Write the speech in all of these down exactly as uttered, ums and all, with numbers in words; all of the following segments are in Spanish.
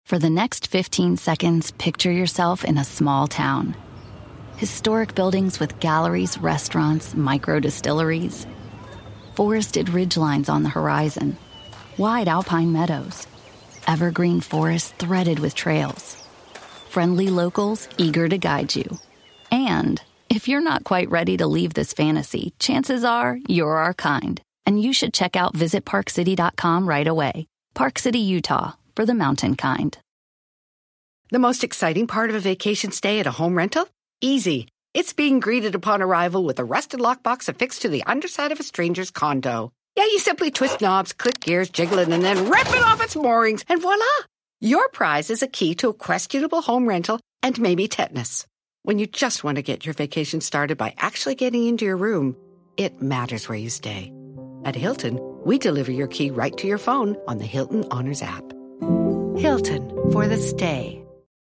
For the next fifteen seconds, picture yourself in a small town. Historic buildings with galleries, restaurants, micro-distilleries. Forested ridgelines on the horizon. Wide alpine meadows. Evergreen forests threaded with trails. Friendly locals eager to guide you. And if you're not quite ready to leave this fantasy, chances are you're our kind. And you should check out visit park city dot com right away. Park City, Utah, for the mountain kind. The most exciting part of a vacation stay at a home rental? Easy. It's being greeted upon arrival with a rusted lockbox affixed to the underside of a stranger's condo. Yeah, you simply twist knobs, click gears, jiggle it, and then rip it off its moorings, and voila! Your prize is a key to a questionable home rental and maybe tetanus. When you just want to get your vacation started by actually getting into your room, it matters where you stay. At Hilton, we deliver your key right to your phone on the Hilton Honors app. Hilton for the stay.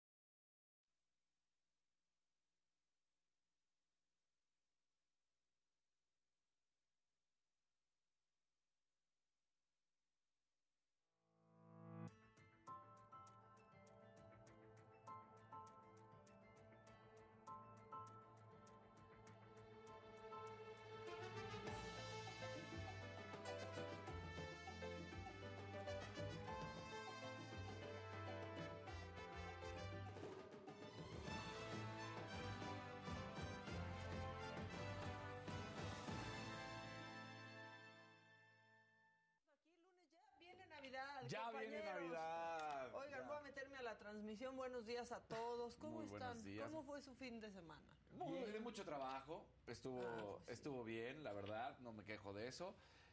Ya viene Navidad. Oigan, ya. voy a meterme a la transmisión. Buenos días a todos. ¿Cómo Muy están? días. ¿Cómo fue su fin de semana? Muy, de mucho trabajo. Estuvo, ah, pues estuvo bien, la verdad. No me quejo de eso.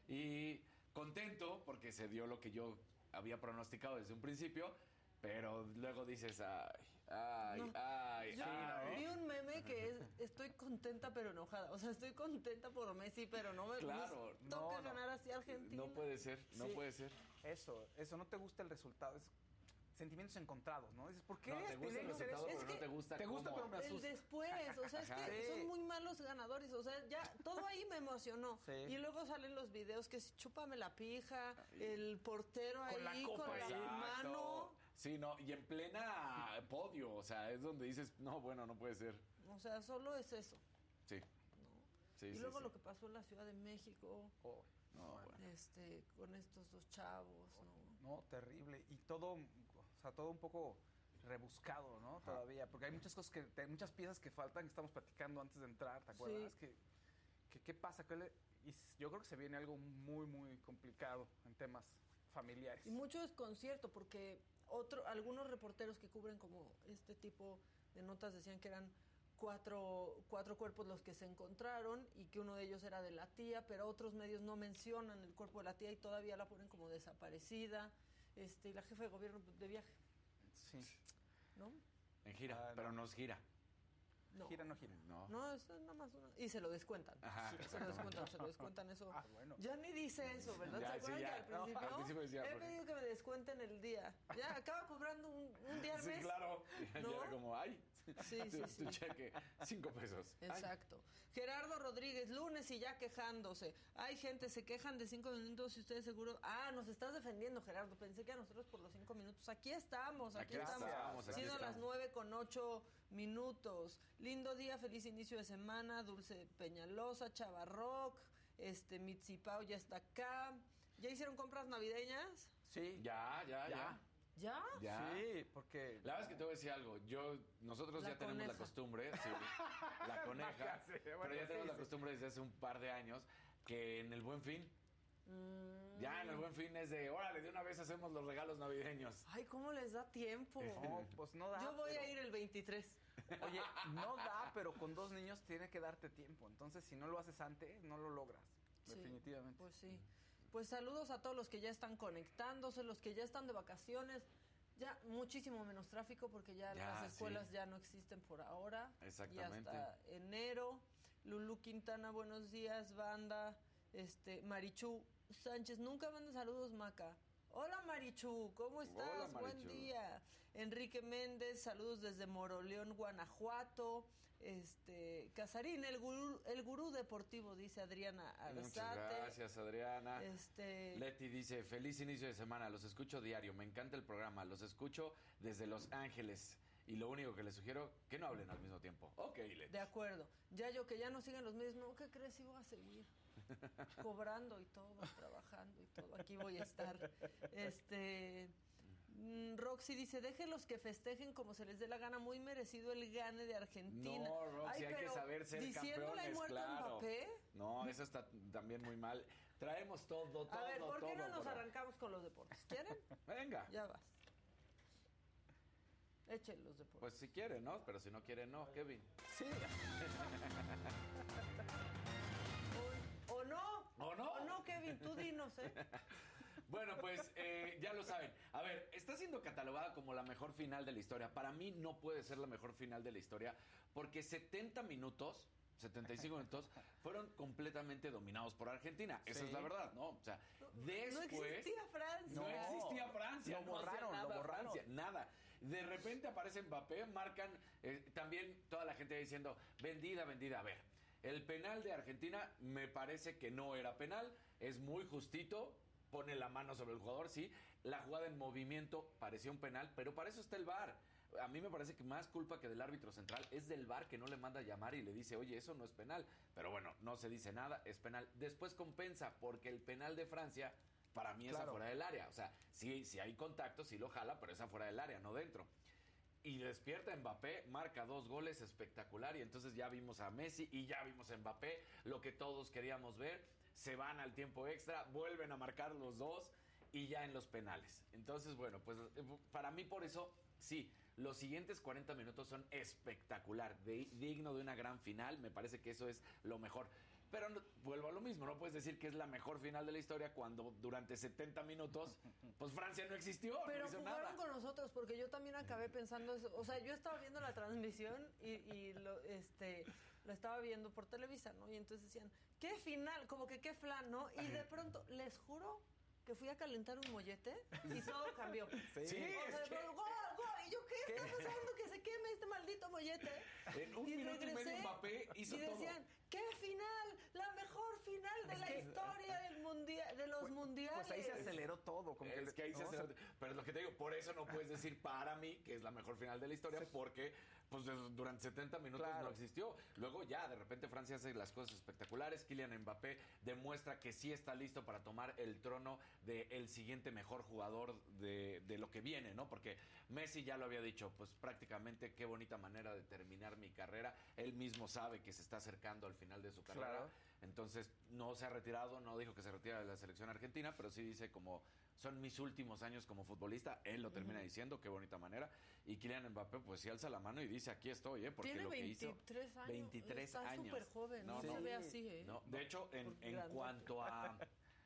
Y contento porque se dio lo que yo había pronosticado desde un principio. Pero luego dices, ay, ay, no. ay, Yo ay. vi un meme que es, estoy contenta pero enojada. O sea, estoy contenta por Messi, pero no me Claro, gusta no, que no. ganar así Argentina. No puede ser, no Sí. puede ser. Eso, eso, no te gusta el resultado, es sentimientos encontrados, ¿no? Dices, ¿por qué No, te gusta el tiene que ser resultado, eso? pero no te gusta te gusta, cómo. pero me El asusta. después, o sea, es Ajá. que Sí. son muy malos ganadores, o sea, ya todo ahí me emocionó. Sí. Y luego salen los videos que es chúpame la pija, Ay. el portero Con la ahí copa, con la Exacto. mano. Sí, no, y en plena podio, o sea, es donde dices, no, bueno, no puede ser. O sea, solo es eso. Sí. ¿no? Sí, y sí, luego sí. lo que pasó en la Ciudad de México, Oh, No, bueno. este, con estos dos chavos, ¿no? no, terrible. Y todo, o sea, todo un poco rebuscado, ¿no? Ajá. Todavía, porque hay muchas cosas que, hay muchas piezas que faltan, que estamos platicando antes de entrar, ¿te acuerdas? Sí. Que, que, ¿qué pasa? ¿Qué le- y yo creo que se viene algo muy, muy complicado en temas familiares. Y mucho desconcierto porque otro, algunos reporteros que cubren como este tipo de notas decían que eran cuatro, cuatro cuerpos los que se encontraron y que uno de ellos era de la tía, pero otros medios no mencionan el cuerpo de la tía y todavía la ponen como desaparecida, este, y la jefa de gobierno de viaje, Sí. ¿no? En gira, Ah, no. pero nos gira. No. Gira, no gira. No. No, es nada más una... Y se lo descuentan. Ajá, se lo exactamente. descuentan, se lo descuentan eso. Ah, bueno. Ya ni dice eso, ¿verdad? Ya, ¿Se acuerdan sí, ya. que al No, principio, al principio decía, he porque- pedido que me descuenten el día? Ya, acaba cobrando un, un día al Sí, mes. claro. Y ¿No? era como, ay, Sí, sí, tu, sí. tu cheque, cinco pesos. Ay. Exacto. Gerardo Rodríguez, lunes y ya quejándose. Hay gente, se quejan de cinco minutos y ustedes seguro... Ah, nos estás defendiendo, Gerardo. Pensé que a nosotros por los cinco minutos. Aquí estamos, aquí, Aquí estamos. estamos, aquí Siendo las estamos. nueve con ocho minutos. Lindo día, feliz inicio de semana. Dulce Peñalosa, Chavarroc, este, Mitsipao ya está acá. ¿Ya hicieron compras navideñas? Sí. Ya, ya, ya. ¿Ya? Ya. Sí, porque... La verdad es que te voy a decir algo. Yo, nosotros La ya tenemos coneja. la costumbre, sí, la coneja, Sí, pero bueno, ya sí, tenemos la sí. costumbre desde hace un par de años que en el Buen Fin, Mm. ya en el Buen Fin es de, órale, de una vez hacemos los regalos navideños. Ay, ¿cómo les da tiempo? No, pues no da. Yo voy pero- a ir el veintitrés. Oye, no da, pero con dos niños tiene que darte tiempo. Entonces, si no lo haces antes, no lo logras. Sí, Definitivamente. Pues sí. Pues saludos a todos los que ya están conectándose, los que ya están de vacaciones. Ya muchísimo menos tráfico porque ya, Ya, las escuelas sí. ya no existen por ahora. Exactamente. Y hasta enero. Lulú Quintana, buenos días, banda. Este, Marichu Sánchez, nunca manda saludos, Maca. Hola Marichu, ¿cómo estás? Hola, Buen Marichu. día. Enrique Méndez, saludos desde Moroleón, Guanajuato. Este, Casarín, el gurú, el gurú deportivo, dice Adriana Arzate. Muchas gracias, Adriana. Este... Leti dice, feliz inicio de semana, los escucho diario, me encanta el programa, los escucho desde Los Ángeles. Y lo único que les sugiero, que no hablen al mismo tiempo. Ok, Leti. De acuerdo. Ya yo que ya no sigan los medios, no, ¿qué crees? Sí voy a seguir cobrando y todo, trabajando y todo. Aquí voy a estar. Este... Roxy dice, déjenlos que festejen como se les dé la gana, muy merecido el gane de Argentina. No, Roxy, Ay, hay que saber ser ¿diciéndole campeones, muerto claro. Mbappé? No, eso está también muy mal. Traemos todo, todo, A ver, ¿por qué todo, no nos pero... arrancamos con los deportes? ¿Quieren? Venga. Ya vas. Echen los deportes. Pues si quiere, ¿no? Pero si no quiere, no, Kevin. Sí. O, o no. ¿O no? O no, Kevin, tú dinos, ¿eh? Bueno, pues eh, ya lo saben. A ver, está siendo catalogada como la mejor final de la historia. Para mí no puede ser la mejor final de la historia porque setenta minutos, setenta y cinco minutos, fueron completamente dominados por Argentina. Esa Sí. es la verdad, ¿no? O sea, después... No existía Francia. No existía Francia. Lo no hacía borraron, nada lo borraron. Francia, nada. De repente aparece Mbappé, marcan... Eh, también toda la gente diciendo, vendida, vendida. A ver, el penal de Argentina me parece que no era penal. Es muy justito. Pone la mano sobre el jugador, sí. La jugada en movimiento parecía un penal, pero para eso está el V A R. A mí me parece que más culpa que del árbitro central es del V A R que no le manda a llamar y le dice, oye, eso no es penal. Pero bueno, no se dice nada, es penal. Después compensa, porque el penal de Francia, para mí es Claro. afuera del área. O sea, sí, sí hay contacto, sí lo jala, pero es afuera del área, no dentro. Y despierta Mbappé, marca dos goles espectacular. Y entonces ya vimos a Messi y ya vimos a Mbappé, lo que todos queríamos ver. Se van al tiempo extra, vuelven a marcar los dos y ya en los penales. Entonces, bueno, pues para mí por eso, sí, los siguientes cuarenta minutos son espectacular, de, digno de una gran final, me parece que eso es lo mejor. Pero no, vuelvo a lo mismo, no puedes decir que es la mejor final de la historia cuando durante setenta minutos, pues Francia no existió, Pero no hizo jugaron nada. con nosotros porque yo también acabé pensando eso. O sea, yo estaba viendo la transmisión y, y lo, este, la estaba viendo por Televisa, ¿no? Y entonces decían, ¿qué final? Como que qué flan, ¿no? Y de pronto, les juro que fui a calentar un mollete y todo cambió. Sí, O sea, es de que- pronto, ¡gol, gol! ¿Y yo qué? ¿Está pasando? Que se queme este maldito mollete. En un Y minuto y regresé medio Mbappé hizo y decían, todo. ¿qué final? La mejor final de Es la que- historia del mundial, de los Pues- mundiales. Pues ahí se aceleró todo. Como Es que ahí se ¿no? hace... Pero es lo que te digo, por eso no puedes decir para mí que es la mejor final de la historia, porque pues des- durante setenta minutos Claro. no existió. Luego ya, de repente Francia hace las cosas espectaculares. Kylian Mbappé demuestra que sí está listo para tomar el trono del siguiente mejor jugador de, de lo que viene, ¿no? Porque Messi ya lo había dicho, pues prácticamente qué bonita manera de terminar mi carrera. Él mismo sabe que se está acercando al final de su carrera. Claro. Entonces no se ha retirado, no dijo que se retira de la selección argentina, pero sí dice como son mis últimos años como futbolista. Él lo termina diciendo, qué bonita manera. Y Kylian Mbappé pues sí alza la mano y dice, aquí estoy, ¿eh? Porque Tiene lo que hizo... veintitrés años. veintitrés Está años. súper joven, no, No, se no. ve así, ¿eh? No, de hecho, en, Porque en grandote. cuanto a,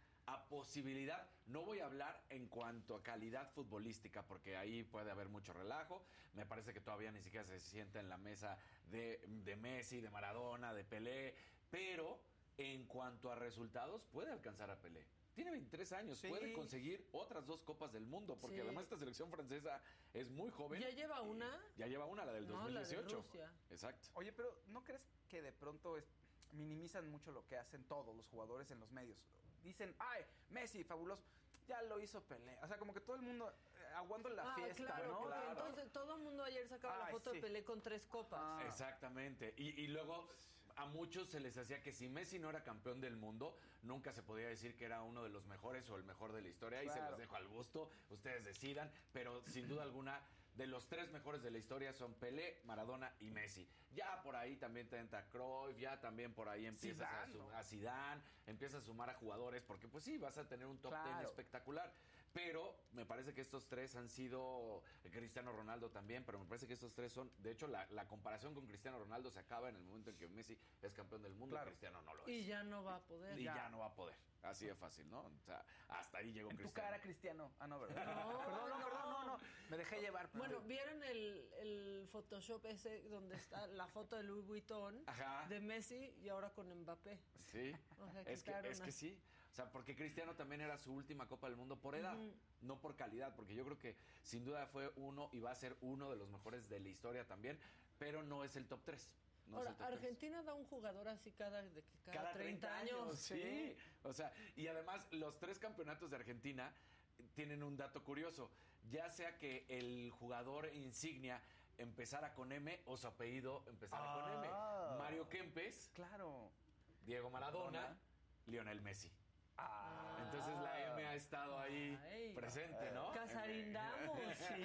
a posibilidad, no voy a hablar en cuanto a calidad futbolística, porque ahí puede haber mucho relajo. Me parece que todavía ni siquiera se sienta en la mesa de, de Messi, de Maradona, de Pelé, pero en cuanto a resultados, puede alcanzar a Pelé. Tiene veintitrés años, Sí. puede conseguir otras dos copas del mundo, porque Sí. además esta selección francesa es muy joven. ¿Ya lleva y- una? Ya lleva una, la del No, dos mil la de dieciocho. Rusia. Exacto. Oye, pero ¿no crees que de pronto es- minimizan mucho lo que hacen todos los jugadores en los medios? Dicen, ay, Messi, fabuloso, ya lo hizo Pelé. O sea, como que todo el mundo eh, aguando la Ah, fiesta, claro, ¿no? porque Claro. entonces todo el mundo ayer sacaba la Ay, foto sí. de Pelé con tres copas. Ah. Exactamente. Y, y luego a muchos se les hacía que si Messi no era campeón del mundo, nunca se podía decir que era uno de los mejores o el mejor de la historia. Ahí se Claro. los dejo al gusto, ustedes decidan, pero sin duda alguna de los tres mejores de la historia son Pelé, Maradona y Messi. Ya por ahí también te entra Cruyff, ya también por ahí empiezas a, Zidane, su- ¿no? a Zidane, empiezas a sumar a jugadores, porque pues sí, vas a tener un top ten Claro. espectacular. Pero me parece que estos tres han sido, Cristiano Ronaldo también, pero me parece que estos tres son, de hecho la, la comparación con Cristiano Ronaldo se acaba en el momento en que Messi es campeón del mundo Claro. y Cristiano no lo es. Y ya no va a poder. Y ya. ya no va a poder. Así de fácil, ¿no? O sea, hasta ahí llegó En tu Cristiano. cara, Cristiano. Ah, no, ¿verdad? No, perdón, no, no. perdón, no, no. Me dejé llevar. perdón. Bueno, ¿vieron el, el Photoshop ese donde está la foto de Louis Vuitton Ajá. de Messi y ahora con Mbappé? Sí, O sea, es que, quitaron es a- que sí. O sea, porque Cristiano también era su última Copa del Mundo por edad, uh-huh. no por calidad, porque yo creo que sin duda fue uno y va a ser uno de los mejores de la historia también, pero no es el top tres. No Ahora, es el top Argentina tres. da un jugador así cada, de que cada, cada treinta, treinta años. años. Sí. sí, o sea, y además los tres campeonatos de Argentina tienen un dato curioso, ya sea que el jugador insignia empezara con M o su apellido empezara ah. con M. Mario Kempes, claro. Diego Maradona, Maradona. Lionel Messi. Ah. Entonces la M ha estado ahí Ay. presente, ¿no? Casarindamos. Sí.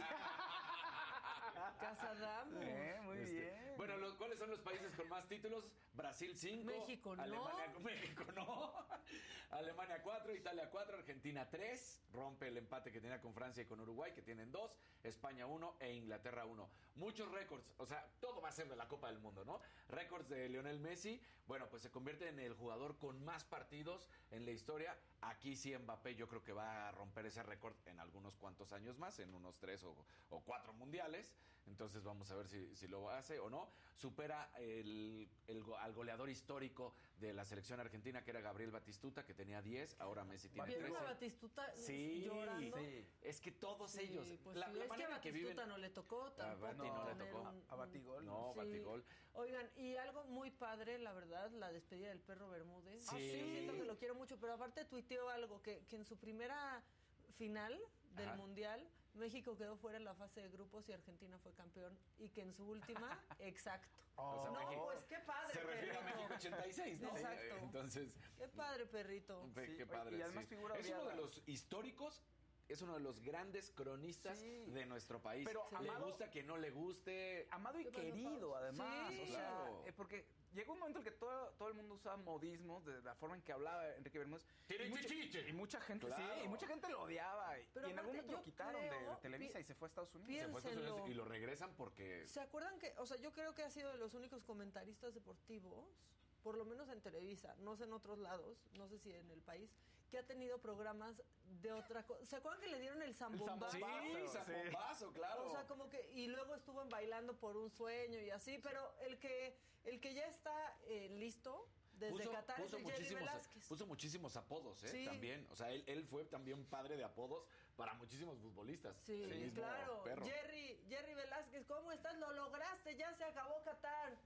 Casadamos. Eh, muy este, bien. Bueno, los, ¿cuáles son los países con más títulos? Brasil cinco. México no. Alemania, México no. Alemania cuatro, Italia cuatro, Argentina tres. Rompe el empate que tenía con Francia y con Uruguay, que tienen dos. España uno e Inglaterra uno. Muchos récords. O sea, todo va a ser de la Copa del Mundo, ¿no? Récords de Lionel Messi. Bueno, pues se convierte en el jugador con más partidos en la historia. Aquí sí Mbappé yo creo que va a romper ese récord en algunos cuantos años más, en unos tres o, o cuatro mundiales. Entonces vamos a ver si, si lo hace o no. Supera el, el, al goleador histórico de la selección argentina, que era Gabriel Batistuta, que tenía diez, ahora Messi tiene trece. ¿Vieron a Batistuta sí, llorando? Sí, es que todos sí, ellos... Pues la, sí, la es que a Batistuta que viven, no le tocó tampoco. A Bati no le tocó. Un, a Batigol. No, sí. Batigol. Oigan, y algo muy padre, la verdad, la despedida del Perro Bermúdez. Sí. Ah, sí, siento que lo quiero mucho, pero aparte tuiteó algo, que, que en su primera final del Ajá. Mundial... México quedó fuera en la fase de grupos y Argentina fue campeón. Y que en su última, exacto. Oh. O sea, no, México, pues qué padre, se refiere perrito. a México ochenta y seis, ¿no? Exacto. Entonces, qué padre, perrito. Sí, qué padre. Y además sí. figura es uno de los históricos. Es uno de los grandes cronistas sí. de nuestro país. Pero sí. amado, le gusta que no le guste. Amado y querido, además. Sí. O sea, claro. eh, porque llegó un momento en que todo, todo el mundo usaba modismos de la forma en que hablaba Enrique Bermúdez. Y mucha, y mucha gente, claro. sí, y mucha gente lo odiaba. Y, Pero y en algún momento lo quitaron creo, de Televisa pi- y se fue a Estados Unidos. Se fue a Estados Unidos y lo regresan porque. ¿Se acuerdan que, o sea, yo creo que ha sido de los únicos comentaristas deportivos, por lo menos en Televisa, no sé en otros lados, no sé si en el país, que ha tenido programas de otra cosa. ¿Se acuerdan que le dieron el zambombazo? Sí, zambombazo, claro. O sea, como que, y luego estuvo en Bailando por un Sueño y así, pero el que, el que ya está eh, listo desde puso, Qatar puso es el Jerry Velázquez. Puso muchísimos apodos, ¿eh? Sí. También. O sea, él, él fue también padre de apodos para muchísimos futbolistas. Sí, sí claro. Perro. Jerry, Jerry Velázquez, ¿cómo estás? Lo lograste, ya se acabó Qatar.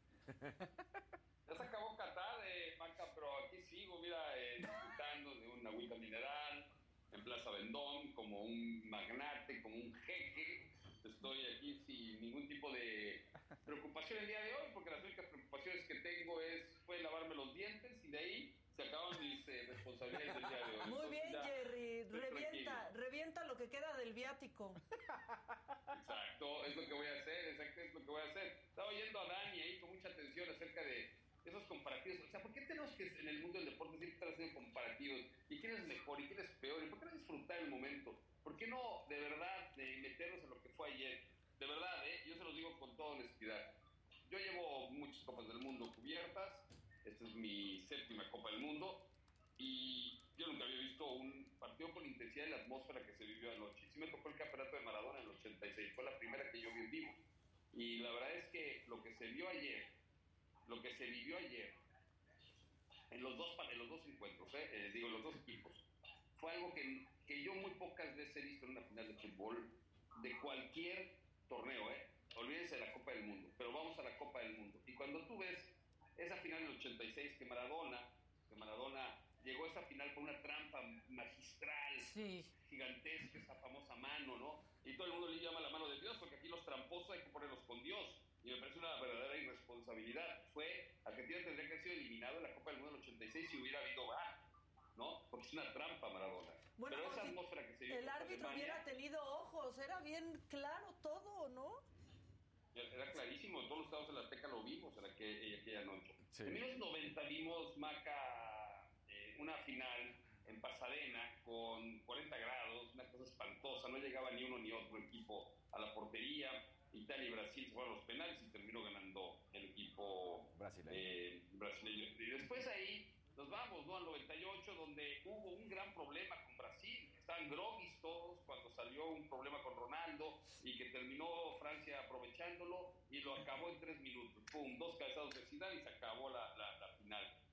Ya se acabó Qatar, eh, Maca, pero aquí sigo, mira, eh, disfrutando de una agüita mineral en Plaza Vendón, como un magnate, como un jeque. Estoy aquí sin ningún tipo de preocupación el día de hoy, porque las únicas preocupaciones que tengo es fue lavarme los dientes y de ahí se acaban mis eh, responsabilidades del día de hoy. Muy Entonces, bien, ya, Jerry, revienta, tranquilo. revienta lo que queda del viático. Exacto, es lo que voy a hacer, exacto, es lo que voy a hacer. Estaba oyendo a Dani ahí con mucha atención acerca de esos comparativos. O sea, ¿por qué tenemos que en el mundo del deporte siempre estar haciendo comparativos? ¿Y quién es mejor y quién es peor? ¿Y por qué no disfrutar el momento? ¿Por qué no, de verdad, de meternos en lo que fue ayer? De verdad, ¿eh? Yo se los digo con toda honestidad. Yo llevo muchas Copas del Mundo cubiertas. Esta es mi séptima Copa del Mundo. Y yo nunca había visto un partido con la intensidad y la atmósfera que se vivió anoche. Sí me tocó el campeonato de Maradona en el ochenta y seis. Fue la primera que yo vi en vivo. Y la verdad es que lo que se vio ayer, lo que se vivió ayer, en los dos, en los dos encuentros, ¿eh? Eh, digo, los dos equipos, fue algo que, que yo muy pocas veces he visto en una final de fútbol de cualquier torneo, ¿eh? Olvídense de la Copa del Mundo, pero vamos a la Copa del Mundo. Y cuando tú ves esa final del ochenta y seis, que Maradona, que Maradona llegó a esa final por una trampa magistral, sí. gigantesca, esa famosa mano, ¿no? Y todo el mundo le llama la mano de Dios, porque aquí los tramposos hay que ponerlos con Dios. Y me parece una verdadera irresponsabilidad. Fue, Argentina tendría que haber sido eliminado en la Copa del Mundo del ochenta y seis si hubiera habido V A R, ¿no? Porque es una trampa Maradona. Bueno, pero esa si atmósfera que se vio el árbitro Alemania, hubiera tenido ojos, era bien claro todo, ¿no? Era clarísimo, todos los estados de la Azteca lo vimos en aquella, aquella noche. Sí. En mil novecientos noventa vimos, Maca, eh, una final en Pasadena con cuarenta grados, una cosa espantosa, no llegaba ni uno ni otro equipo a la portería. Italia y Brasil se fueron a los penales y terminó ganando el equipo brasileño. Eh, brasileño. Y después ahí nos vamos, ¿no? Al noventa y ocho, donde hubo un gran problema con Brasil. Estaban groguis todos cuando salió un problema con Ronaldo y que terminó Francia aprovechándolo y lo acabó en tres minutos. Pum, dos cabezados de Zidane y se acabó la, la, la final.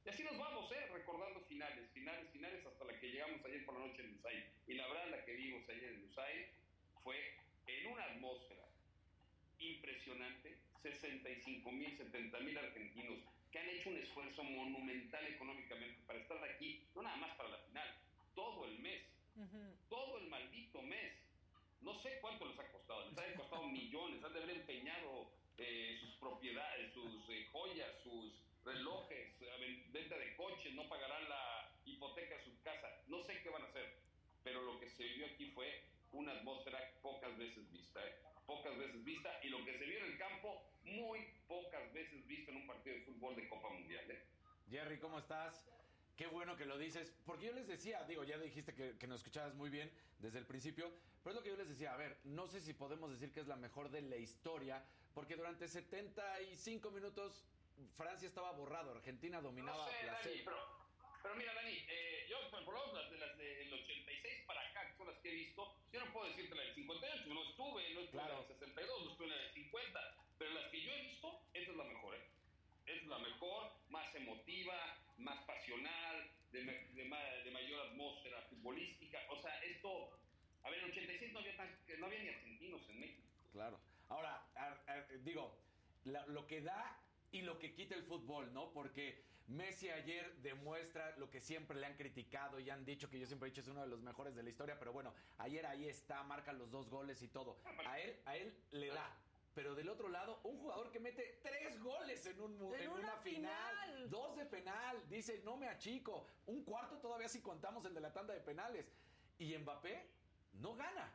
Y así nos vamos, ¿eh? Recordando finales, finales, finales, hasta la que llegamos ayer por la noche en Lusail. Y la verdad, la que vimos ayer en Lusail fue en una atmósfera impresionante, sesenta y cinco mil, setenta mil argentinos que han hecho un esfuerzo monumental económicamente para estar aquí, no nada más para la final, todo el mes, uh-huh. todo el maldito mes. No sé cuánto les ha costado, les ha costado millones, han de haber empeñado eh, sus propiedades, sus eh, joyas, sus relojes, venta de coches, no pagarán la hipoteca de su casa, no sé qué van a hacer, pero lo que se vivió aquí fue una atmósfera pocas veces vista, ¿eh? pocas veces vista, y lo que se vio en el campo, muy pocas veces visto en un partido de fútbol de Copa Mundial, ¿eh? Jerry, ¿cómo estás? Qué bueno que lo dices, porque yo les decía, digo, ya dijiste que, que nos escuchabas muy bien desde el principio, pero es lo que yo les decía, a ver, no sé si podemos decir que es la mejor de la historia, porque durante setenta y cinco minutos Francia estaba borrado, Argentina dominaba no sé, a placer. Dani, pero, pero mira, Dani, eh, yo por lo menos las de las del ochenta y seis para acá, que son las que he visto, yo no puedo decirte la del cincuenta y ocho, no estuve, no estuve claro. en la del sesenta y dos, no estuve en la del cincuenta, pero las que yo he visto, esta es la mejor, ¿eh? Es la mejor, más emotiva, más pasional, de, de, de mayor atmósfera futbolística. O sea, esto, a ver, en el ochenta y seis no había, tan, no había ni argentinos en México. Claro. Ahora, a, a, digo, la, lo que da y lo que quita el fútbol, ¿no? Porque Messi ayer demuestra lo que siempre le han criticado y han dicho, que yo siempre he dicho es uno de los mejores de la historia, pero bueno, ayer ahí está, marca los dos goles y todo. A él, a él le da. Pero del otro lado, un jugador que mete tres goles en, un, en, en una, una final, final, dos de penal, dice, no me achico, un cuarto todavía si contamos el de la tanda de penales. Y Mbappé no gana.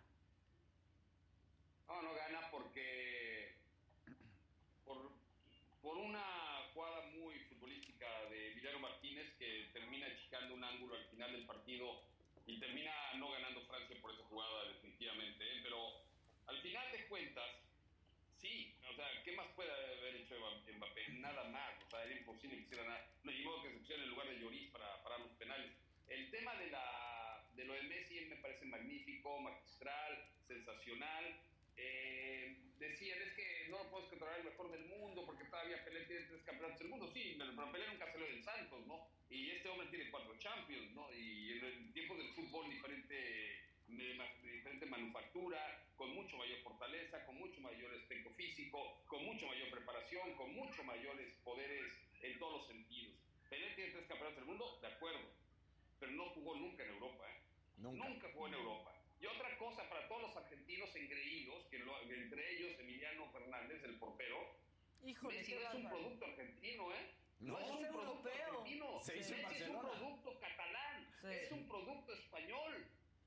No, no gana porque por, por una jugada muy futbolística de Emiliano Martínez, que termina achicando un ángulo al final del partido y termina no ganando Francia por esa jugada definitivamente, ¿eh? Pero al final de cuentas, sí, o sea, ¿qué más puede haber hecho Mbappé? Nada más, o sea, era imposible que hiciera nada. No, ni modo que se pusiera en el lugar de Lloris para parar los penales. El tema de, la, de lo de Messi me parece magnífico, magistral, sensacional. Eh, decían, es que no lo puedes controlar el mejor del mundo porque todavía Pelé tiene tres campeonatos del mundo. Sí, pero Pelé nunca salió del Santos, ¿no? Y este hombre tiene cuatro Champions, ¿no? Y en el tiempo del fútbol diferente... De, de diferente manufactura, con mucho mayor fortaleza, con mucho mayor espejo físico, con mucho mayor preparación, con mucho mayores poderes en todos los sentidos. Pelé tiene tres campeonatos del mundo, de acuerdo, pero no jugó nunca en Europa, ¿eh? Nunca. Nunca jugó en Europa. Y otra cosa para todos los argentinos engreídos, que lo, entre ellos Emiliano Fernández, el portero, Híjole, Messi no es un producto argentino, ¿eh? No, no es un es producto europeo. argentino. Se hizo Messi en es un producto catalán, sí. Es un producto español.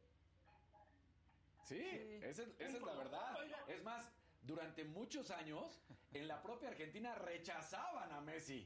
Sí, sí. Esa, es, esa es la verdad. Es más, durante muchos años, en la propia Argentina rechazaban a Messi.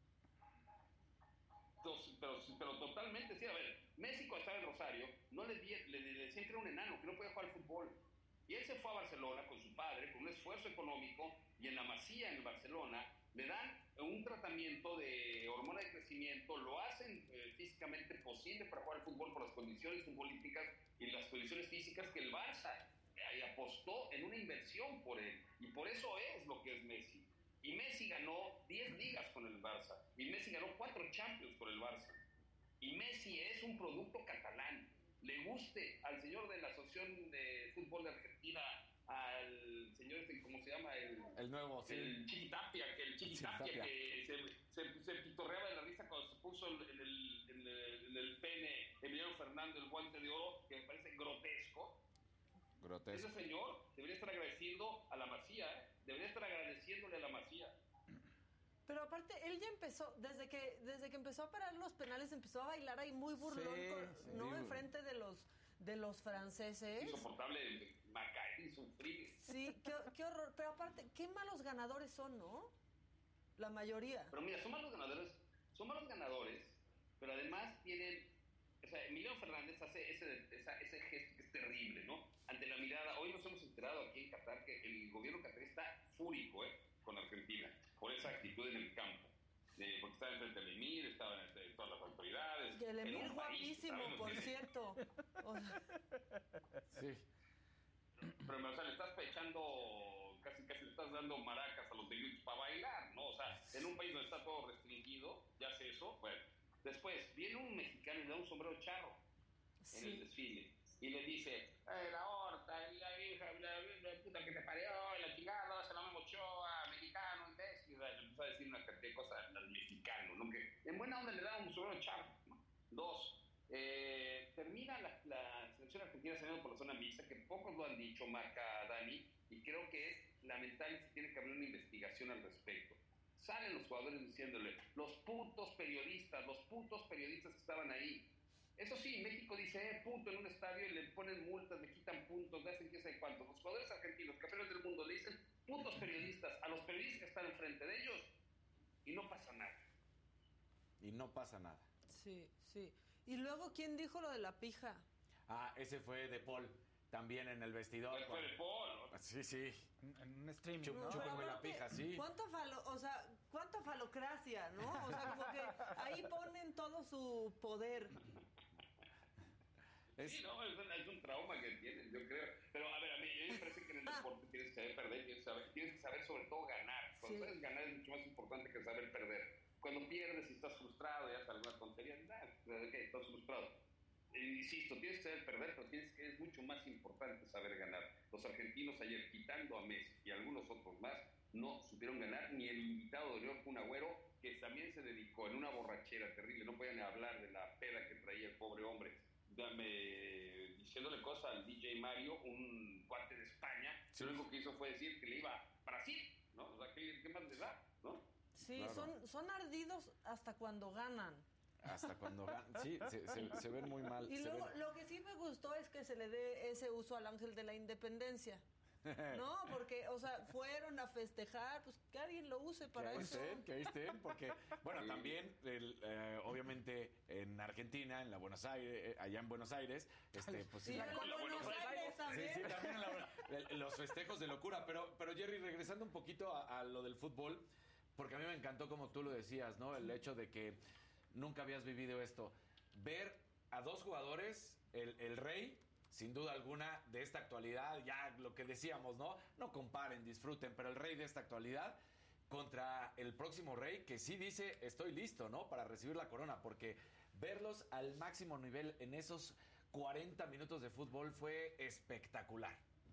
Pero, pero totalmente, sí. A ver, Messi cuando estaba en Rosario, no le, di, le, le decían que era un enano, que no podía jugar al fútbol. Y él se fue a Barcelona con su padre, con un esfuerzo económico, y en la Masía, en Barcelona, le dan un tratamiento de hormona de crecimiento, lo hacen eh, físicamente posible para jugar al fútbol por las condiciones futbolísticas y las condiciones físicas que el Barça eh, apostó en una inversión por él. Y por eso es lo que es Messi. Y Messi ganó diez ligas con el Barça. Y Messi ganó cuatro Champions con el Barça. Y Messi es un producto catalán. Le guste al señor de la Asociación de Fútbol de Argentina, al señor, este, ¿cómo se llama? El, el nuevo, sí. El Chiquitapia, que el Chiquitapia, Chiquitapia. que se, se, se pitorreaba de la risa cuando se puso en el, en el, en el pene Emiliano Fernández el guante de oro, que me parece grotesco. Grotesco. Ese señor debería estar agradeciendo a la Masía, ¿eh? Debería estar agradeciéndole a la Masía. Pero aparte, él ya empezó, desde que desde que empezó a parar los penales, empezó a bailar ahí muy burlón, sí, con, sí, ¿no? Enfrente de los de los franceses. Insoportable, Macay, insufrible. Sí, qué, qué horror. Pero aparte, qué malos ganadores son, ¿no? La mayoría. Pero mira, son malos ganadores, son malos ganadores, pero además tienen... O sea, Emiliano Fernández hace ese, esa, ese gesto que es terrible, ¿no? Ante la mirada, hoy nos hemos enterado aquí en Qatar que el gobierno qatarí está fúrico, ¿eh? Con Argentina, por esa actitud en el campo. Eh, porque estaba enfrente del Emir, estaban entre todas las autoridades. Y el Emir guapísimo, país, por cierto. O sea. Sí. Pero, o sea, le estás pechando, casi casi le estás dando maracas a los de para bailar, ¿no? O sea, en un país donde está todo restringido, ya hace eso, bueno. Después, viene un mexicano y le da un sombrero charro Sí. en el desfile. Y le dice, eh, la horta, la hija, la, la puta que te parió, la chingada, se la Memo Ochoa, mexicano, imbécil. Le empezó a decir una cantidad de cosas al mexicano, ¿no? Que en buena onda le da un sombrero charro, ¿no? Dos, eh, termina la, la selección argentina saliendo por la zona mixta, que pocos lo han dicho, marca Dani, y creo que es lamentable si tiene que haber una investigación al respecto. Salen los jugadores diciéndole, los putos periodistas, los putos periodistas que estaban ahí. Eso sí, México dice, eh, puto en un estadio y le ponen multas, le quitan puntos, le hacen quién sabe cuánto. Los jugadores argentinos, campeones del mundo, le dicen putos periodistas a los periodistas que están enfrente de ellos y no pasa nada. Y no pasa nada. Sí, sí. Y luego, ¿quién dijo lo de la pija? Ah, ese fue de Paul, también en el vestidor. Fue de Paul, ¿no? Sí, sí. En, en un streaming, Chup, ¿no? chúpenme pero la aparte, pija, sí. ¿Cuánta falo, o sea, cuánta falocracia, ¿no? O sea, como que ahí ponen todo su poder. Es... Sí, no, es un, es un trauma que tienen, yo creo. Pero, a ver, a mí, a mí me parece que en el deporte tienes que saber perder, tienes que saber, tienes que saber sobre todo ganar. Cuando Sí. sabes ganar es mucho más importante que saber perder. Cuando pierdes y estás frustrado y haces alguna tontería, nada, ok, estás frustrado. Eh, insisto, tienes que saber perder, pero tienes que, es mucho más importante saber ganar. Los argentinos ayer, quitando a Messi y algunos otros más, no supieron ganar, ni el invitado de honor, Kun Agüero, que también se dedicó en una borrachera terrible, no podían hablar de la peda que traía el pobre hombre, dame, diciéndole cosas al D J Mario, un cuate de España, sí. Lo único que hizo fue decir que le iba a Brasil, ¿no? O sea, ¿qué, qué más le da, no? Sí, Claro. son, son ardidos hasta cuando ganan. Hasta cuando ganan. Sí, se, se, se ven muy mal. Y se luego, ven... lo que sí me gustó es que se le dé ese uso al ángel de la independencia. No, porque, o sea, fueron a festejar, pues que alguien lo use para que ahí eso. Estén, que ahí estén, porque, bueno, también, el, eh, obviamente, en Argentina, en la Buenos Aires, eh, allá en Buenos Aires, este, pues sí. Y en la Buenos, Buenos Aires, Aires también. Sí, sí, también la, el, los festejos de locura. Pero, pero Jerry, regresando un poquito a, a lo del fútbol, porque a mí me encantó, como tú lo decías, ¿no? El hecho de que nunca habías vivido esto. Ver a dos jugadores, el, el Rey, sin duda alguna, de esta actualidad, ya lo que decíamos, ¿no? No comparen, disfruten, pero el Rey de esta actualidad contra el próximo Rey, que sí dice, estoy listo, ¿no? Para recibir la corona, porque verlos al máximo nivel en esos cuarenta minutos de fútbol fue espectacular.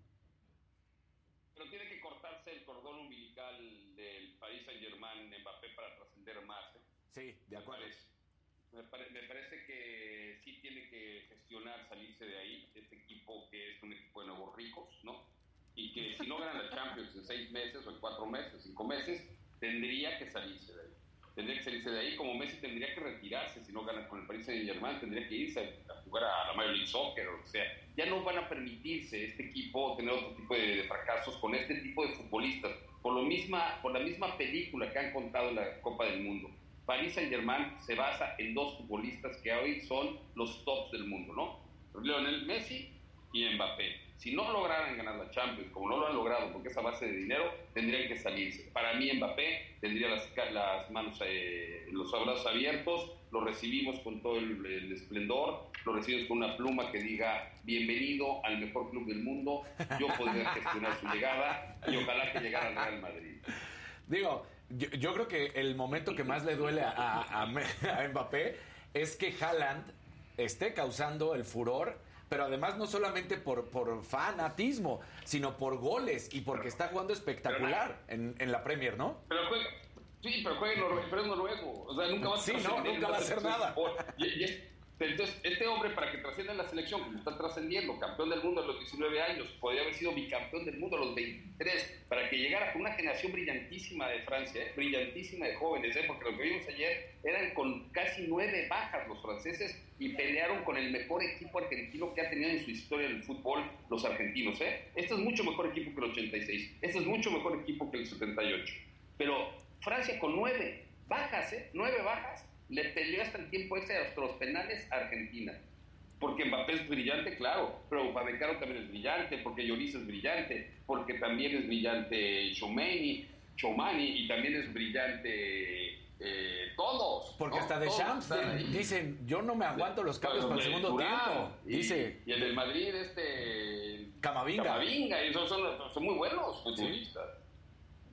Pero tiene que cortarse el cordón umbilical del Paris Saint-Germain, Mbappé, para trascender más, ¿eh? Sí, de acuerdo. Me parece. Me, pare, me parece que sí tiene que gestionar, salirse de ahí, este equipo que es un equipo de nuevos ricos, ¿no? Y que si no ganan la Champions en seis meses o en cuatro meses, cinco meses, tendría que salirse de ahí. Tendría que salirse de ahí, como Messi tendría que retirarse si no ganan con el Paris Saint-Germain, tendría que irse a jugar a la Major League Soccer, o sea, ya no van a permitirse este equipo tener otro tipo de, de fracasos con este tipo de futbolistas, por, lo misma, por la misma película que han contado en la Copa del Mundo. Paris Saint-Germain se basa en dos futbolistas que hoy son los tops del mundo, ¿no? Lionel Messi y Mbappé. Si no lograran ganar la Champions, como no lo han logrado porque esa base de dinero, tendrían que salirse. Para mí Mbappé tendría las, las manos, eh, los brazos abiertos, lo recibimos con todo el, el esplendor, lo recibimos con una pluma que diga bienvenido al mejor club del mundo, yo podría gestionar su llegada y ojalá que llegara al Real Madrid. Digo, yo, yo creo que el momento que más le duele a, a, a Mbappé es que Haaland esté causando el furor, pero además no solamente por, por fanatismo, sino por goles y porque está jugando espectacular en, en la Premier, ¿no? Pero juega, sí, pero juega en Noruego, pero es noruego, o sea, nunca va a sí, no, nunca va a hacer nada. Y, y es, entonces, este hombre, para que trascienda en la selección, como está trascendiendo, campeón del mundo a los diecinueve años, podría haber sido bicampeón del mundo a los veintitrés, para que llegara con una generación brillantísima de Francia, ¿eh? brillantísima de jóvenes, ¿eh? porque lo que vimos ayer eran con casi nueve bajas los franceses y pelearon con el mejor equipo argentino que ha tenido en su historia el fútbol los argentinos. ¿eh? Este es mucho mejor equipo que el ochenta y seis, este es mucho mejor equipo que el setenta y ocho, pero Francia con nueve bajas, ¿eh? nueve bajas, le peleó hasta el tiempo extra de los penales a Argentina. Porque Mbappé es brillante, claro, pero Upamecano también es brillante, porque Lloris es brillante, porque también es brillante Tchouaméni, Tchouaméni y también es brillante eh, todos. Porque ¿no? hasta Deschamps de, dicen, yo no me aguanto los cambios para el segundo Durán, tiempo. Y, dice. Y en el Madrid este... Camavinga. Camavinga, y son, son, son muy buenos futbolistas. Sí.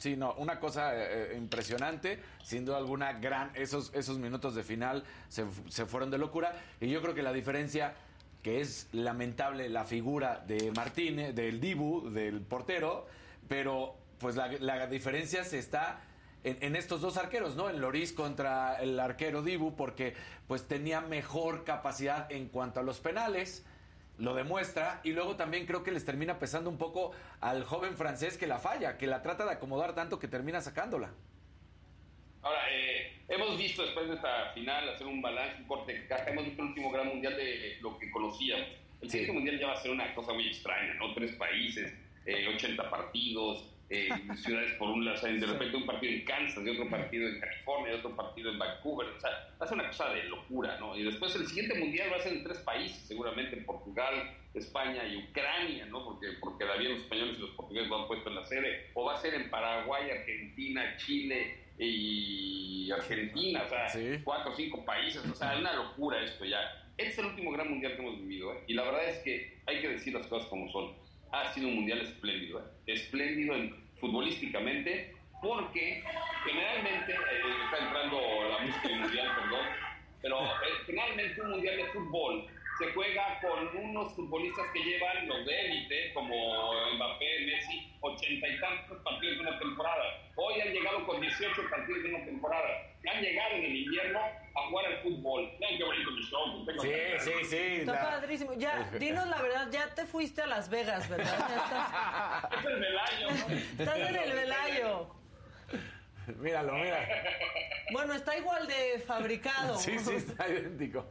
Sí, no, una cosa eh, impresionante, sin duda alguna, gran, esos, esos minutos de final se, se fueron de locura, y yo creo que la diferencia, que es lamentable la figura de Martínez, del Dibu, del portero, pero pues la, la diferencia se está en, en estos dos arqueros, ¿no? En Lloris contra el arquero Dibu, porque pues tenía mejor capacidad en cuanto a los penales, lo demuestra, y luego también creo que les termina pesando un poco al joven francés que la falla, que la trata de acomodar tanto que termina sacándola. Ahora, eh, hemos visto después de esta final hacer un balance, un corte de caja, hemos visto el último gran mundial de lo que conocíamos. El siguiente sí. mundial ya va a ser una cosa muy extraña, ¿no? Tres países, eh, ochenta partidos, eh, ciudades por un lado, o sea, de repente un partido en Kansas, y otro partido en California, y otro partido en Vancouver, o sea, va a ser una cosa de locura, ¿no? Y después el siguiente mundial va a ser en tres países, seguramente en Portugal, España y Ucrania, ¿no? Porque, porque todavía los españoles y los portugueses lo han puesto en la sede, o va a ser en Paraguay, Argentina, Chile y Argentina, o sea, sí. cuatro o cinco países, o sea, es una locura esto ya. Este es el último gran mundial que hemos vivido, ¿eh? Y la verdad es que hay que decir las cosas como son. Ha sido un mundial espléndido, ¿eh? Espléndido en, futbolísticamente, porque generalmente, eh, está entrando la música del mundial, perdón, pero eh, generalmente un mundial de fútbol se juega con unos futbolistas que llevan, los de élite, como Mbappé, Messi, ochenta y tantos partidos de una temporada. Hoy han llegado con dieciocho partidos de una temporada. Han llegado en el invierno a jugar al fútbol. Qué bonito mi show. Sí, sí, sí. Está la... padrísimo. Ya, dinos la verdad, ya te fuiste a Las Vegas, ¿verdad? Ya estás... Es el Velayo, ¿no? Estás en el Velayo. Míralo, mira. Bueno, está igual de fabricado. Sí, sí, está idéntico.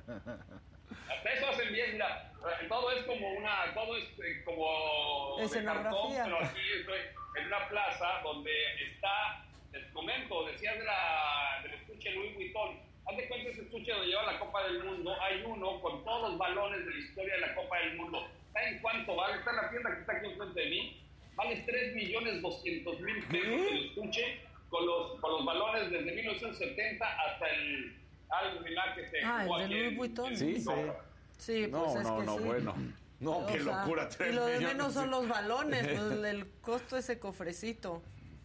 Hasta eso hacen bien, mira, todo es como una, todo es eh, como escenografía. De cartón, pero aquí estoy en una plaza donde está, les comento, decías de la, del estuche Louis Vuitton, haz de cuenta ese estuche donde lleva la Copa del Mundo, hay uno con todos los balones de la historia de la Copa del Mundo. ¿Saben cuánto vale? Está en la tienda que está aquí enfrente de mí, vale tres millones doscientos mil pesos el estuche con los, con los balones desde mil novecientos setenta hasta el... Al que se ah, el de Louis Vuitton. Sí, sí. Sí, pues no, es no, que no, sí. bueno. No, o qué sea, locura. Y lo de menos son los balones, pues, el, el costo de ese cofrecito.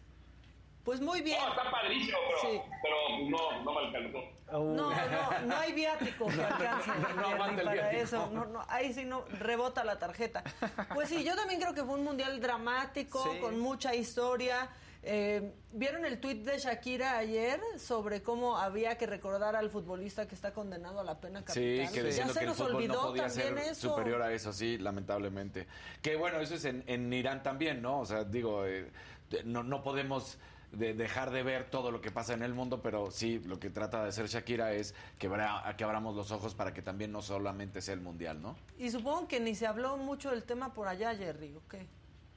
Pues muy bien. No, está padrísimo, pero, sí. pero no, no me alcanzó. Uh. No, no, no hay viático que alcance no, no, ni para eso. No, no, ahí sí no rebota la tarjeta. Pues sí, yo también creo que fue un mundial dramático, sí. con mucha historia. Eh, ¿Vieron el tuit de Shakira ayer sobre cómo había que recordar al futbolista que está condenado a la pena capital? Sí, que diciendo ya se que el nos fútbol olvidó no podía también ser eso. superior a eso, sí, lamentablemente. Que bueno, eso es en, en Irán también, ¿no? O sea, digo, eh, no, no podemos de dejar de ver todo lo que pasa en el mundo, pero sí, lo que trata de hacer Shakira es que, que abramos los ojos para que también no solamente sea el mundial, ¿no? Y supongo que ni se habló mucho del tema por allá, Jerry, ¿o qué?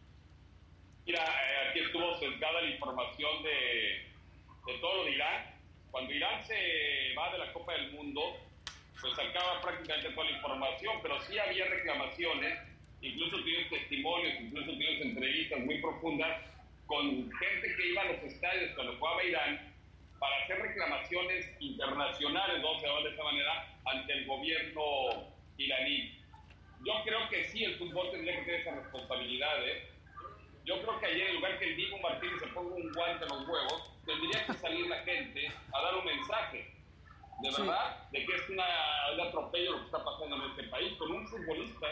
Mira, eh, aquí estuvo sesgada la información de, de todo lo de Irán. Cuando Irán se va de la Copa del Mundo, pues acaba prácticamente toda la información, pero sí había reclamaciones, incluso tuvimos testimonios, incluso tuvimos entrevistas muy profundas con gente que iba a los estadios cuando jugaba Irán para hacer reclamaciones internacionales, vamos a llamar de esa manera, ante el gobierno iraní. Yo creo que sí, el fútbol tendría que tener esa responsabilidad, ¿eh? Yo creo que ayer, en lugar que el Dibu Martínez se ponga un guante en los huevos, tendría que salir la gente a dar un mensaje, de verdad, sí. de que es una, un atropello lo que está pasando en este país con un futbolista.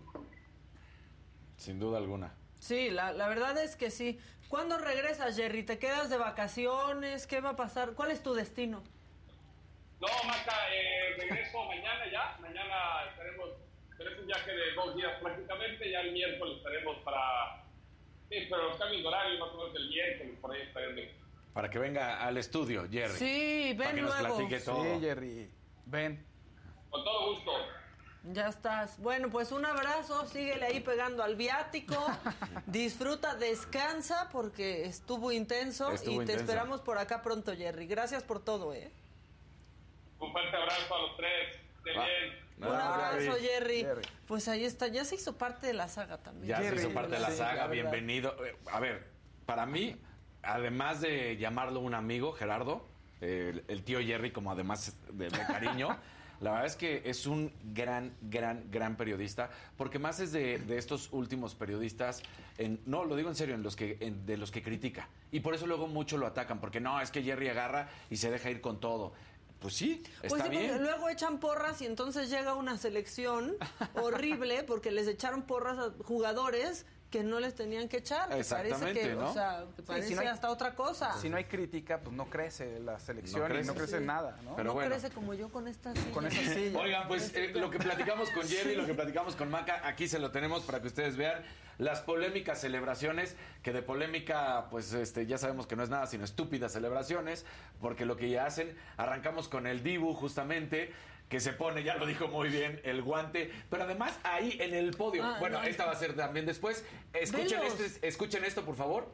Sin duda alguna. Sí, la, la verdad es que sí. ¿Cuándo regresas, Jerry? ¿Te quedas de vacaciones? ¿Qué va a pasar? ¿Cuál es tu destino? No, Maca, eh, regreso mañana ya. Mañana estaremos, tenemos un viaje de dos días prácticamente. Ya el miércoles estaremos para... Sí, pero los cambios de horario, más o menos el miércoles, por ahí estaremos. Para que venga al estudio, Jerry. Sí, ven para que luego. Nos platique todo. Sí, Jerry, ven. Con todo gusto. Ya estás. Bueno, pues un abrazo, síguele ahí pegando al viático. Disfruta, descansa porque estuvo intenso estuvo y intenso. Te esperamos por acá pronto, Jerry. Gracias por todo, ¿eh? Un fuerte abrazo a los tres. Estén bien. Un abrazo, Jerry. Jerry. Pues ahí está, ya se hizo parte de la saga también. Ya Jerry, se hizo parte de la sí, saga, la bienvenido. A ver, para mí, además de llamarlo un amigo, Gerardo, eh, el, el tío Jerry, como además de, de cariño, La verdad es que es un gran, gran, gran periodista, porque más es de, de estos últimos periodistas, en, no, lo digo en serio, en los que, en, de los que critica. Y por eso luego mucho lo atacan, porque no, es que Jerry agarra y se deja ir con todo. Pues sí, está pues sí, bien. Luego echan porras y entonces llega una selección horrible porque les echaron porras a jugadores que no les tenían que echar. Exactamente, parece que, ¿no? O sea, que parece sí, si no hay, hasta otra cosa. Si no hay crítica, pues no crece la selección No crece. y no crece Sí. nada, ¿no? Pero no bueno. crece como yo con esta silla. Con esa silla. Oigan, pues eh, lo que platicamos con Jerry, lo que platicamos con Maca, aquí se lo tenemos para que ustedes vean las polémicas celebraciones, que de polémica, pues este, ya sabemos que no es nada sino estúpidas celebraciones, porque lo que ya hacen, arrancamos con el Dibu justamente, que se pone, ya lo dijo muy bien, el guante, pero además ahí en el podio, Ah, bueno, no. esta va a ser también después, escuchen, Velos. este, escuchen esto, por favor.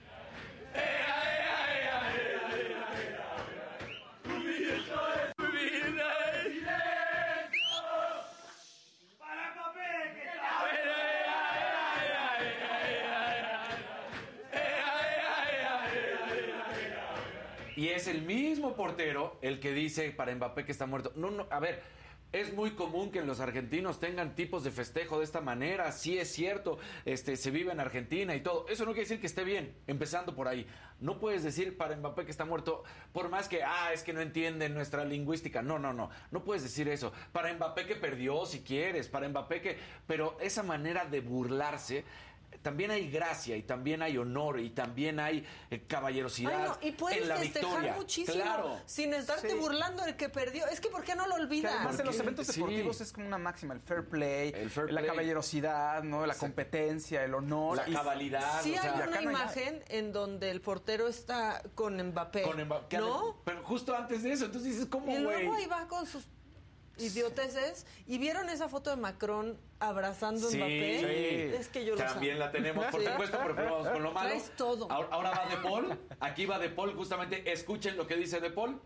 Y es el mismo portero el que dice para Mbappé que está muerto. No, no, a ver, es muy común que los argentinos tengan tipos de festejo de esta manera. Sí es cierto, este, se vive en Argentina y todo. Eso no quiere decir que esté bien, empezando por ahí. No puedes decir para Mbappé que está muerto, por más que, ah, es que no entienden nuestra lingüística. No, no, no, no puedes decir eso. Para Mbappé que perdió, si quieres, para Mbappé que... Pero esa manera de burlarse... También hay gracia y también hay honor y también hay eh, caballerosidad. Ay, no, y puedes en la festejar victoria. muchísimo Claro. sin estarte Sí. burlando del que perdió. Es que ¿por qué no lo Que olvidas? además en los Porque- eventos sí. deportivos es como una máxima, el fair play, El fair la play. caballerosidad, ¿no? La Sí. competencia, el honor. La y- cabalidad. Sí o sea, hay acá una no hay imagen en donde el portero está con Mbappé, con Mbappé, ¿no? pero justo antes de eso, entonces dices, ¿cómo, Y güey? luego ahí va con sus idioteces. ¿Y vieron esa foto de Macron abrazando a Sí, Mbappé? sí. Es que yo lo También sabía. la tenemos, por Sí. supuesto, pero primero vamos con lo malo. Traes todo. Ahora, ahora va De Paul. Aquí va De Paul, justamente. Escuchen lo que dice De Paul.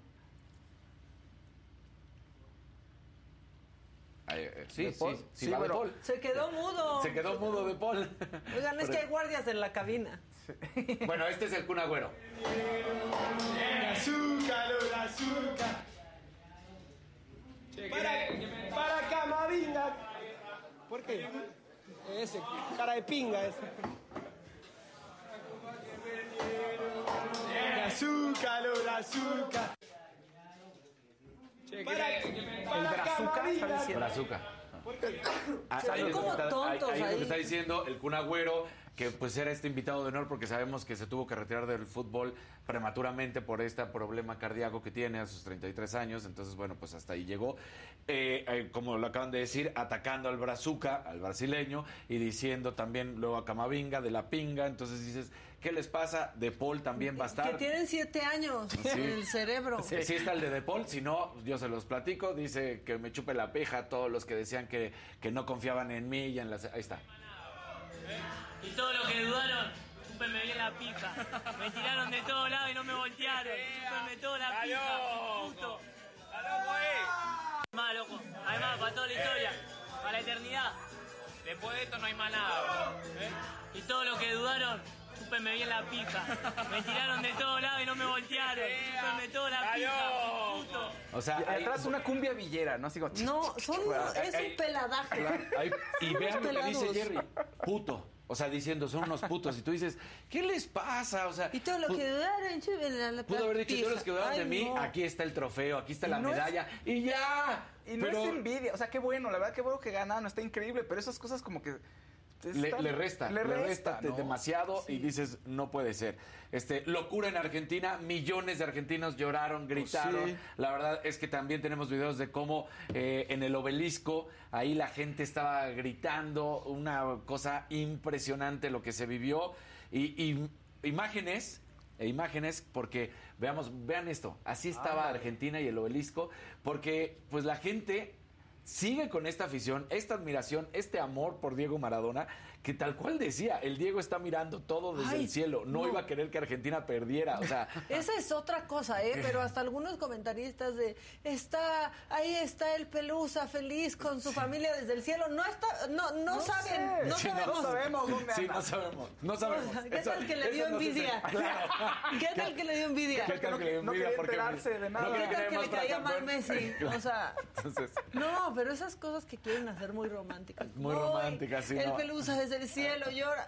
Ay, eh, sí, ¿De sí, Paul? sí, Sí, va De bueno. Paul. Se quedó mudo. Se quedó mudo De Paul. Oigan, es Pero- que hay guardias en la cabina. Bueno, este es el Kun Agüero. Azúcar, el azúcar. Para, para Camavinga. ¿Por qué? Ese, cara de pinga ese. El azúcar, el azúcar. Para, El para brazuca está Camavinga. diciendo. Brazuca. Ah, Se ven ahí es lo como que está- tontos ahí es lo ahí. que está diciendo el Kun Agüero, que pues era este invitado de honor porque sabemos que se tuvo que retirar del fútbol prematuramente por este problema cardíaco que tiene a sus treinta y tres años. Entonces, bueno, pues hasta ahí llegó. Eh, eh, como lo acaban de decir, atacando al Brazuca, al brasileño, y diciendo también luego a Camavinga de la pinga. Entonces dices, ¿qué les pasa? De Paul también va a estar. Que tienen siete años Sí. en el cerebro. Sí. Sí está el de De Paul, si no, yo se los platico. Dice que me chupe la peja a todos los que decían que, que no confiaban en mí y en las... Ahí está. Y todos los que dudaron, chúpenme bien la pija. Me tiraron de todos lados y no me voltearon. Chúpenme toda la pija. Justo. Más, loco. Además, para toda la historia. Para la eternidad. Después de esto no hay más nada. ¿Eh? Y todos los que dudaron, chúpenme bien la pija. Me tiraron de todos lados y no me voltearon. Chúpenme toda la pija. Justo. O sea, Y hay- atrás una cumbia villera, ¿no? Así como... No, son, es Ay, un peladaje. hay- y vean lo que pelados. dice Jerry. Puto. O sea, diciendo, son unos putos. Y tú dices, ¿qué les pasa? O sea, Y todo lo pu- que dudaron, chúpenle a la pudo haber dicho, todos los que dudaron Ay, de mí, no. aquí está el trofeo, aquí está Y la no es- medalla. Y ya. Y no Pero es envidia, o sea, qué bueno, la verdad, qué bueno que ganaron, está increíble, pero esas cosas como que... Le, están- le resta, le, resta, ¿no? demasiado y dices, no puede ser. Este, locura en Argentina, millones de argentinos lloraron, gritaron. sí. La verdad es que también tenemos videos de cómo eh, en el obelisco, ahí la gente estaba gritando, una cosa impresionante lo que se vivió. Y, y imágenes, e imágenes, porque veamos, vean esto, así estaba Argentina y el obelisco, porque pues la gente sigue con esta afición, esta admiración, este amor por Diego Maradona, que tal cual decía, el Diego está mirando todo desde Ay, el cielo, no, no. iba a querer que Argentina perdiera, o sea... Esa es otra cosa, ¿eh? Pero hasta algunos comentaristas de, está, ahí está el Pelusa feliz con su familia desde el cielo, no está, no, no, No saben, sé. no Sí, no sabemos. sabemos dónde Sí, anda. no sabemos, no sabemos. ¿Qué Eso- tal que le dio eso no se envidia? sabe. Claro. ¿Qué tal que le dio envidia? ¿Qué tal que le dio No envidia? quería Porque enterarse de nada. no ¿Qué quería tal que más le caía mal campeón. Messi? O sea, Entonces, no, pero esas cosas que quieren hacer muy románticas. Muy Uy, románticas, sí, El no. Pelusa desde el cielo llora.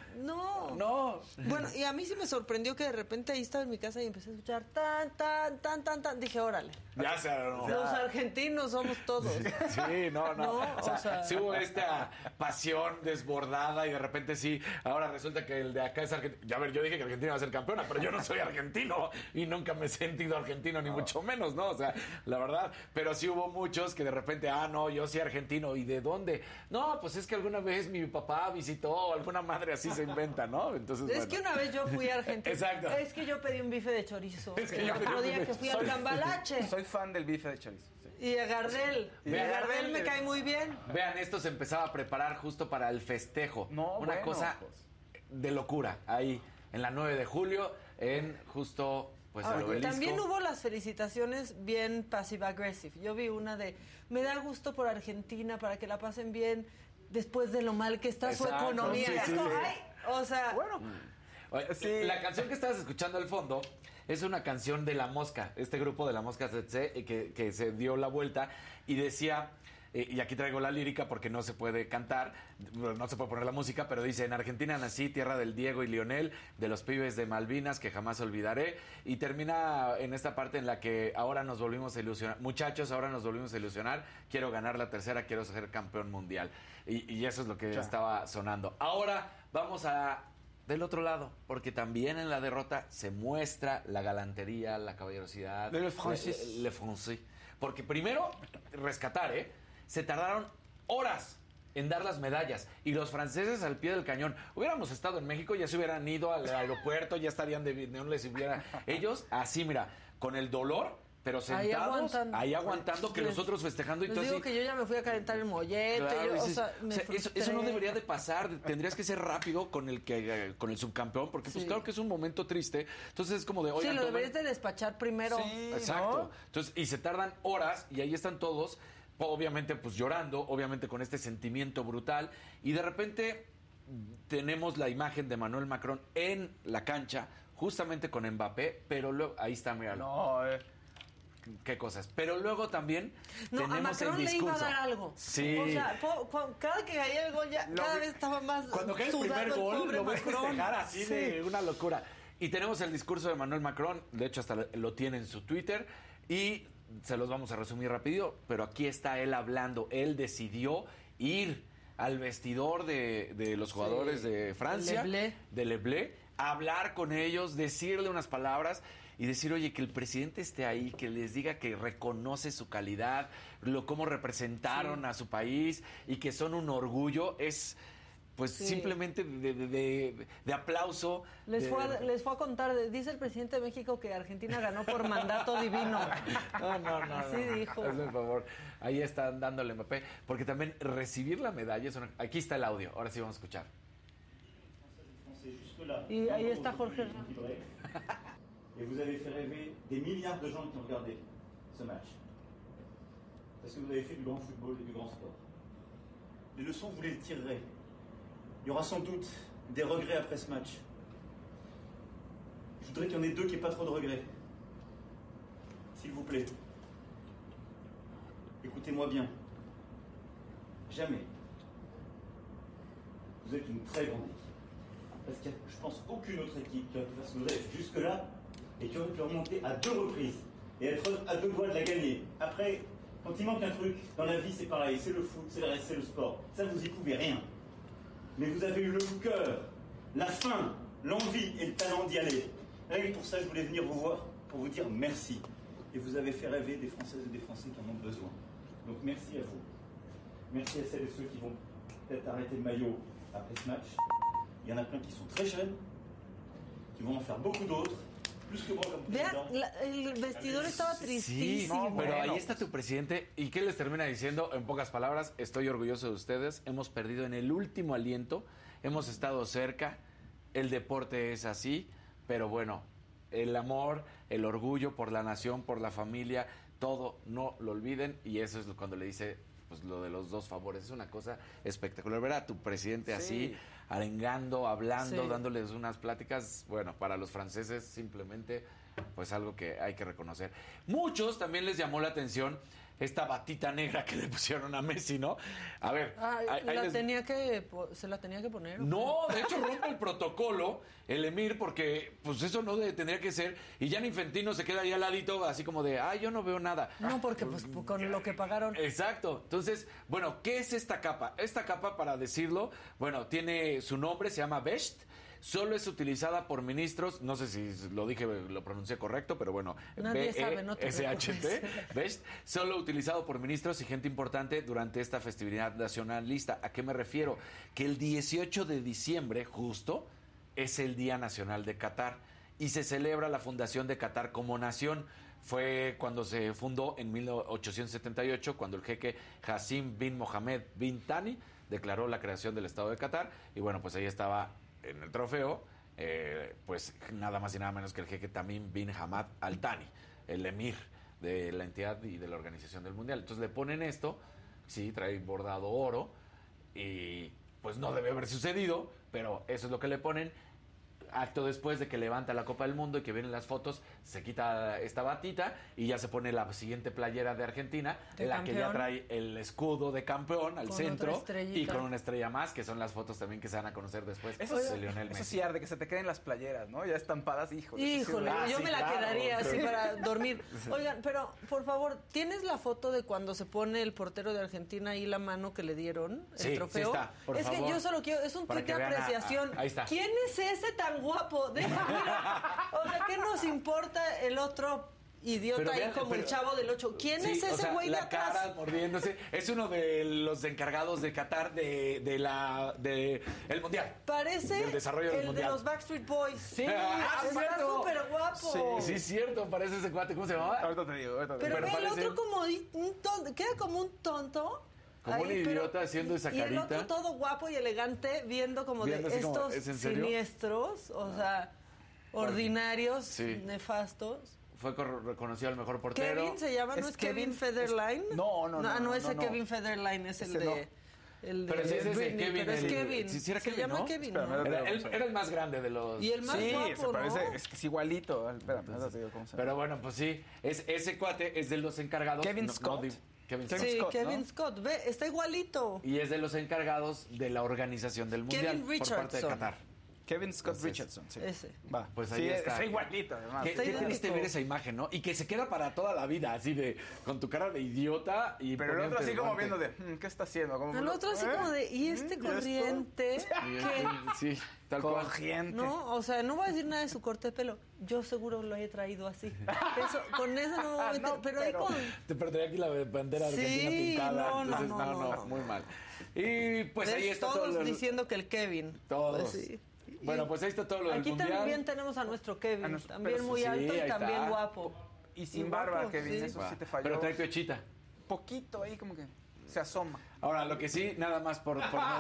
No. no. Bueno, y a mí sí me sorprendió que de repente ahí estaba en mi casa y empecé a escuchar tan, tan, tan, tan, tan. Dije, órale. Ya se no. Los argentinos somos todos. Sí, no, no. No, o, sea, o sea- sí hubo esta pasión desbordada y de repente sí, ahora resulta que el de acá es argentino. A ver, yo dije que Argentina va a ser campeona, pero yo no soy argentino y nunca me he sentido argentino, ni mucho menos, ¿no? O sea, la verdad. Pero sí hubo muchos que de repente, ah, no, yo soy argentino. ¿Y de dónde? No, pues es que alguna vez mi papá visitó, alguna madre así se inventa, ¿no? Entonces, Es bueno. que una vez yo fui a Argentina. Exacto. Es que yo pedí un bife de chorizo. Es que el yo pedí otro un día bife que de fui al chorizo. Cambalache. Soy fan del bife de chorizo. sí. Y a Gardel. Y Ve a a Gardel Gardel. me cae muy bien. Vean, esto se empezaba a preparar justo para el festejo. No, Una bueno, cosa pues. de locura. Ahí, en la nueve de julio, en justo, pues, el Ahora, obelisco. también hubo las felicitaciones bien passive-aggressive. Yo vi una de, me da gusto por Argentina para que la pasen bien después de lo mal que está su Exacto, economía. sí, Es sí, como, sí. ay, o sea, Bueno, Oye, Sí. La canción que estabas escuchando al fondo es una canción de La Mosca, este grupo de La Mosca Tsetse, eh, que, que se dio la vuelta y decía, eh, y aquí traigo la lírica porque no se puede cantar, no se puede poner la música, pero dice, en Argentina nací, tierra del Diego y Lionel, de los pibes de Malvinas que jamás olvidaré, y termina en esta parte en la que ahora nos volvimos a ilusionar, muchachos, ahora nos volvimos a ilusionar, quiero ganar la tercera, quiero ser campeón mundial, y, y eso es lo que Ya. estaba sonando. Ahora vamos a... del otro lado, porque también en la derrota se muestra la galantería, la caballerosidad. Le français. Le, le français. Porque primero, rescatar, ¿eh? Se tardaron horas en dar las medallas. Y los franceses al pie del cañón. Hubiéramos estado en México, ya se hubieran ido al aeropuerto, ya estarían de... no les hubiera... Ellos, así, mira, con el dolor... pero ahí sentados, aguantando. ahí aguantando, que Les- los otros festejando y les todo digo así. que yo ya me fui a calentar el mollete. Claro, yo, o dices, sea, me o sea, eso, frustré. eso no debería de pasar. Tendrías que ser rápido con el que eh, con el subcampeón, porque pues Sí. claro que es un momento triste. Entonces es como de, Sí, oigan, lo tomen- deberías de despachar primero. Sí. Exacto. ¿no? Entonces, y se tardan horas y ahí están todos, obviamente pues llorando, obviamente con este sentimiento brutal y de repente tenemos la imagen de Emmanuel Macron en la cancha, justamente con Mbappé, pero luego ahí está, míralo. No, eh. Qué cosas. Pero luego también No, a tenemos Macron el le iba a discurso. dar algo. Sí. O sea, po- cu- cada que caía el gol ya, Lo cada vi- vez estaba más Cuando cae el sudado primer gol, pobre lo ves Macron. festejar así Sí. de una locura. Y tenemos el discurso de Emmanuel Macron, de hecho hasta lo tiene en su Twitter, y se los vamos a resumir rápido, pero aquí está él hablando. Él decidió ir al vestidor de, de los jugadores de Francia, De Le Blé. de Le Blé, hablar con ellos, decirle unas palabras y decir, oye, que el presidente esté ahí, que les diga que reconoce su calidad, lo cómo representaron a su país y que son un orgullo, es pues Sí. simplemente de, de- de- de aplauso. Les de- fue, a, les fue a contar, dice el presidente de México que Argentina ganó por mandato divino. No, no, no. Así no. dijo. Hazme el favor. Ahí están dándole Mbappé. Porque también recibir la medalla es una... Aquí está el audio. Ahora sí vamos a escuchar. Y ahí está Jorge. Et vous avez fait rêver des milliards de gens qui ont regardé ce match. Parce que vous avez fait du grand football et du grand sport. Les leçons, vous les tirerez. Il y aura sans doute des regrets après ce match. Je voudrais qu'il y en ait deux qui n'aient pas trop de regrets. S'il vous plaît. Écoutez-moi bien. Jamais. Vous êtes une très grande équipe. Parce qu'il n'y a, je pense, aucune autre équipe qui aurait pu faire ce que vous avez fait jusque-là et qui aurait pu remonter à deux reprises et être à deux doigts de la gagner. Après, quand il manque un truc, dans la vie c'est pareil, c'est le foot, c'est le reste, c'est le sport. Ça, vous y pouvez rien. Mais vous avez eu le cœur, la faim, l'envie et le talent d'y aller. Rien que pour ça, je voulais venir vous voir pour vous dire merci. Et vous avez fait rêver des Françaises et des Français qui en ont besoin. Donc merci à vous. Merci à celles et ceux qui vont peut-être arrêter le maillot après ce match. Il y en a plein qui sont très jeunes, qui vont en faire beaucoup d'autres, plus que moi comme Vean, président. la- el vestidor estaba Sí, tristísimo. no, pero Bueno. ahí está tu presidente. ¿Y qué les termina diciendo? En pocas palabras, estoy orgulloso de ustedes. Hemos perdido en el último aliento hemos estado cerca, el deporte es así, pero bueno, el amor, el orgullo por la nación, por la familia, todo, no lo olviden, y eso es cuando le dice pues lo de los dos favores, es una cosa espectacular, ver a tu presidente sí. así, arengando, hablando, sí. dándoles unas pláticas, bueno, para los franceses simplemente pues algo que hay que reconocer. Muchos también les llamó la atención esta batita negra que le pusieron a Messi, ¿no? A ver, ah, ahí, la ahí les... tenía que se la tenía que poner. No, de hecho rompe el protocolo el emir porque pues eso no de, tendría que ser, y Gianni Infantino se queda ahí al ladito así como de, "Ay, yo no veo nada." No, porque pues con lo que pagaron. Exacto. Entonces, bueno, ¿qué es esta capa? Esta capa, para decirlo, bueno, tiene su nombre, se llama Vest. Solo es utilizada por ministros, no sé si lo dije, lo pronuncié correcto, pero bueno, B E S H T, ¿ves? Solo utilizado por ministros y gente importante durante esta festividad nacionalista. ¿A qué me refiero? Que el dieciocho de diciembre, justo, es el Día Nacional de Qatar y se celebra la fundación de Qatar como nación. Fue cuando se fundó en mil ochocientos setenta y ocho, cuando el jeque Hassim bin Mohammed bin Thani declaró la creación del Estado de Qatar, y bueno, pues ahí estaba en el trofeo, eh, pues nada más y nada menos que el jeque Tamim bin Hamad Al Thani, el emir de la entidad y de la organización del Mundial. Entonces le ponen esto, sí, trae bordado oro, y pues no debe haber sucedido, pero eso es lo que le ponen. Acto después de que levanta la Copa del Mundo y que vienen las fotos, se quita esta batita y ya se pone la siguiente playera de Argentina, de la campeón, que ya trae el escudo de campeón al con centro y con una estrella más, que son las fotos también que se van a conocer después eso de es, Lionel Messi. Eso sí arde, que se te queden las playeras, ¿no? Ya estampadas, híjole. Híjole, sí, yo sí, me la claro, quedaría pero... así para dormir. Oigan, pero por favor, ¿tienes la foto de cuando se pone el portero de Argentina ahí la mano que le dieron, el sí, trofeo? Sí está, por es favor, que yo solo quiero, es un tuit de apreciación. A, a, ahí está. ¿Quién es ese tan guapo? Deja, mira, o sea, ¿qué nos importa el otro idiota pero ahí vean, como pero, el Chavo del Ocho? ¿Quién sí, es ese güey de atrás? La cara mordiéndose. Es uno de los encargados de Qatar de, de la de el mundial. Parece del desarrollo del el mundial. de los Backstreet Boys. Sí, ah, está súper guapo. Sí, sí, cierto, parece ese cuate. ¿Cómo se llamaba? Ahorita te digo, ahorita te pero digo. Pero ve parece... el otro como un tonto, queda como un tonto. Como ahí, un idiota pero, haciendo esa y carita. Y el otro todo guapo y elegante, viendo como viendo de estos como, ¿es en serio? siniestros, o sea, ordinarios, sí. nefastos. Fue reconocido al mejor portero. Kevin se llama, ¿no es, es Kevin, Kevin Federline? Es, no, no, no. No, no, no ese no, Kevin Federline es el ese de... No. El de pero sí es ese Britney, Kevin. Pero es el, Kevin. Sí, sí era se Kevin, llama ¿no? Kevin, Espera, ¿no? Era, él, era el más grande de los... Y el más sí, guapo, se parece, ¿no? es que es igualito. Espera, Entonces, te digo cómo se llama. Pero bueno, pues sí, es, ese cuate es de los encargados... Kevin no, Scott. No, Kevin sí, Scott, Kevin ¿no? Scott. Ve, está igualito. Y es de los encargados de la organización del Mundial Kevin por parte de Qatar. Kevin Scott Entonces, Richardson, sí. Ese. Va. Pues ahí sí, está. está igualito, además. Qué, qué triste ver esa imagen, ¿no? Y que se queda para toda la vida, así de, con tu cara de idiota y pero el otro así como viendo de, ¿qué está haciendo? Como, el otro así ¿eh? como de, ¿y este ¿Y corriente? ¿Qué? Sí, tal cual. Corriente. No, o sea, no voy a decir nada de su corte de pelo. Yo seguro lo he traído así. Eso, con eso no voy a meter, no, pero, pero ahí con... Te perdería aquí la bandera sí, argentina pintada. No, entonces, no, no, no, no, no, muy mal. Y pues ¿ves? ahí está todos todo. Todos diciendo que el Kevin. Todos. Pues sí. Bueno, pues ahí está todo lo del Aquí mundial. también tenemos a nuestro Kevin, a nuestro, también muy sí, alto y también está. guapo. Y sin y barba, guapo, Kevin, sí. Eso sí te falló. Pero trae pechita. Poquito ahí como que se asoma. Ahora, lo que sí, nada más por, por, no,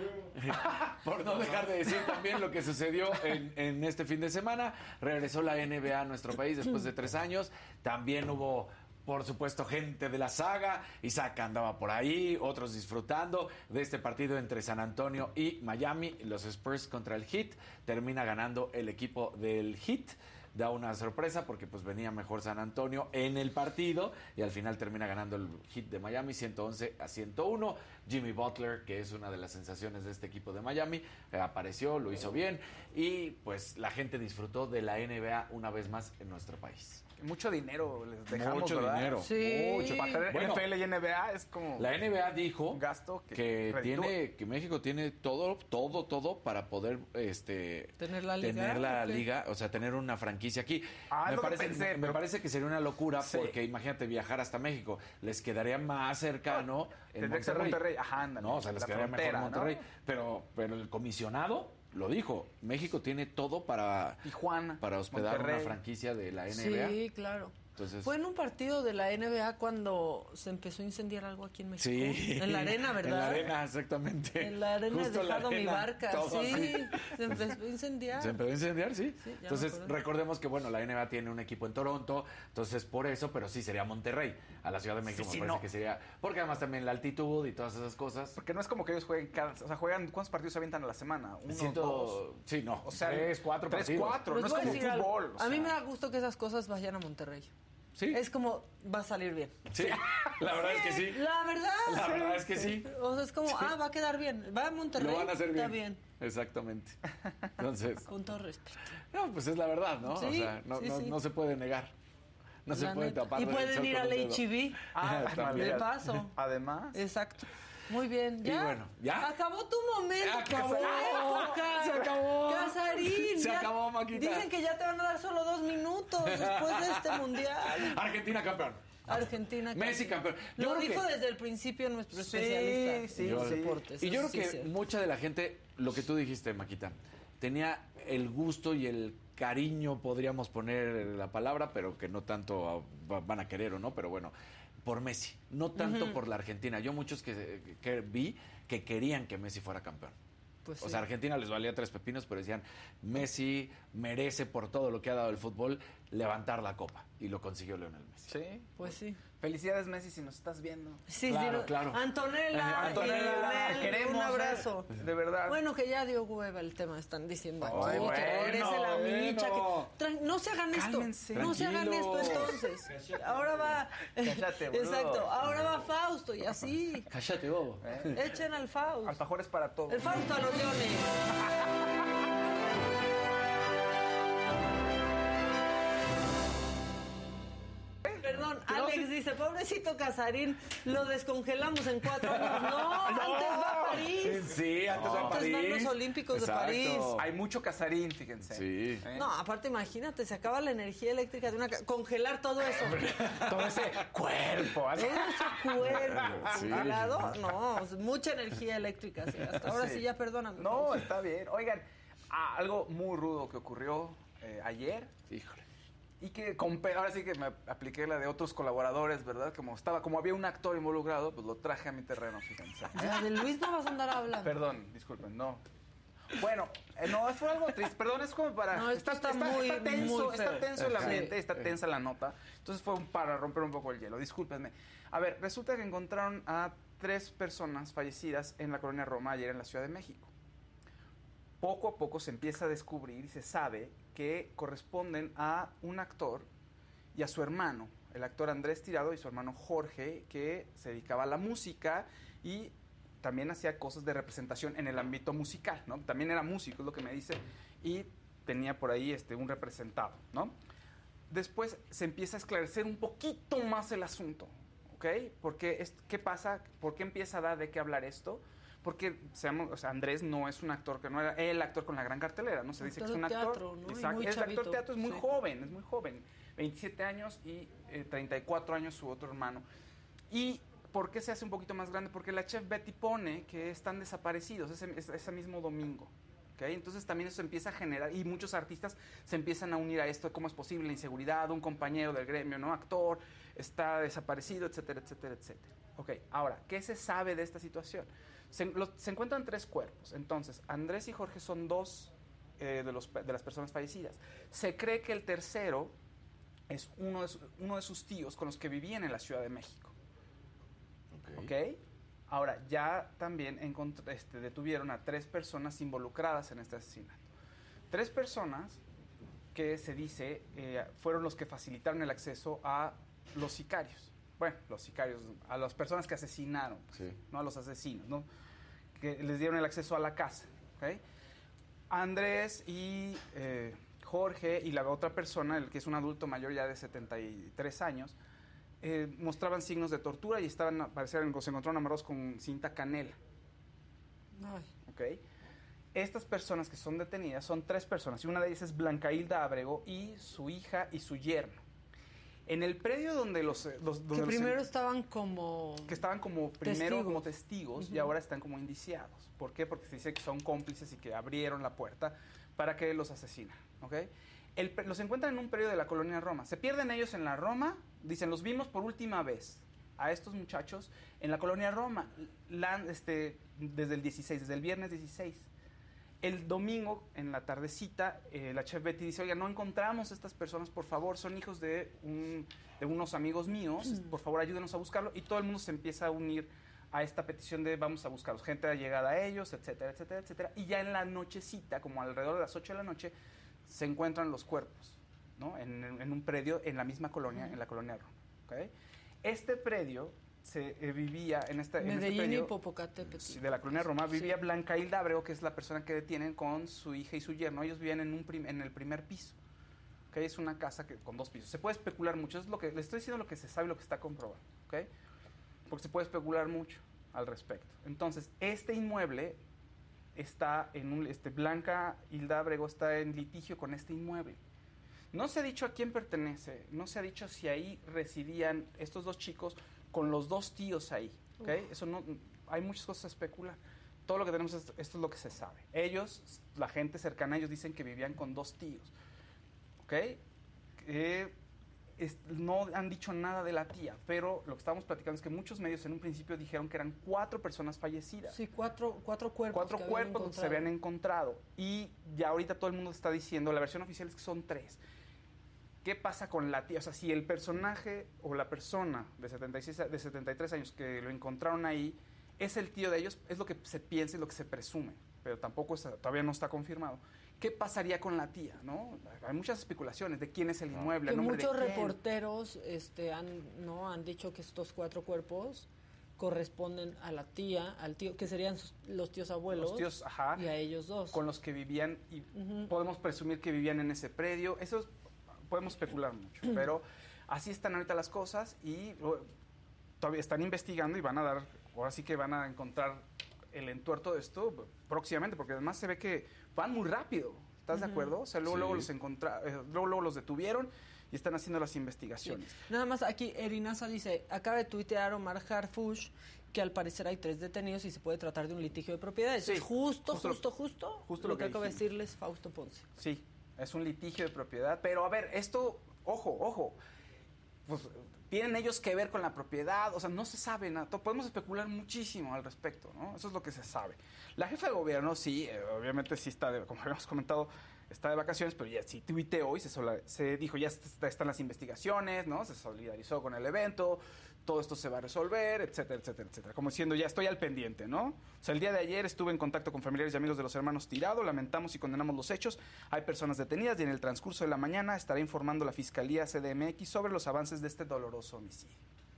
por no dejar de decir también lo que sucedió en, en este fin de semana. Regresó la N B A a nuestro país después de tres años. También hubo... por supuesto, gente de la saga. Isaac andaba por ahí, otros disfrutando de este partido entre San Antonio y Miami. Los Spurs contra el Heat. Termina ganando el equipo del Heat. Da una sorpresa porque pues venía mejor San Antonio en el partido y al final termina ganando el Heat de Miami ciento once a ciento uno. Jimmy Butler, que es una de las sensaciones de este equipo de Miami, eh, apareció, lo hizo bien y pues la gente disfrutó de la N B A una vez más en nuestro país. Mucho dinero les dejamos, Mucho ¿verdad? dinero. Sí. Mucho. Para tener bueno, N F L y N B A es como... La N B A dijo un gasto que, que tiene que México tiene todo, todo, todo para poder este tener la liga. Tener la okay. liga, o sea, tener una franquicia aquí. Ah, me, no parece, pensé, me, pero... me parece que sería una locura sí. porque imagínate viajar hasta México. Les quedaría más cercano en Tendría Monterrey. que ser Monterrey. Ajá, ándale. No, o sea, les la quedaría frontera, mejor Monterrey. ¿no? Pero, pero el comisionado lo dijo. México tiene todo para, Tijuana, para hospedar Monterrey. una franquicia de la N B A. Sí, claro. Entonces, fue en un partido de la N B A cuando se empezó a incendiar algo aquí en México. Sí. En la arena, ¿verdad? En la arena, exactamente. En la arena he Justo en la dejado mi arena, barca. todo Sí, así. se empezó a incendiar. Se empezó a incendiar, sí. Sí, ya Entonces, me acuerdo. recordemos que, bueno, la N B A tiene un equipo en Toronto, entonces por eso, pero sí sería Monterrey. A la Ciudad de México Sí, me sí, parece no. que sería... Porque además también la altitud y todas esas cosas. Porque no es como que ellos jueguen cada... O sea, juegan... ¿Cuántos partidos se avientan a la semana? ¿Uno, Siento, dos? Sí, no. O sea, tres, cuatro tres, partidos. cuatro. Les No es voy a como decir algo. fútbol. o A mí sea. me da gusto que esas cosas vayan a Monterrey. Sí. Es como, va a salir bien. Sí, la verdad es que sí. La verdad. La verdad es que sí. O sea, es como, ah, va a quedar bien. Va a Monterrey, Lo van a hacer bien. está bien. Exactamente. Entonces, Con todo respeto. no, pues es la verdad, ¿no? Sí, o sea, no, sí, no, sí. no se puede negar. No se La puede neta. tapar. Y el pueden sol ir con al un dedo. H E B. Ah, también. De paso. Además. Exacto. Muy bien, Y ya. bueno, ¿ya? Acabó tu momento. Se acabó. Ca- Se acabó. Casarín. Se ya- acabó, Maquita. Dicen que ya te van a dar solo dos minutos después de este mundial. Argentina campeón. Argentina. Messi campeón. Yo Lo creo dijo que- desde el principio nuestro Sí, especialista. sí, en sí. deportes. Y yo Eso creo sí que es cierto. mucha de la gente, lo que tú dijiste, Maquita, tenía el gusto y el cariño, podríamos poner la palabra, pero que no tanto va- van a querer o no, pero bueno, por Messi, no tanto Ujú. por la Argentina. Yo muchos que, que vi que querían que Messi fuera campeón. Pues O sí. sea, a Argentina les valía tres pepinos, pero decían, Messi merece por todo lo que ha dado el fútbol levantar la copa. Y lo consiguió Lionel Messi. Sí. Pues sí. Felicidades, Messi, si nos estás viendo. Sí, Claro, sí, claro. Antonella, Antonella, y Lionel, queremos, un abrazo. eh, de verdad. Bueno, que ya dio hueva el tema, están diciendo aquí, Ay, que bueno, regrese la micha, bueno. que Tran- no se hagan Cálmense. esto, no se hagan esto Tranquilos. entonces. Ahora va, Cállate, boludo. exacto, ahora va Fausto y así, Cállate, bobo. echen al Fausto, Alfajores para todos. el Fausto a los leones. Perdón, Alex dice, pobrecito Casarín, lo descongelamos en cuatro años. No, antes va a París. Sí, antes va a Antes París. van los Olímpicos Exacto. de París. Hay mucho casarín, fíjense. Sí. ¿Eh? No, aparte imagínate, se acaba la energía eléctrica de una... ca- Congelar todo eso. Todo ese cuerpo. así. Todo ese cuerpo Sí. congelado. No, es mucha energía eléctrica. Sí, hasta ahora sí, Sí. ya perdóname. No, Fausto. está bien. Oigan, ah, algo muy rudo que ocurrió eh, ayer. Híjole. Y que compe- ahora sí que me apliqué la de otros colaboradores, ¿verdad? Como estaba, como había un actor involucrado, pues lo traje a mi terreno, fíjense. Ya, de Luis no vas a andar hablando. Perdón, disculpen, no. Bueno, eh, no, fue algo triste. Perdón, es como para... No, esto está muy, tenso, muy está feo. tenso el Sí. ambiente, está tensa la nota. Entonces fue un- para romper un poco el hielo. Discúlpenme. A ver, resulta que encontraron a tres personas fallecidas en la colonia Roma ayer en la Ciudad de México. Poco a poco se empieza a descubrir y se sabe que corresponden a un actor y a su hermano, el actor Andrés Tirado y su hermano Jorge, que se dedicaba a la música y también hacía cosas de representación en el ámbito musical, ¿no? También era músico, es lo que me dice, y tenía por ahí este, un representado, ¿no? Después se empieza a esclarecer un poquito más el asunto, ¿ok? Porque, es- ¿qué pasa? ¿Por qué empieza a dar de qué hablar esto? Porque seamos, o sea, Andrés no es un actor que no era el actor con la gran cartelera, ¿no? Se dice que es Actor un de actor. teatro, ¿no? Y Exacto, muy es actor chavito, de teatro, es muy sí. joven, es muy joven. veintisiete años y eh, treinta y cuatro años su otro hermano. ¿Y por qué se hace un poquito más grande? Porque la chef Betty pone que están desaparecidos ese, ese, ese mismo domingo. ¿Okay? Entonces también eso empieza a generar, y muchos artistas se empiezan a unir a esto, cómo es posible la inseguridad, un compañero del gremio, ¿no? Actor, está desaparecido, etcétera, etcétera, etcétera. Ok, ahora, ¿qué se sabe de esta situación? Se, los- se encuentran tres cuerpos. Entonces, Andrés y Jorge son dos eh, de, los, de las personas fallecidas. Se cree que el tercero es uno de, su- uno de sus tíos con los que vivían en la Ciudad de México. ¿Ok? Ahora, ya también encont- este, detuvieron a tres personas involucradas en este asesinato. Tres personas que se dice eh, fueron los que facilitaron el acceso a los sicarios. Bueno, los sicarios, a las personas que asesinaron, Sí. no a los asesinos, ¿no? Que les dieron el acceso a la casa. ¿Ok? Andrés y eh, Jorge y la otra persona, el que es un adulto mayor ya de setenta y tres años, eh, mostraban signos de tortura y estaban, al parecer, se encontraron amarrados con cinta canela. Ay, ¿Ok? Estas personas que son detenidas son tres personas, y una de ellas es Blanca Hilda Abrego y su hija y su yerno. En el predio donde los... eh, los- donde que los- primero estaban como... que estaban como primero Testigos. como testigos y Ujú. ahora están como indiciados. ¿Por qué? Porque se dice que son cómplices y que abrieron la puerta para que los asesinen, ¿ok? El, los encuentran en un predio de la colonia Roma. Se pierden ellos en la Roma, dicen, los vimos por última vez a estos muchachos en la colonia Roma, la, este, desde el dieciséis, desde el viernes dieciséis. El domingo, en la tardecita, eh, la chef Betty dice, oiga, no encontramos a estas personas, por favor, son hijos de, un, de unos amigos míos, mm. por favor, ayúdenos a buscarlo. Y todo el mundo se empieza a unir a esta petición de vamos a buscarlos. Gente ha llegado a ellos, etcétera, etcétera, etcétera. Y ya en la nochecita, como alrededor de las ocho de la noche, se encuentran los cuerpos, ¿no? En, en un predio en la misma colonia, mm. en la colonia Roma, ¿okay? Este predio se eh, vivía en, esta, en este predio y Popocatépetl. De la colonia Roma, vivía sí. Blanca Hilda Abrego, que es la persona que detienen con su hija y su yerno. Ellos vivían en, un prim, en el primer piso, ¿okay? Es una casa que, con dos pisos. Se puede especular mucho, es lo que, le estoy diciendo lo que se sabe y lo que está comprobado, ¿okay? Porque se puede especular mucho al respecto. Entonces, este inmueble está en un, este, Blanca Hilda Abrego está en litigio con este inmueble. No se ha dicho a quién pertenece, no se ha dicho si ahí residían estos dos chicos con los dos tíos ahí, ¿okay? Eso no, hay muchas cosas a especular. Todo lo que tenemos, es, esto es lo que se sabe. Ellos, la gente cercana a ellos dicen que vivían con dos tíos, ¿ok? Eh, es, no han dicho nada de la tía, pero lo que estábamos platicando es que muchos medios en un principio dijeron que eran cuatro personas fallecidas. Sí, cuatro, cuatro cuerpos. Cuatro que cuerpos que se habían encontrado. Y ya ahorita todo el mundo está diciendo, la versión oficial es que son tres. ¿Qué pasa con la tía? O sea, si el personaje o la persona de, setenta y seis, de setenta y tres años que lo encontraron ahí es el tío de ellos, es lo que se piensa y lo que se presume, pero tampoco está, todavía no está confirmado. ¿Qué pasaría con la tía? ¿No? Hay muchas especulaciones de quién es el inmueble, que nombre muchos de quién. reporteros este, han, ¿no? han dicho que estos cuatro cuerpos corresponden a la tía, al tío, que serían sus, los tíos abuelos, los tíos, ajá, y a ellos dos. Con los que vivían, y uh-huh. podemos presumir que vivían en ese predio. Eso es, podemos especular mucho, pero así están ahorita las cosas y uh, todavía están investigando y van a dar, ahora sí que van a encontrar el entuerto de esto próximamente, porque además se ve que van muy rápido, ¿estás uh-huh. de acuerdo? O sea, luego, sí. luego los encontra, eh, luego, luego los detuvieron y están haciendo las investigaciones. Sí. Nada más aquí, Erinaza dice, acaba de tuitear Omar Harfush que al parecer hay tres detenidos y se puede tratar de un litigio de propiedades. Sí, es justo, justo, justo, justo, justo lo, lo que, que acaba de decirles Fausto Ponce. Sí. Es un litigio de propiedad, pero a ver, esto, ojo, ojo, pues tienen ellos que ver con la propiedad, o sea, no se sabe nada, podemos especular muchísimo al respecto, ¿no? Eso es lo que se sabe. La jefa de gobierno, sí, eh, obviamente sí está, de, como habíamos comentado, está de vacaciones, pero ya sí tuiteó y se, sola, se dijo, ya está, están las investigaciones, ¿no? Se solidarizó con el evento, todo esto se va a resolver, etcétera, etcétera, etcétera. Como diciendo, ya estoy al pendiente, ¿no? O sea, el día de ayer estuve en contacto con familiares y amigos de los hermanos Tirado, lamentamos y condenamos los hechos, hay personas detenidas y en el transcurso de la mañana estará informando la Fiscalía C D M X sobre los avances de este doloroso homicidio.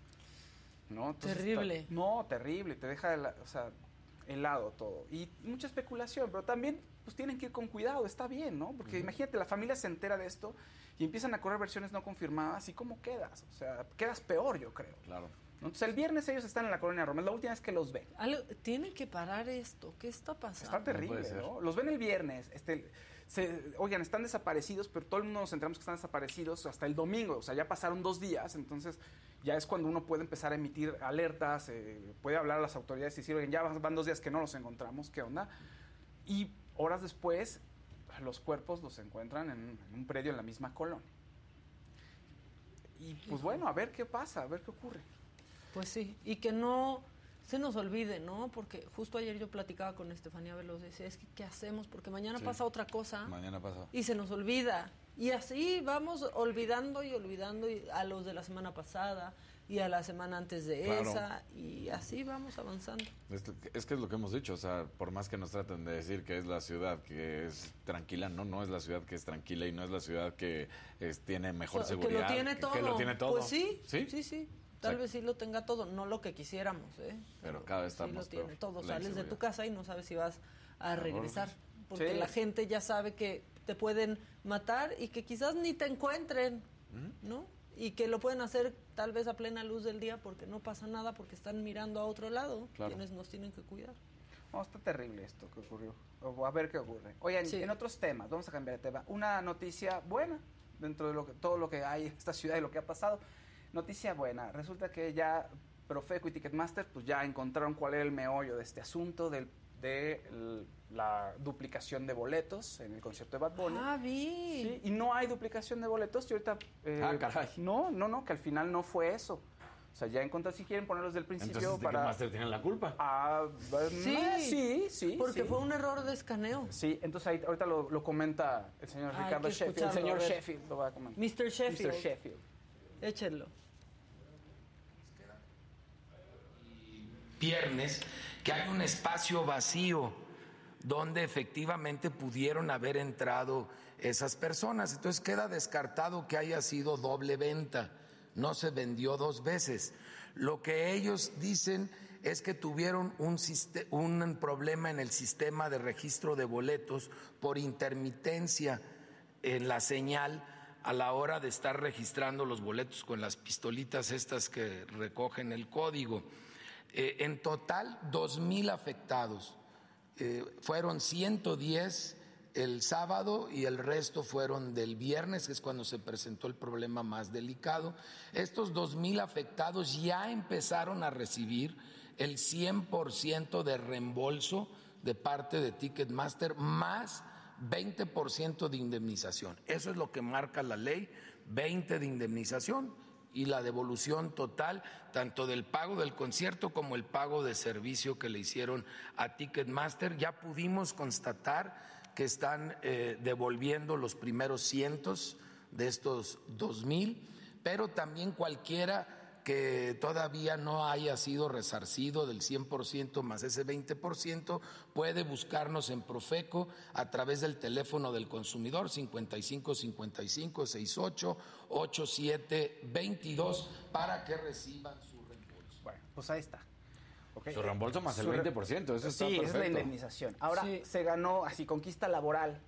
¿No? Entonces, terrible. Está, no, terrible, te deja, el, o sea, helado todo. Y mucha especulación, pero también pues tienen que ir con cuidado, está bien, ¿no? Porque uh-huh. imagínate, la familia se entera de esto y empiezan a correr versiones no confirmadas, ¿y cómo quedas? O sea, quedas peor, yo creo. Claro. Entonces, el viernes ellos están en la colonia Roma, es la última vez que los ven. Algo, tienen que parar esto, ¿qué está pasando? Está terrible, ¿no? ¿no? Los ven el viernes, este, se, oigan, están desaparecidos, pero todo el mundo nos enteramos que están desaparecidos hasta el domingo, o sea, ya pasaron dos días, entonces ya es cuando uno puede empezar a emitir alertas, eh, puede hablar a las autoridades y decir, oigan, ya van dos días que no los encontramos, ¿qué onda? Y horas después, los cuerpos los encuentran en, en un predio en la misma colonia. Y pues bueno, a ver qué pasa, a ver qué ocurre. Pues sí, y que no se nos olvide, ¿no? Porque justo ayer yo platicaba con Estefanía Veloz, decía, es que ¿qué hacemos? Porque mañana sí. pasa otra cosa. Mañana pasa. Y se nos olvida. Y así vamos olvidando y olvidando a los de la semana pasada y a la semana antes de claro. esa, y así vamos avanzando. Es, es que es lo que hemos dicho, o sea, por más que nos traten de decir que es la ciudad que es tranquila, no, no es la ciudad que es tranquila y no es la ciudad que es, tiene mejor o sea, seguridad. Que lo tiene todo. Que lo tiene todo. Pues sí, sí, sí. sí. Tal sí. vez sí lo tenga todo, no lo que quisiéramos, ¿eh? Pero, Pero cada vez está sí más lo tiene peor. todo. Sales de tu casa y no sabes si vas a regresar, porque sí. la gente ya sabe que te pueden matar y que quizás ni te encuentren, ¿Mm? ¿no? Y que lo pueden hacer tal vez a plena luz del día porque no pasa nada, porque están mirando a otro lado, claro. quienes nos tienen que cuidar. No, está terrible esto que ocurrió. A ver qué ocurre. Oigan, sí. en otros temas, vamos a cambiar de tema. Una noticia buena dentro de lo que, todo lo que hay en esta ciudad y lo que ha pasado. Noticia buena, resulta que ya Profeco y Ticketmaster pues ya encontraron cuál era el meollo de este asunto del de l- la duplicación de boletos en el concierto de Bad Bunny. Ah, vi. Sí, y no hay duplicación de boletos y ahorita... eh, Ah, caray. No, no, no, que al final no fue eso. O sea, ya en contra, si quieren ponerlos del principio Entonces, para... Ticketmaster tiene la culpa. Ah, Sí, eh, sí, sí. Porque sí. fue un error de escaneo. Sí, entonces ahí, ahorita lo, lo comenta el señor Hay Ricardo que Sheffield. El escucharlo, señor a ver. Sheffield lo va a comentar. mister Sheffield. mister Sheffield. Échenlo. Viernes, que hay un espacio vacío donde efectivamente pudieron haber entrado esas personas. Entonces queda descartado que haya sido doble venta, no se vendió dos veces. Lo que ellos dicen es que tuvieron un, siste- un problema en el sistema de registro de boletos por intermitencia en la señal a la hora de estar registrando los boletos con las pistolitas estas que recogen el código. Eh, en total, dos mil afectados. Eh, fueron ciento diez el sábado y el resto fueron del viernes, que es cuando se presentó el problema más delicado. Estos dos mil afectados ya empezaron a recibir el cien por ciento de reembolso de parte de Ticketmaster, más veinte por ciento de indemnización. Eso es lo que marca la ley, veinte de indemnización y la devolución total tanto del pago del concierto como el pago de servicio que le hicieron a Ticketmaster. Ya pudimos constatar que están eh, devolviendo los primeros cientos de estos dos mil, pero también cualquiera que todavía no haya sido resarcido del cien por ciento más ese veinte por ciento puede buscarnos en Profeco a través del teléfono del consumidor cincuenta y cinco cincuenta y cinco sesenta y ocho ochenta y siete veintidós para que reciban su reembolso. Bueno, pues ahí está. Okay. Su reembolso más el Su re- veinte por ciento, eso está Sí, perfecto. esa es la indemnización. Ahora Sí. se ganó así conquista laboral.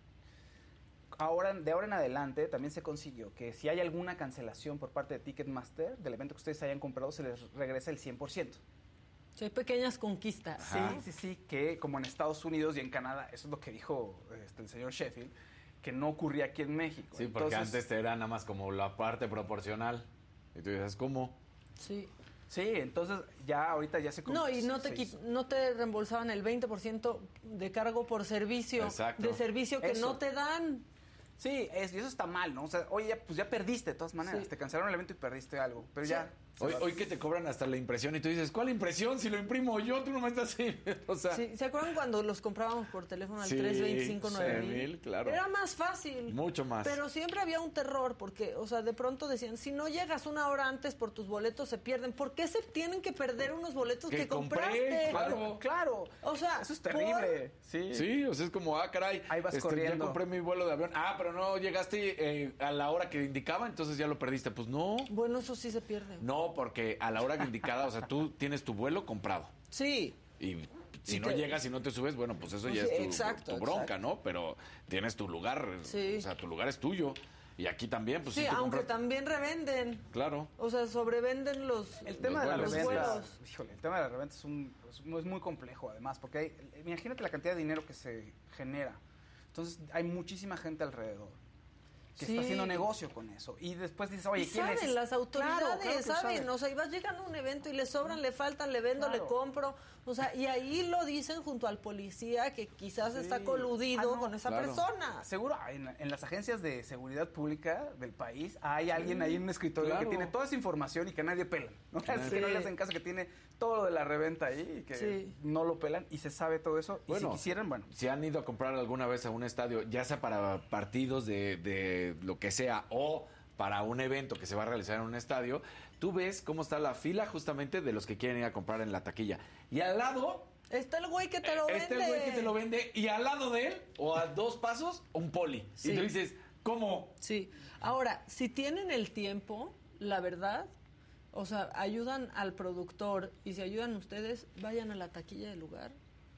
Ahora, de ahora en adelante también se consiguió que si hay alguna cancelación por parte de Ticketmaster del evento que ustedes hayan comprado, se les regresa el cien por ciento. Sí, hay pequeñas conquistas. Sí, sí, sí, que como en Estados Unidos y en Canadá, eso es lo que dijo este, el señor Sheffield, que no ocurría aquí en México. Sí, porque Entonces, antes era nada más como la parte proporcional. Y tú dices, ¿cómo? Sí. Sí, entonces ya ahorita ya se... No, y no te, se qui- hizo. no te reembolsaban el veinte por ciento de cargo por servicio. Exacto. De servicio que Eso. no te dan. Sí, es, y eso está mal, ¿no? O sea, oye, ya, pues ya perdiste de todas maneras. Sí. Te cancelaron el evento y perdiste algo. Pero Sí. ya... se Hoy, va. hoy que te cobran hasta la impresión y tú dices, ¿cuál impresión? Si lo imprimo yo, tú no me estás así. O sea, Sí, ¿se acuerdan cuando los comprábamos por teléfono al Sí, tres veinticinco nueve nueve mil, claro. Era más fácil. mucho más. Pero siempre había un terror porque, o sea, de pronto decían, si no llegas una hora antes por tus boletos se pierden. ¿Por qué se tienen que perder unos boletos que, Que compré, compraste? claro. Claro. O sea, Eso es terrible. Sí. Sí, o sea, es como, ah, caray, Ahí vas este, corriendo. ya compré mi vuelo de avión. Ah, pero no llegaste eh, a la hora que indicaba, entonces ya lo perdiste. Pues no, Por- bueno, eso sí se pierde. no, porque a la hora que indicada, o sea, tú tienes tu vuelo comprado. Sí. Y si Y no te- llegas y no te subes, bueno, pues eso Pues ya sí, es tu, exacto, tu bronca, exacto. ¿no? Pero tienes tu lugar, Sí. o sea, tu lugar es tuyo. Y aquí también, pues Sí, si tú aunque compras- también revenden. Claro. O sea, sobrevenden los... El tema de la vuelos. reventa, Los vuelos. híjole, el tema de la reventa es, un, es muy- es muy complejo además, porque hay, imagínate la cantidad de dinero que se genera. Entonces hay muchísima gente alrededor que Sí. está haciendo negocio con eso. Y después dices, oye, Y ¿quién saben, es? las autoridades Claro, claro que saben, saben. o sea, y vas llegando a un evento y le sobran, le faltan, le vendo, Claro. le compro, o sea, y ahí lo dicen junto al policía que quizás Sí. está coludido Ah, no, con esa claro. persona. Seguro en, en las agencias de seguridad pública del país hay alguien ahí en un escritorio claro. que tiene toda esa información y que nadie pela. ¿no? Nadie. Es que no le hacen caso, que tiene todo lo de la reventa ahí y que Sí. no lo pelan y se sabe todo eso. Y Bueno, si quisieran, bueno. Si han ido a comprar alguna vez a un estadio, ya sea para partidos de, de lo que sea o para un evento que se va a realizar en un estadio, tú ves cómo está la fila justamente de los que quieren ir a comprar en la taquilla. Y al lado Está el güey que te lo vende. está el güey que te lo vende y al lado de él, o a dos pasos, un poli. Sí. Y tú dices, ¿cómo? Sí. Ahora, si tienen el tiempo, la verdad, o sea, ayudan al productor y si ayudan ustedes, vayan a la taquilla del lugar.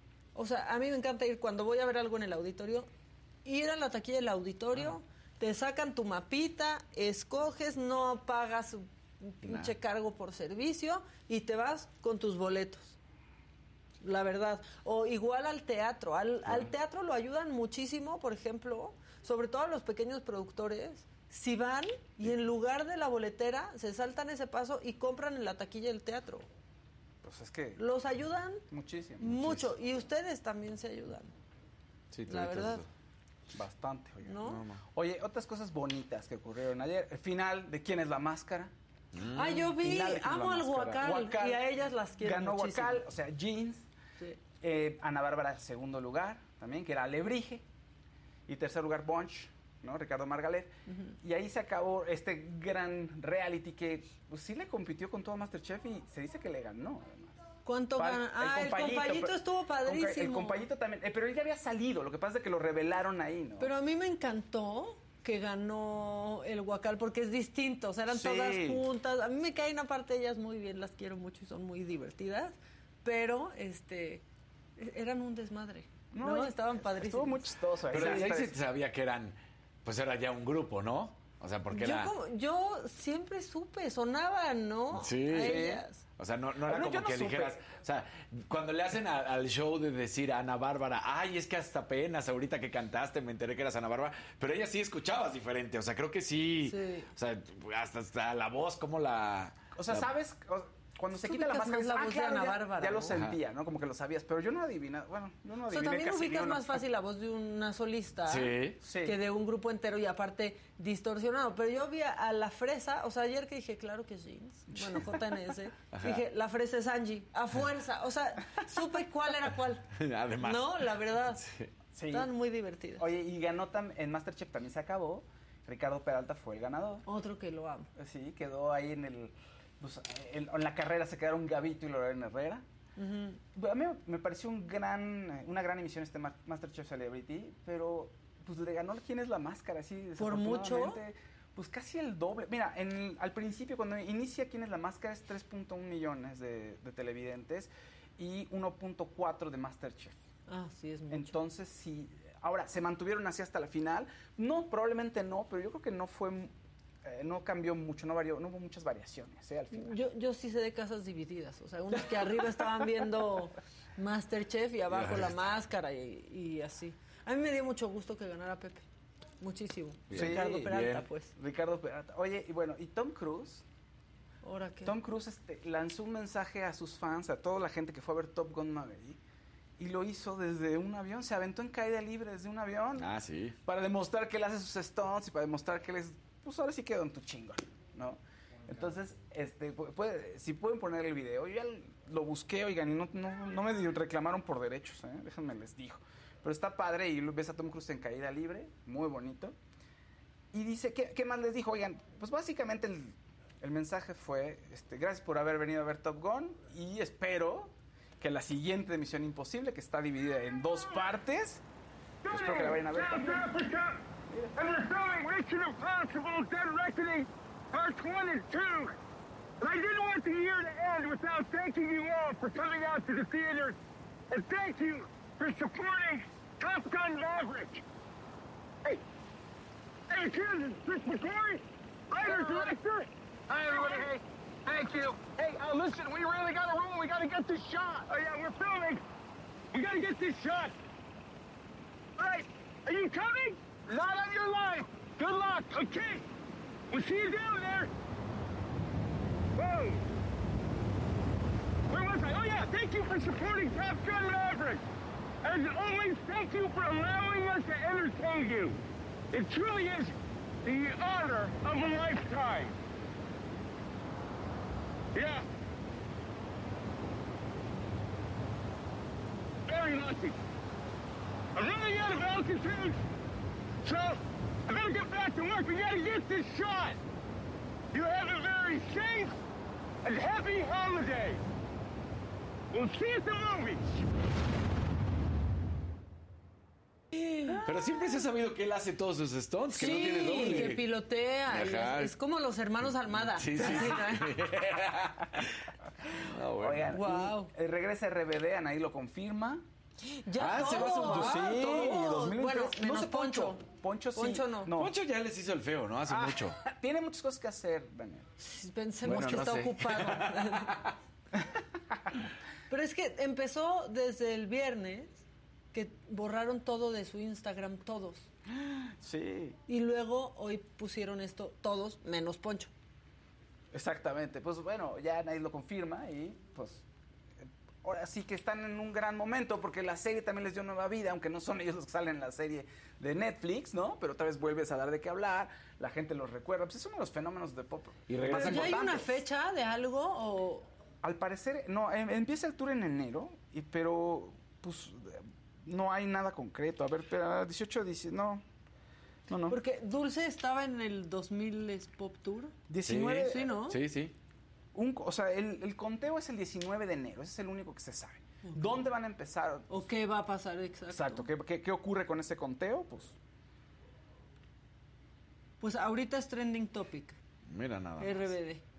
O sea, a mí me encanta ir cuando voy a ver algo en el auditorio, ir a la taquilla del auditorio, te sacan tu mapita, escoges, no pagas un pinche cargo por servicio y te vas con tus boletos. La verdad. O igual al teatro. Al, al teatro lo ayudan muchísimo, por ejemplo, sobre todo a los pequeños productores. Si van y en lugar de la boletera se saltan ese paso y compran en la taquilla del teatro. pues es que... Los ayudan muchísimo. Mucho. muchísimo. Y ustedes también se ayudan. Sí, la verdad. Bastante, oye. ¿No? No, no. Oye, otras cosas bonitas que ocurrieron ayer. El final de ¿Quién es la máscara? Mm. Ah, yo vi. Amo al Guacal, y a ellas las quiero Ganó muchísimo. Guacal, o sea, Jeans. Sí. Eh, Ana Bárbara, segundo lugar, también, que era Alebrije. Y tercer lugar, Bunch, ¿no? Ricardo Margalet. Uh-huh. Y ahí se acabó este gran reality que pues, sí le compitió con todo MasterChef y se dice que le ganó, además. ¿Cuánto gana? Ah, el compayito pero, estuvo padrísimo. El compayito también, eh, pero él ya había salido, lo que pasa es que lo revelaron ahí, ¿no? Pero a mí me encantó que ganó el Guacal porque es distinto, o sea, eran sí. todas juntas. A mí me caen aparte ellas muy bien, las quiero mucho y son muy divertidas, pero este eran un desmadre. No, ¿no? Estaban padrísimos. Estuvo muy chistoso. Pero ahí, ahí sí sabía que eran, pues era ya un grupo, ¿no? O sea, porque yo era... Como, yo siempre supe, sonaban, ¿no? Sí. A ellas. O sea, no, no era no, como que no dijeras... O sea, cuando le hacen a, al show de decir a Ana Bárbara, ay, es que hasta apenas ahorita que cantaste me enteré que eras Ana Bárbara, pero ella sí escuchabas diferente. O sea, creo que sí... sí. O sea, hasta, hasta la voz, como la... O sea, la... ¿sabes...? O, cuando se quita la máscara, la ah, voz claro, de Ana ya, Bárbara, ya ¿no? lo sentía, ¿no? Como que lo sabías, pero yo no adivinaba, bueno, yo no adiviné. O sea, también casi ubicas una... más fácil la voz de una solista sí, sí. que de un grupo entero y aparte distorsionado. Pero yo vi a la fresa, o sea, ayer que dije, claro que es Jeans, bueno, J N S, dije, la fresa es Angie, a fuerza. O sea, supe cuál era cuál. Además. No, la verdad. Sí. Sí. Están muy divertidas. Oye, y ganó tam- en MasterChef también se acabó. Ricardo Peralta fue el ganador. Otro que lo amo. Sí, quedó ahí en el... Pues, en, en la carrera se quedaron Gavito y Lorena Herrera. Uh-huh. A mí me pareció un gran, una gran emisión este MasterChef Celebrity, pero pues le ganó ¿Quién es la máscara? Así, ¿Por mucho? Pues casi el doble. Mira, en, al principio cuando inicia ¿Quién es la máscara? Es tres punto uno millones de, de televidentes y uno punto cuatro de MasterChef. Ah, sí, es mucho. Entonces, sí. Ahora, ¿se mantuvieron así hasta la final? No, probablemente no, pero yo creo que no fue... Eh, no cambió mucho, no varió, no hubo muchas variaciones eh, al final. Yo, yo sí sé de casas divididas, o sea, unos que arriba estaban viendo MasterChef y abajo la máscara y, y así. A mí me dio mucho gusto que ganara Pepe, muchísimo. Sí, Ricardo Peralta, bien. pues. Ricardo Peralta. Oye, y bueno, y Tom Cruise. ¿Ahora qué? Tom Cruise este, lanzó un mensaje a sus fans, a toda la gente que fue a ver Top Gun Maverick, y lo hizo desde un avión, se aventó en caída libre desde un avión. Ah, sí. Para demostrar que él hace sus stunts y para demostrar que él es... Pues ahora sí quedó en tu chingón, ¿no? Entonces, este, puede, si pueden poner el video, yo ya lo busqué, oigan, y no, no, no me reclamaron por derechos, ¿eh? Déjenme les digo. Pero está padre y ves a Tom Cruise en caída libre, muy bonito. Y dice, ¿qué, qué más les dijo? Oigan, pues básicamente el, el mensaje fue, este, gracias por haber venido a ver Top Gun y espero que la siguiente de Misión Imposible, que está dividida en dos partes, espero que la vayan a ver también. And we're filming Mission Impossible Dead Reckoning Parts one and two. And I didn't want the year to end without thanking you all for coming out to the theaters. And thank you for supporting Top Gun Maverick. Hey, hey, here's Chris McCoy, writer, director. Hi, everybody. Hey, thank you. Hey, uh, listen, we really got a room. We got to get this shot. Oh, yeah, we're filming. We got to get this shot. All right, are you coming? Not on your life. Good luck. Okay. We'll see you down there. Whoa. Where was I? Oh, yeah. Thank you for supporting Top Gun Maverick. As always, thank you for allowing us to entertain you. It truly is the honor of a lifetime. Yeah. Very lucky. I'm running out of altitude. So, I gotta get back to work. We gotta get this shot. You have a very safe and happy holiday. We'll see you at the movies. Pero siempre se ha sabido que él hace todos sus stunts, que sí, no tiene doble. que pilotea. Es, es como los hermanos Almada. Sí, sí, sí. No, bueno. Oigan, wow. Y, eh, regresa R B D, Anaí lo confirma. Ya ah, todo, se va a su... ah, sí, todo. Bueno, menos no sé Poncho. Poncho sí. Poncho no. no. Poncho ya les hizo el feo, ¿no? Hace ah, mucho. Tiene muchas cosas que hacer, Daniel. Pensemos bueno, que no está sé. ocupado. Pero es que empezó desde el viernes que borraron todo de su Instagram, todos. Sí. Y luego hoy pusieron esto, todos, menos Poncho. Exactamente. Pues bueno, ya Anaí lo confirma y pues ahora sí que están en un gran momento, porque la serie también les dio nueva vida, aunque no son ellos los que salen en la serie de Netflix, ¿no? Pero otra vez vuelves a dar de qué hablar, la gente los recuerda, pues es uno de los fenómenos de pop. Y ¿Pero ya hay una fecha de algo o...? Al parecer, no, em, empieza el tour en enero, y, pero pues no hay nada concreto. A ver, espera, dieciocho, diecinueve, no, no, no. Porque Dulce estaba en el dos mil Pop Tour. diecinueve, Sí, ¿no? Sí, sí. Un, o sea, el, el conteo es el diecinueve de enero, ese es el único que se sabe. Okay. ¿Dónde van a empezar? ¿O qué va a pasar exacto? Exacto, ¿qué, qué, qué ocurre con ese conteo? Pues... Pues ahorita es trending topic. Mira nada más. R B D.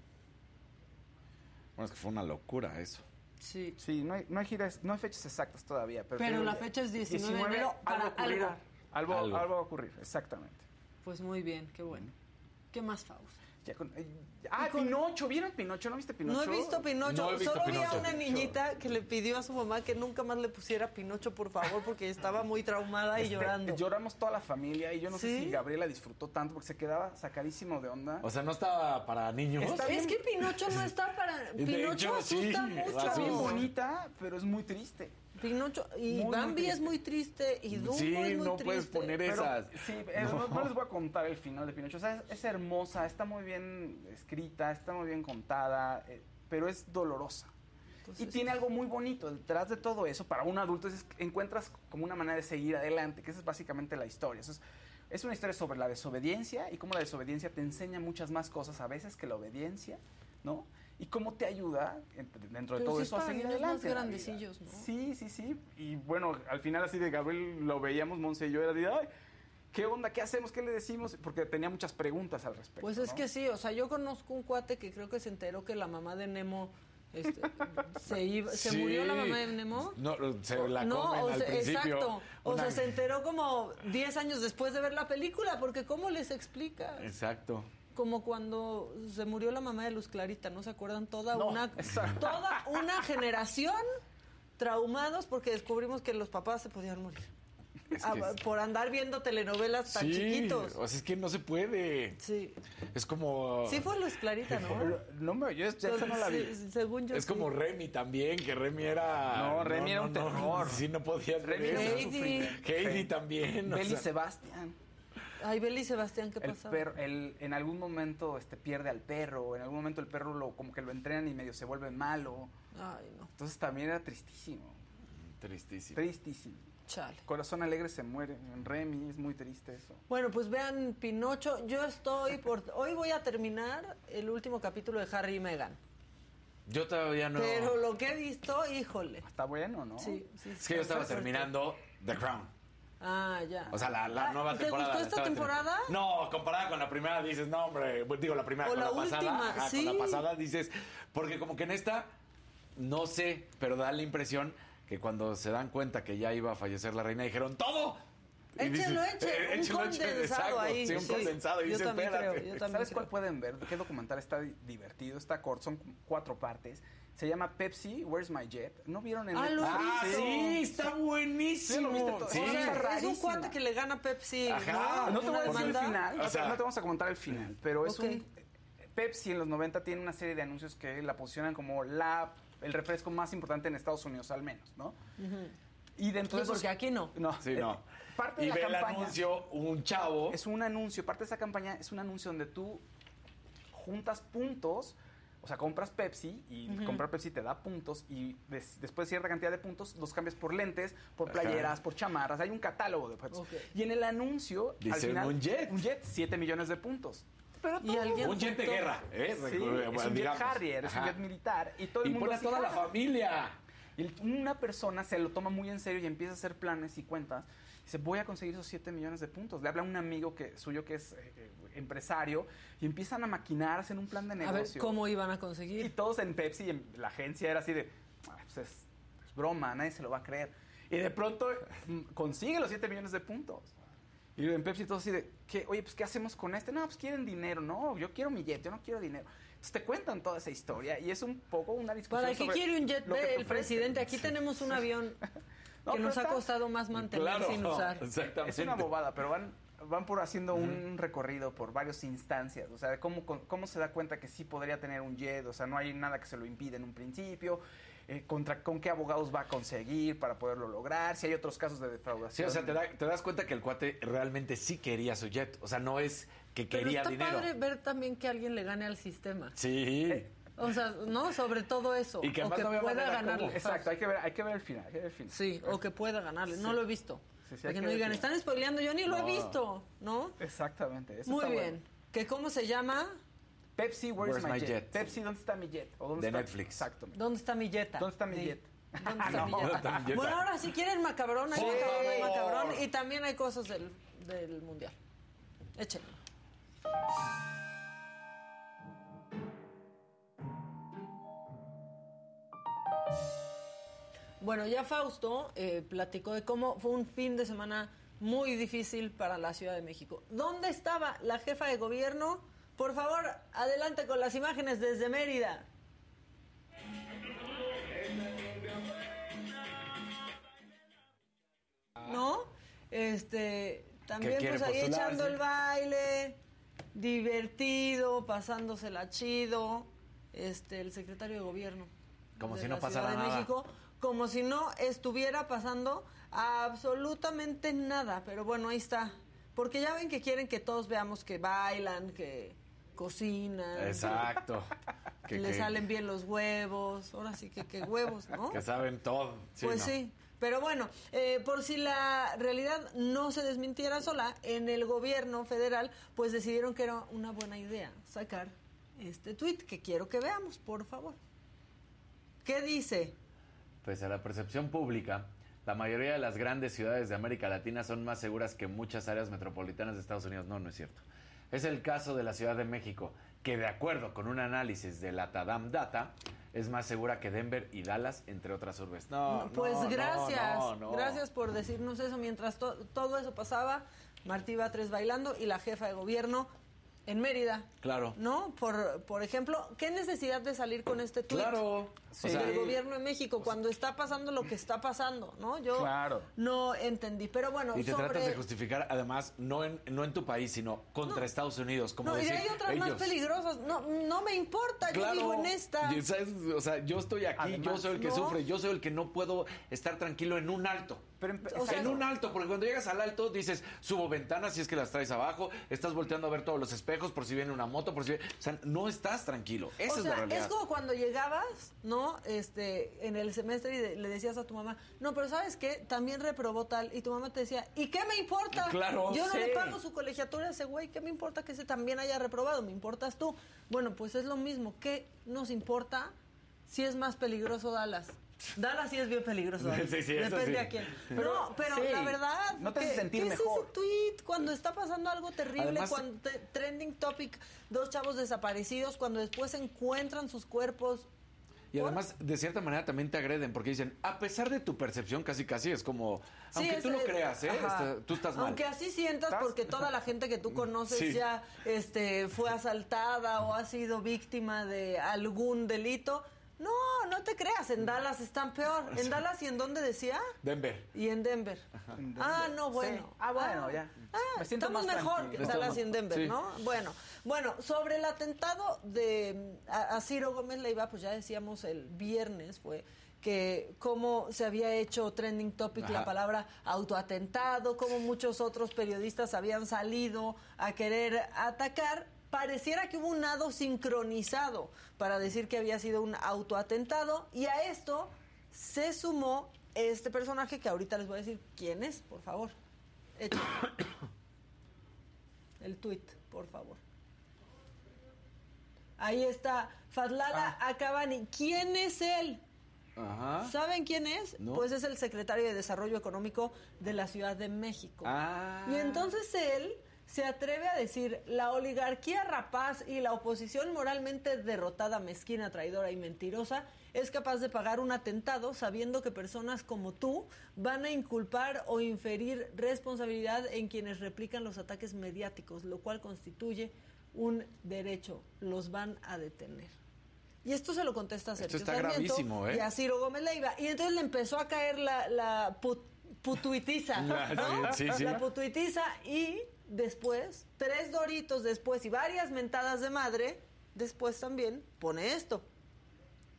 Bueno, es que fue una locura eso. Sí. Sí, no hay, no hay giras, no hay fechas exactas todavía. Pero, pero la fecha es diecinueve de enero para algo, algo. Algo, algo. algo va a ocurrir, exactamente. Pues muy bien, qué bueno. ¿Qué más, Faust? Ya con, eh, ah, con... Pinocho, ¿vieron Pinocho? ¿No viste Pinocho? No he visto Pinocho, no he visto solo Pinocho. vi a una niñita que le pidió a su mamá que nunca más le pusiera Pinocho, por favor, porque estaba muy traumada y este, llorando. Lloramos toda la familia y yo no ¿Sí? sé si Gabriela disfrutó tanto porque se quedaba sacadísimo de onda. O sea, no estaba para niños. Está es que Pinocho no está para... Pinocho hecho, asusta sí, mucho. Está bien bonita, pero es muy triste. Pinocho y Muy, Bambi muy es muy triste y Dumbo Sí, es muy no triste. puedes poner Pero, esas. sí, eh, no. no les voy a contar el final de Pinocho. O sea, es, es hermosa, está muy bien escrita, está muy bien contada, eh, pero es dolorosa. Pues y es tiene que... algo muy bonito. Detrás de todo eso, para un adulto, es, encuentras como una manera de seguir adelante, que esa es básicamente la historia. Eso es, es una historia sobre la desobediencia y cómo la desobediencia te enseña muchas más cosas a veces que la obediencia, ¿no? Y cómo te ayuda dentro de pero todo sí eso a seguir adelante. Más grandecillos, ¿no? Sí, sí, sí. Y bueno, al final así de Gabriel lo veíamos, Monse y yo, era de, ay, ¿qué onda? ¿Qué hacemos? ¿Qué le decimos? Porque tenía muchas preguntas al respecto. Pues es ¿no? que sí, o sea, yo conozco un cuate que creo que se enteró que la mamá de Nemo este, se iba, se sí. murió la mamá de Nemo. No, se la no, comen o al sea, principio. Exacto. O Una... sea, se enteró como diez años después de ver la película, porque ¿cómo les explica? Exacto. Como cuando se murió la mamá de Luz Clarita, ¿no se acuerdan? Toda no, una exacto. toda una generación traumados porque descubrimos que los papás se podían morir. Es A, que... por andar viendo telenovelas tan sí, chiquitos. O sea, es que no se puede. Sí. Es como... Sí fue Luz Clarita, ¿no? No, no yo ya no la vi. Sí, según yo Es sí. como Remy también, que Remy era... No, Remy no, era un no, terror. Sí, no podía... Remy Heidi. Heidi también. Belly o sea... Sebastián. Ay, Beli y Sebastián, ¿qué el pasaba? Perro, el, en algún momento este, pierde al perro, en algún momento el perro lo, como que lo entrenan y medio se vuelve malo. Ay, no. Entonces también era tristísimo. Tristísimo. Tristísimo. Chale. Corazón Alegre se muere. En Remy es muy triste eso. Bueno, pues vean Pinocho. Yo estoy por... Hoy voy a terminar el último capítulo de Harry y Meghan. Yo todavía no... Pero lo que he visto, híjole. Está bueno, ¿no? Sí, sí. Es que yo estaba terminando The Crown. Ah, ya. O sea, la, la nueva ¿Te temporada. gustó esta temporada? Terminando. No, comparada con la primera dices, no, hombre, digo, la primera o con la, la última, pasada. Ajá, sí. con la pasada dices, porque como que en esta, no sé, pero da la impresión que cuando se dan cuenta que ya iba a fallecer la reina, dijeron, ¡todo! Y Échelo, dices, eche, eh, un échelo, condensado exacto, ahí. Sí, un Sí. condensado. Y Yo dices, también espérate. creo, yo también ¿Sabes creo. cuál pueden ver? ¿Qué documental está di- divertido? Está corto, son cuatro partes. Se llama Pepsi, Where's My Jet? ¿No vieron en Ah, el... lo Ah, vi. sí, está buenísimo. Sí, lo viste todo. Sí. O sea, es un rarísima. cuate que le gana a Pepsi. Ajá. No te voy a decir el demanda. final, O no, sea- te, no te vamos a contar el final, pero es Ok. un... Pepsi en los noventa tiene una serie de anuncios que la posicionan como la el refresco más importante en Estados Unidos, al menos, ¿no? Uh-huh. Y dentro de Sí, esos- porque aquí no. No, Sí, eh, no. Parte Y de ve la el campaña anuncio, un chavo. es un anuncio, parte de esa campaña es un anuncio donde tú juntas puntos, o sea, compras Pepsi y Ujú. comprar Pepsi te da puntos y des- después de cierta cantidad de puntos los cambias por lentes, por Ajá. playeras, por chamarras, hay un catálogo de Pepsi. Ok. Y en el anuncio, al Dice, final, un jet. un jet, siete millones de puntos. Pero Y todo- alguien Un jet de juntó- guerra, ¿eh? Sí, es un Digamos. jet Harrier, es un Ajá. jet militar y todo el Y mundo pone a así, toda la "Ah". familia. Y el- una persona se lo toma muy en serio y empieza a hacer planes y cuentas. Dice, voy a conseguir esos siete millones de puntos. Le habla a un amigo que, suyo que es eh, empresario y empiezan a maquinar, hacen un plan de A negocio. ver, ¿cómo iban a Y conseguir? todos en Pepsi, en la agencia era así de, "Ah, pues es, es broma, nadie se lo va a creer". Y de pronto mm, consigue los siete millones de puntos. Y en Pepsi todos así de, ¿qué? Oye, pues ¿qué hacemos con este? No, pues quieren dinero. No, yo quiero mi jet, yo no quiero dinero. Entonces te cuentan toda esa historia y es un poco una discusión ¿Para qué sobre quiere un jet lo que te el ofrecen. presidente? Aquí tenemos un avión No, que pero nos ha está- costado más mantener Claro, sin usar. exactamente. Es una bobada, pero van, van por haciendo un recorrido por varias instancias. O sea, de cómo, cómo se da cuenta que sí podría tener un jet. O sea, no hay nada que se lo impide en un principio. eh, contra con qué abogados va a conseguir para poderlo lograr, si hay otros casos de defraudación. Sí, o sea, te, da, te das cuenta que el cuate realmente sí quería su jet. O sea, no es que quería Pero está dinero. padre ver también que alguien le gane al sistema. Sí. Eh, O sea, no, sobre todo eso. Y que o además que no había pueda manera ganarle. cómo. Exacto, hay que ver, hay que ver el final. Hay que ver el final. Sí, o que pueda ganarle. No Sí. lo he visto. Sí, sí, Para hay que que no ver digan, el final. están spoileando, yo ni lo he No. visto, ¿no? Exactamente. Eso Muy está bien. bueno. ¿Que cómo se llama? Pepsi, Where's, Where's my, my jet? jet? Pepsi, ¿dónde está mi jet? ¿O dónde De está? Netflix. Exacto. ¿Dónde está mi yeta? ¿Dónde está mi Sí. jet? ¿Dónde está No, mi ¿dónde yeta? está mi yeta? Bueno, ahora si quieren macabrón, hay Sí. macabrón, hay macabrón. Y también hay cosas del, del mundial. Échenlo. Bueno, ya Fausto eh, platicó de cómo fue un fin de semana muy difícil para la Ciudad de México. ¿Dónde estaba la jefa de gobierno? Por favor, adelante con las imágenes desde Mérida. ¿No? Este, también quiere pues ahí postularse. echando el baile, divertido, pasándosela chido, este, el secretario de gobierno. Como de si no la pasara Ciudad de nada. México, como si no estuviera pasando absolutamente nada, pero bueno, ahí está. Porque ya ven que quieren que todos veamos que bailan, que cocinan, Exacto. que le salen bien los huevos, ahora sí que qué huevos, ¿no? Que saben todo. Sí, pues no. sí, pero bueno, eh, por si la realidad no se desmintiera sola, en el gobierno federal pues decidieron que era una buena idea sacar este tuit que quiero que veamos, por favor. ¿Qué dice? Pese a la percepción pública, la mayoría de las grandes ciudades de América Latina son más seguras que muchas áreas metropolitanas de Estados Unidos. No, no es cierto. Es el caso de la Ciudad de México, que de acuerdo con un análisis de la Tadam Data, es más segura que Denver y Dallas, entre otras urbes. No, Pues no, gracias, no, no. gracias por decirnos eso. Mientras to- todo eso pasaba, Martí Batres bailando y la jefa de gobierno en Mérida. Claro. ¿No? Por, por ejemplo, ¿qué necesidad de salir con este tuit? Claro. Sí. Del gobierno de México, cuando está pasando lo que está pasando, ¿no? Yo Claro. no entendí, pero bueno, Y te sobre... tratas de justificar, además, no en, no en tu país, sino contra No. Estados Unidos. Como No, y decir, hay otras más ellos. peligrosas. No, no me importa, Claro. yo vivo en esta. Y, ¿sabes? O sea, yo estoy aquí, Además, yo soy el que ¿no? sufre, yo soy el que no puedo estar tranquilo en un alto. Pero en- O sea, en un alto, porque cuando llegas al alto dices, subo ventanas si es que las traes abajo, estás volteando a ver todos los espejos por si viene una moto, por si viene... O sea, no estás tranquilo. Esa O es sea, la realidad. es como cuando llegabas, ¿no? Este, en el semestre y de- le decías a tu mamá, no, pero ¿sabes qué? También reprobó tal. Y tu mamá te decía, ¿y qué me importa? Claro, Yo no sí. le pago su colegiatura a ese güey. ¿Qué me importa que ese también haya reprobado? Me importas tú. Bueno, pues es lo mismo. ¿Qué nos importa si es más peligroso Dallas? Dallas sí es bien peligroso. Dallas. Sí, sí, eso Depende sí. a quién. Pero, no, pero sí, la verdad, no te ¿qué- hace sentir ¿qué mejor. es ese tweet cuando está pasando algo terrible? Además- cuando te- trending topic, dos chavos desaparecidos, cuando después encuentran sus cuerpos. Y además, de cierta manera, también te agreden, porque dicen, a pesar de tu percepción, casi casi es como, Sí, aunque es- tú lo es- creas, ¿eh? ajá. Está- tú estás mal. Aunque así sientas, ¿Estás? porque toda la gente que tú conoces Sí. ya este, fue asaltada o ha sido víctima de algún delito. No, no te creas, en Dallas están peor. ¿En Dallas y en dónde decía? Denver. Y en Denver. En Denver. Ah, no, bueno. Sí. Ah, bueno, ya. Ah, Me siento estamos más mejor tranquilo. que en Dallas y en Denver, Sí. ¿no? Bueno, bueno, sobre el atentado de a, a Ciro Gómez Leiva, pues ya decíamos el viernes fue que cómo se había hecho trending topic Ajá. la palabra autoatentado, cómo muchos otros periodistas habían salido a querer atacar. Pareciera que hubo un nado sincronizado para decir que había sido un autoatentado y a esto se sumó este personaje que ahorita les voy a decir quién es, por favor. Echa. El tuit, por favor. Ahí está, Fadlala Acabani. ¿Quién es él? Ajá. ¿Saben quién es? No. Pues es el secretario de Desarrollo Económico de la Ciudad de México. Ah. Y entonces él se atreve a decir, la oligarquía rapaz y la oposición moralmente derrotada, mezquina, traidora y mentirosa es capaz de pagar un atentado sabiendo que personas como tú van a inculpar o inferir responsabilidad en quienes replican los ataques mediáticos, lo cual constituye un derecho. Los van a detener. Y esto se lo contesta a Sergio Esto está Sarmiento gravísimo, ¿eh? y a Ciro Gómez Leiva. Y entonces le empezó a caer la, la put- putuitiza, ¿no? Sí, sí. La putuitiza y después, tres doritos después y varias mentadas de madre, después también pone esto.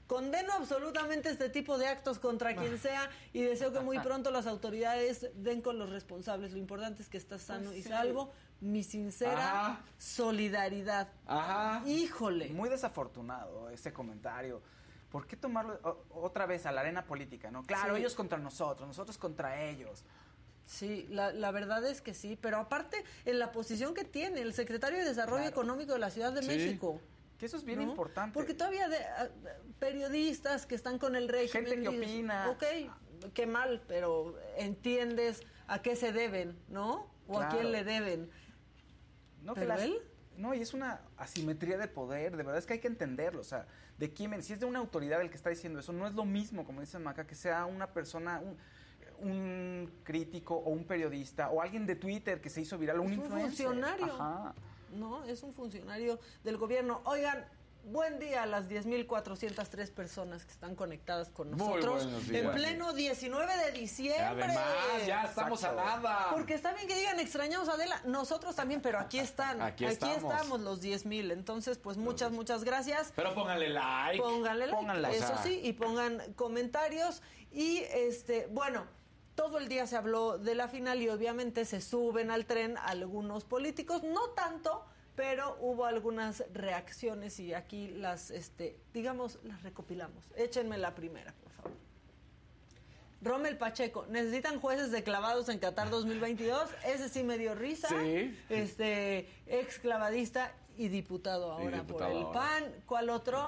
condeno absolutamente este tipo de actos contra quien sea y deseo que muy pronto las autoridades den con los responsables. Lo importante es que estás sano Pues y sí. salvo. Mi sincera Ajá. solidaridad. Ajá. Híjole. Muy desafortunado ese comentario. ¿Por qué tomarlo o- otra vez a la arena política, no? Claro, Sí. ellos contra nosotros, nosotros contra ellos. Sí, la, la verdad es que sí, pero aparte en la posición que tiene el secretario de Desarrollo Claro. Económico de la Ciudad de Sí. México. Que eso es bien ¿no? importante. Porque todavía de, a- periodistas que están con el régimen. Gente que dices, opina. Ok, qué mal, pero entiendes a qué se deben, ¿no? O a Claro. quién le deben. No, que ¿Pero las- él? No, y es una asimetría de poder, de verdad es que hay que entenderlo, o sea, de quién, ven- si es de una autoridad el que está diciendo eso, no es lo mismo, como dice Maca, que sea una persona, un, un crítico o un periodista o alguien de Twitter que se hizo viral, un Es un influencer. funcionario. Ajá. No, es un funcionario del gobierno. Oigan, buen día a las diez mil cuatrocientas tres personas que están conectadas con Muy nosotros. buenos días. En pleno diecinueve de diciembre. Además, ya estamos a nada. Porque está bien que digan extrañamos a Adela, nosotros también, pero aquí están. Aquí estamos. los diez mil. Entonces, pues muchas, muchas gracias. Pero pónganle like. Pónganle like, Pongan like. eso O sea. sí, y pongan comentarios. Y este, bueno, todo el día se habló de la final y obviamente se suben al tren algunos políticos, no tanto, pero hubo algunas reacciones y aquí las, este, digamos, las recopilamos. Échenme la primera, por favor. Rommel Pacheco, ¿necesitan jueces de clavados en Qatar dos mil veintidós? Ese sí me dio risa. Sí. Este, ex clavadista y diputado ahora diputado por el ahora. P A N. ¿Cuál otro?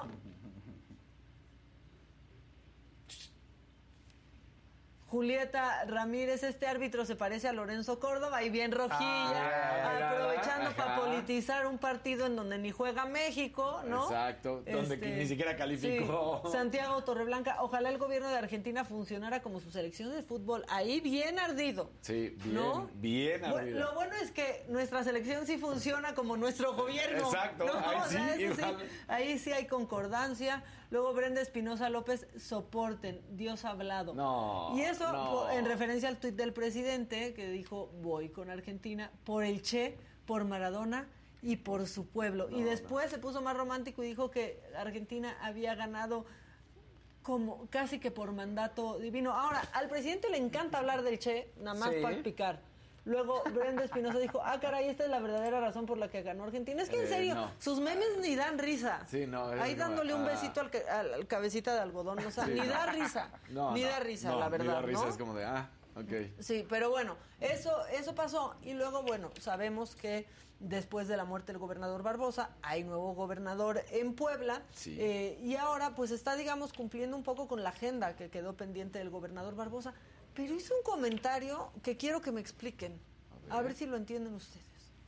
Julieta Ramírez, este árbitro se parece a Lorenzo Córdoba y bien rojilla, Ah, aprovechando ajá. para politizar un partido en donde ni juega México, ¿no? Exacto, donde Este, ni siquiera calificó. sí. Santiago Torreblanca, ojalá el gobierno de Argentina funcionara como su selección de fútbol, ahí bien ardido. Sí, bien, ¿no? bien Bu- arriba. Lo bueno es que nuestra selección sí funciona como nuestro gobierno. Exacto, ¿no? ahí O sea, sí, eso sí, igual. ahí sí hay concordancia. Luego Brenda Espinosa López, soporten, Dios ha hablado. No, Y eso no. po- en referencia al tuit del presidente que dijo, voy con Argentina por el Che, por Maradona y por su pueblo. y después se puso más romántico y dijo que Argentina había ganado como casi que por mandato divino. Ahora, al presidente le encanta hablar del Che, nada más Sí. para picar. Luego Brenda Espinosa dijo, ah, caray, esta es la verdadera razón por la que ganó Argentina. Es que en Eh, serio, no. sus memes ni dan risa. Sí, no, es Ahí como, dándole un ah. besito al, ca- al- al cabecita de algodón, o sea, Sí, ni no. da risa. No, ni no, da risa, no, la verdad, Ni da risa, ¿no? es como de, ah, ok. Sí, pero bueno, eso, eso pasó. Y luego, bueno, sabemos que después de la muerte del gobernador Barbosa, hay nuevo gobernador en Puebla. Sí. eh, y ahora, pues está, digamos, cumpliendo un poco con la agenda que quedó pendiente del gobernador Barbosa. Pero hizo un comentario que quiero que me expliquen. A ver si lo entienden ustedes.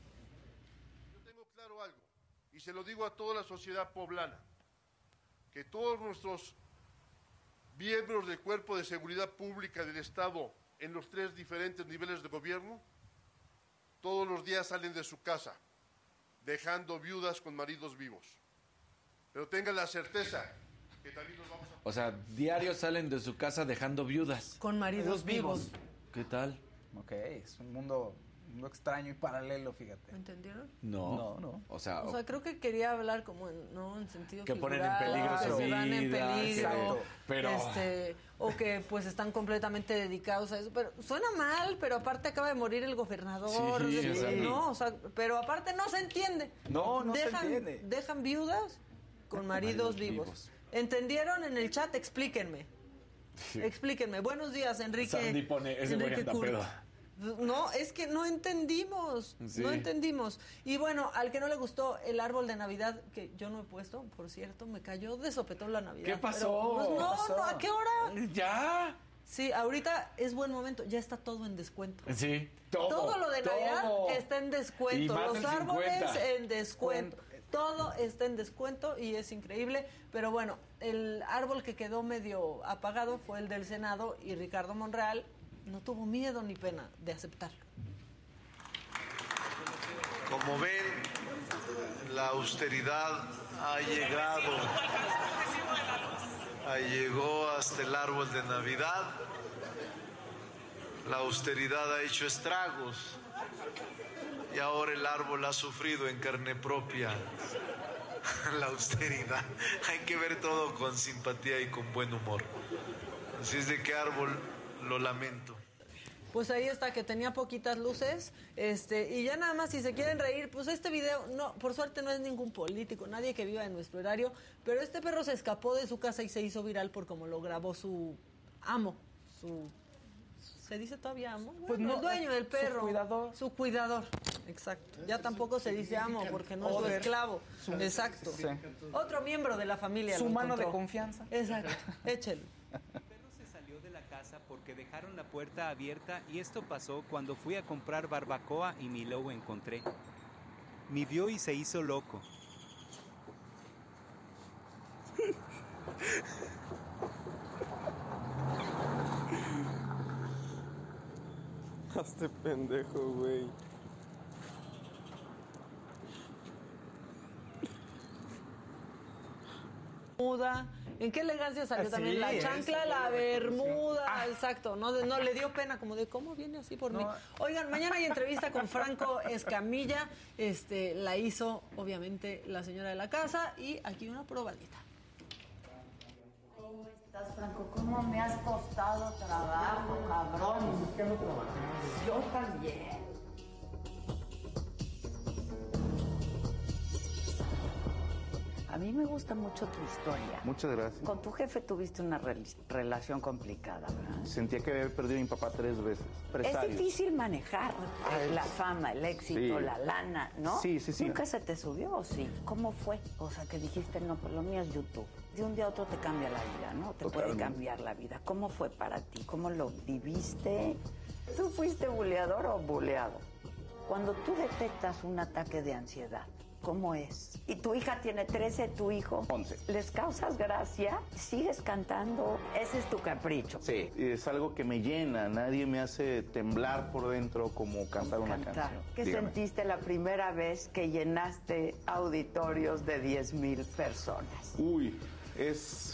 Yo tengo claro algo, y se lo digo a toda la sociedad poblana, que todos nuestros miembros del Cuerpo de Seguridad Pública del Estado en los tres diferentes niveles de gobierno, todos los días salen de su casa, dejando viudas con maridos vivos. Pero tengan la certeza que también los vamos a... O sea, diarios salen de su casa dejando viudas. Con maridos vivos. ¿Qué tal? Ok, es un mundo, un mundo extraño y paralelo, fíjate. ¿Me entendieron? No. No, no. O sea, O sea, creo que quería hablar como en, no, en sentido Que ponen en figurado, peligro que su se van en vida, peligro, exacto, pero- este, o que pues están completamente dedicados a eso, pero suena mal, pero aparte acaba de morir el gobernador, Sí, de- exacto. no, o sea, pero aparte no se entiende. No, no se dejan, entiende. Dejan viudas con maridos, maridos vivos. vivos. ¿Entendieron en el chat? Explíquenme. Sí. Explíquenme. Buenos días, Enrique. Sandy pone, ese güey Enrique anda Kurt. pedo. No, es que no entendimos, Sí. no entendimos. Y bueno, al que no le gustó el árbol de Navidad, que yo no he puesto, por cierto, me cayó de sopetón la Navidad. ¿Qué pasó? Pero, pues, no, ¿Qué pasó? no, ¿a qué hora? ¿Ya? Sí, ahorita es buen momento, ya está todo en descuento. Sí. Todo. Todo lo de Navidad todo. está en Y descuento, más los del árboles cincuenta. en descuento. Todo está en descuento y es increíble, pero bueno, el árbol que quedó medio apagado fue el del Senado y Ricardo Monreal no tuvo miedo ni pena de aceptarlo. Como ven, la austeridad ha llegado, ha llegó hasta el árbol de Navidad. La austeridad ha hecho estragos y ahora el árbol ha sufrido en carne propia la austeridad. Hay que ver todo con simpatía y con buen humor. Si es de qué árbol, lo lamento. Pues ahí está, que tenía poquitas luces, este, y ya nada más, si se quieren reír, pues este video, no, por suerte no es ningún político, nadie que viva en nuestro horario, pero este perro se escapó de su casa y se hizo viral por cómo lo grabó su amo, su, ¿se dice todavía amo? Bueno, Pues no, el dueño del perro. Su cuidador. Su cuidador, exacto. Ya tampoco se dice amo porque no es su esclavo, exacto. Sí. Otro miembro de la familia. Su lo mano de encontró. confianza. Exacto, échelo. Porque dejaron la puerta abierta y esto pasó cuando fui a comprar barbacoa y ni lo encontré. Me vio y se hizo loco. Hazte pendejo, güey. ¿En qué elegancia salió Así también la es, chancla, sí, la sí. bermuda? Ah. Exacto, no, de- no le dio pena, como de cómo viene así por mí. No. Oigan, mañana hay entrevista con Franco Escamilla, este, la hizo obviamente la señora de la casa y aquí una probadita. ¿Cómo estás, Franco? ¿Cómo me has costado trabajo, cabrón? Buscando trabajo. Yo también. A mí me gusta mucho tu historia. Muchas gracias. Con tu jefe tuviste una rel- relación complicada, ¿verdad? Sentía que había perdido a mi papá tres veces. Presario. Es difícil manejar Ah, eh, la es- fama, el éxito, Sí. la lana, ¿no? Sí, sí, sí. ¿Nunca se te subió o sí? ¿Cómo fue? O sea, que dijiste, no, pues lo mío es YouTube. De un día a otro te cambia la vida, ¿no? Te puede Totalmente. cambiar la vida. ¿Cómo fue para ti? ¿Cómo lo viviste? ¿Tú fuiste buleador o buleado? Cuando tú detectas un ataque de ansiedad, ¿cómo es? Y tu hija tiene trece, tu hijo. once. ¿Les causas gracia? ¿Sigues cantando? Ese es tu capricho. Sí, es algo que me llena. Nadie me hace temblar por dentro como cantar una Cantar. canción. ¿Qué Dígame. sentiste la primera vez que llenaste auditorios de diez mil personas? Uy, es...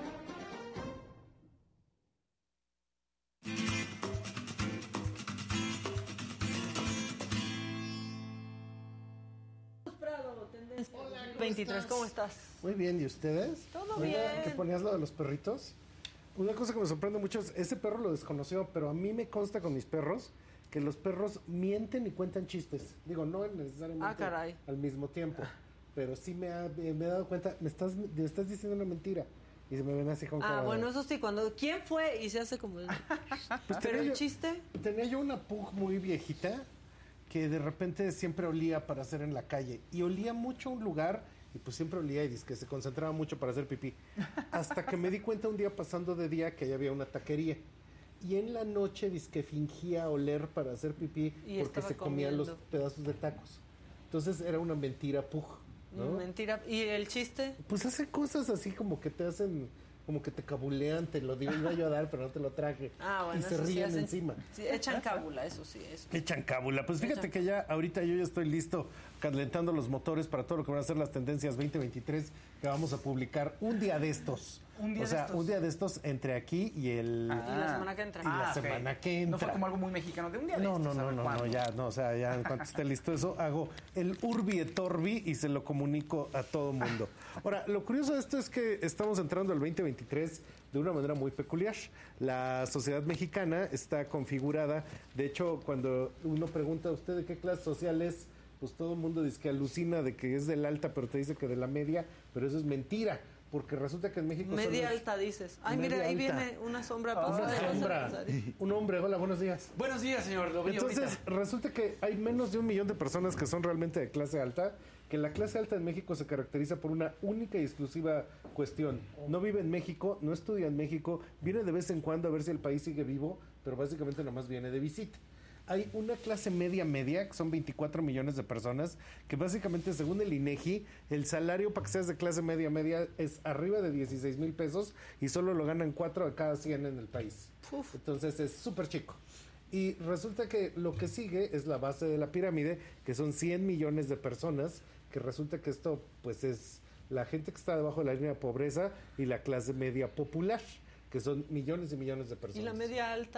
veintitrés, ¿cómo estás? Muy bien, ¿y ustedes? Todo Ahorita bien. que ponías lo de los perritos. Una cosa que me sorprende mucho es, ese perro lo desconoció, pero a mí me consta con mis perros que los perros mienten y cuentan chistes. Digo, no necesariamente Ah, caray. al mismo tiempo, pero sí me, ha- me he dado cuenta, me estás, me estás diciendo una mentira. Y se me ven así con cara Ah, de- bueno, eso sí, cuando ¿quién fue? Y se hace como... Pues Pero tenía el yo- chiste... Tenía yo una pug muy viejita que de repente siempre olía para hacer en la calle. Y olía mucho a un lugar y pues siempre olía y dice que se concentraba mucho para hacer pipí. Hasta que me di cuenta un día pasando de día que ahí había una taquería. Y en la noche dice que fingía oler para hacer pipí Y porque estaba se comía los comiendo. pedazos de tacos. Entonces era una mentira pug, ¿no? Mentira. ¿Y el chiste? Pues hace cosas así como que te hacen, como que te cabulean, te lo digo, iba yo a dar, pero no te lo traje. Ah, bueno, y se eso sí ríen hacen- encima. Sí, echan cábula, eso sí. Eso. Echan cábula. Pues fíjate Echan- que ya ahorita yo ya estoy listo calentando los motores para todo lo que van a ser las tendencias veinte veintitrés que vamos a publicar un día de estos. Un día o de sea, estos. un día de estos entre aquí y el... Y la semana que entra. Y la Ah, ok. semana que entra. No fue como algo muy mexicano de un día de No, no, estos, a no, ver no, cuándo. no, ya, no, o sea, ya en cuanto esté listo eso, hago el Urbi et Orbi y se lo comunico a todo mundo. Ahora, lo curioso de esto es que estamos entrando al veinte veintitrés de una manera muy peculiar. La sociedad mexicana está configurada, de hecho, cuando uno pregunta a usted de qué clase social es, pues todo el mundo dice que alucina de que es del alta, pero te dice que de la media, pero eso es mentira, porque resulta que en México solo Media es- alta, dices. Ay, Media mira, ahí alta. viene una sombra Una pasada. sombra. Un hombre, hola, buenos días. Buenos días, señor. Lo vi Entonces, ahorita. resulta que hay menos de un millón de personas que son realmente de clase alta, que la clase alta en México se caracteriza por una única y exclusiva cuestión. No vive en México, no estudia en México, viene de vez en cuando a ver si el país sigue vivo, pero básicamente nomás viene de visita. Hay una clase media media, que son veinticuatro millones de personas, que básicamente según el INEGI, el salario para que seas de clase media media es arriba de dieciséis mil pesos y solo lo ganan cuatro de cada cien en el país. Entonces es súper chico. Y resulta que lo que sigue es la base de la pirámide, que son cien millones de personas, que resulta que esto pues es la gente que está debajo de la línea de pobreza y la clase media popular, que son millones y millones de personas. Y la media alta.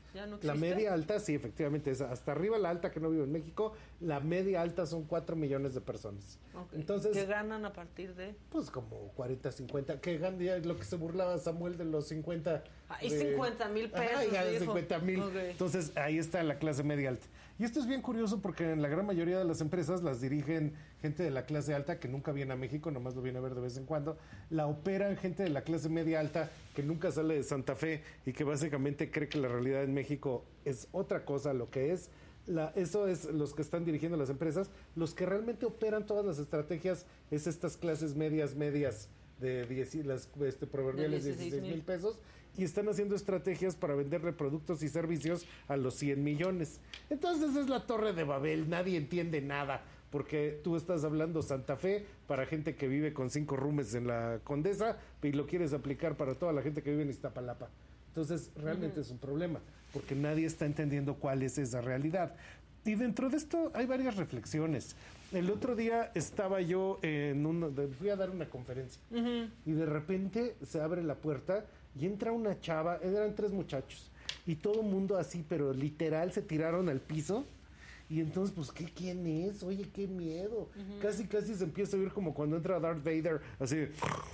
¿Ya no La existe? media alta, sí, efectivamente, es hasta arriba la alta que no vive en México, la media alta son cuatro millones de personas. Okay. Entonces, ¿Qué ganan a partir de? pues como cuarenta, cincuenta, que ganan ya lo que se burlaba Samuel de los cincuenta. Ah, y de- cincuenta mil pesos, Ajá, ya de dijo. cincuenta mil. Ok. Entonces, ahí está la clase media alta. Y esto es bien curioso porque en la gran mayoría de las empresas las dirigen gente de la clase alta que nunca viene a México, nomás lo viene a ver de vez en cuando. La operan gente de la clase media alta que nunca sale de Santa Fe y que básicamente cree que la realidad en México es otra cosa, lo que es. La, eso es los que están dirigiendo las empresas. Los que realmente operan todas las estrategias es estas clases medias, medias de diez, las este, proverbiales De dieciséis dieciséis mil mil pesos y están haciendo estrategias para venderle productos y servicios a los cien millones. Entonces es la Torre de Babel, nadie entiende nada, porque tú estás hablando Santa Fe para gente que vive con cinco rooms en la Condesa y lo quieres aplicar para toda la gente que vive en Iztapalapa. Entonces realmente Ujú. es un problema, porque nadie está entendiendo cuál es esa realidad. Y dentro de esto hay varias reflexiones. El otro día estaba yo en un... fui a dar una conferencia y de repente se abre la puerta y entra una chava, eran tres muchachos, y todo el mundo así, pero literal se tiraron al piso. Y entonces, pues, ¿qué, ¿quién es? Oye, qué miedo. Ujú. Casi, casi se empieza a oír como cuando entra Darth Vader, así de...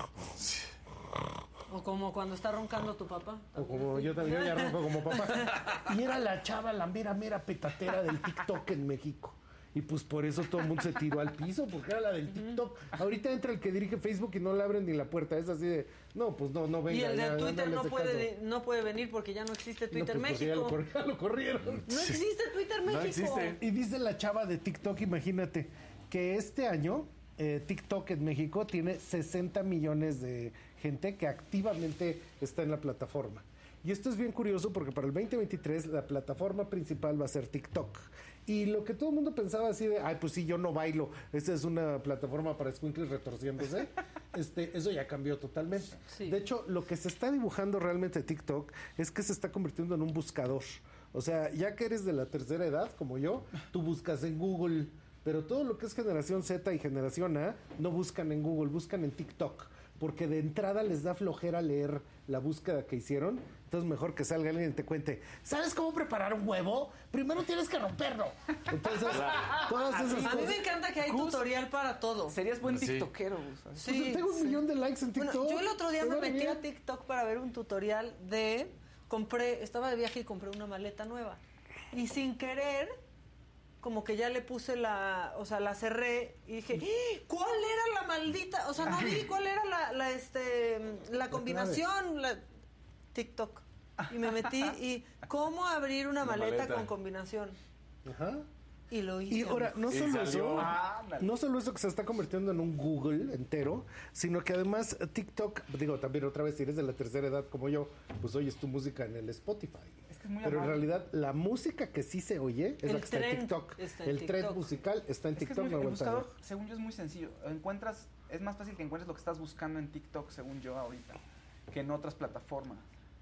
O como cuando está roncando tu papá. O como yo también yo ya ronco como papá. Y era la chava, la mera, mera petatera del TikTok en México. Y pues por eso todo el mundo se tiró al piso, porque era la del TikTok. Ahorita entra el que dirige Facebook y no le abren ni la puerta. Es así de, no, pues no, no venga. Y el de ya, Twitter le no hace puede, caso. no puede venir porque ya no existe No, Twitter pues, porque ya México. lo, cor- ya lo corrieron. No existe Twitter México. Y dice la chava de TikTok, imagínate, que este año eh, TikTok en México tiene sesenta millones de gente que activamente está en la plataforma. Y esto es bien curioso porque para el veinte veintitrés la plataforma principal va a ser TikTok. Y lo que todo el mundo pensaba así de, ay, pues sí, yo no bailo, esta es una plataforma para escuincles retorciéndose, este, eso ya cambió totalmente. Sí. De hecho, lo que se está dibujando realmente TikTok es que se está convirtiendo en un buscador. O sea, ya que eres de la tercera edad, como yo, tú buscas en Google, pero todo lo que es generación Z y generación A no buscan en Google, buscan en TikTok. Porque de entrada les da flojera leer la búsqueda que hicieron. Entonces mejor que salga alguien y te cuente, ¿sabes cómo preparar un huevo? Primero tienes que romperlo. Entonces, todas esas A mí cosas. me encanta que hay tutorial para todo. Serías buen Sí. tiktokero. Sí, Pues tengo un sí. millón de likes en TikTok. Bueno, yo el otro día me Madre metí mía. a TikTok para ver un tutorial de... Compré, estaba de viaje y compré una maleta nueva. Y sin querer, como que ya le puse la... O sea, la cerré y dije, ¡Ah! ¿cuál era la maldita? O sea, no vi cuál era la, la, este, la combinación. La, TikTok. Y me metí y... ¿Cómo abrir una La maleta, maleta. con combinación? Ajá. Y lo hice. Y ahora, no amigo. solo eso, no solo eso que se está convirtiendo en un Google entero, sino que además TikTok, digo, también otra vez, si eres de la tercera edad como yo, pues oyes tu música en el Spotify. Es que es muy Pero en amable. realidad, la música que sí se oye es El la que está en trend TikTok. está en El trend TikTok. musical está en Es que es TikTok, muy- no el aguanta buscador, nada. según yo, es muy sencillo. Encuentras, es más fácil que encuentres lo que estás buscando en TikTok, según yo, ahorita, que en otras plataformas.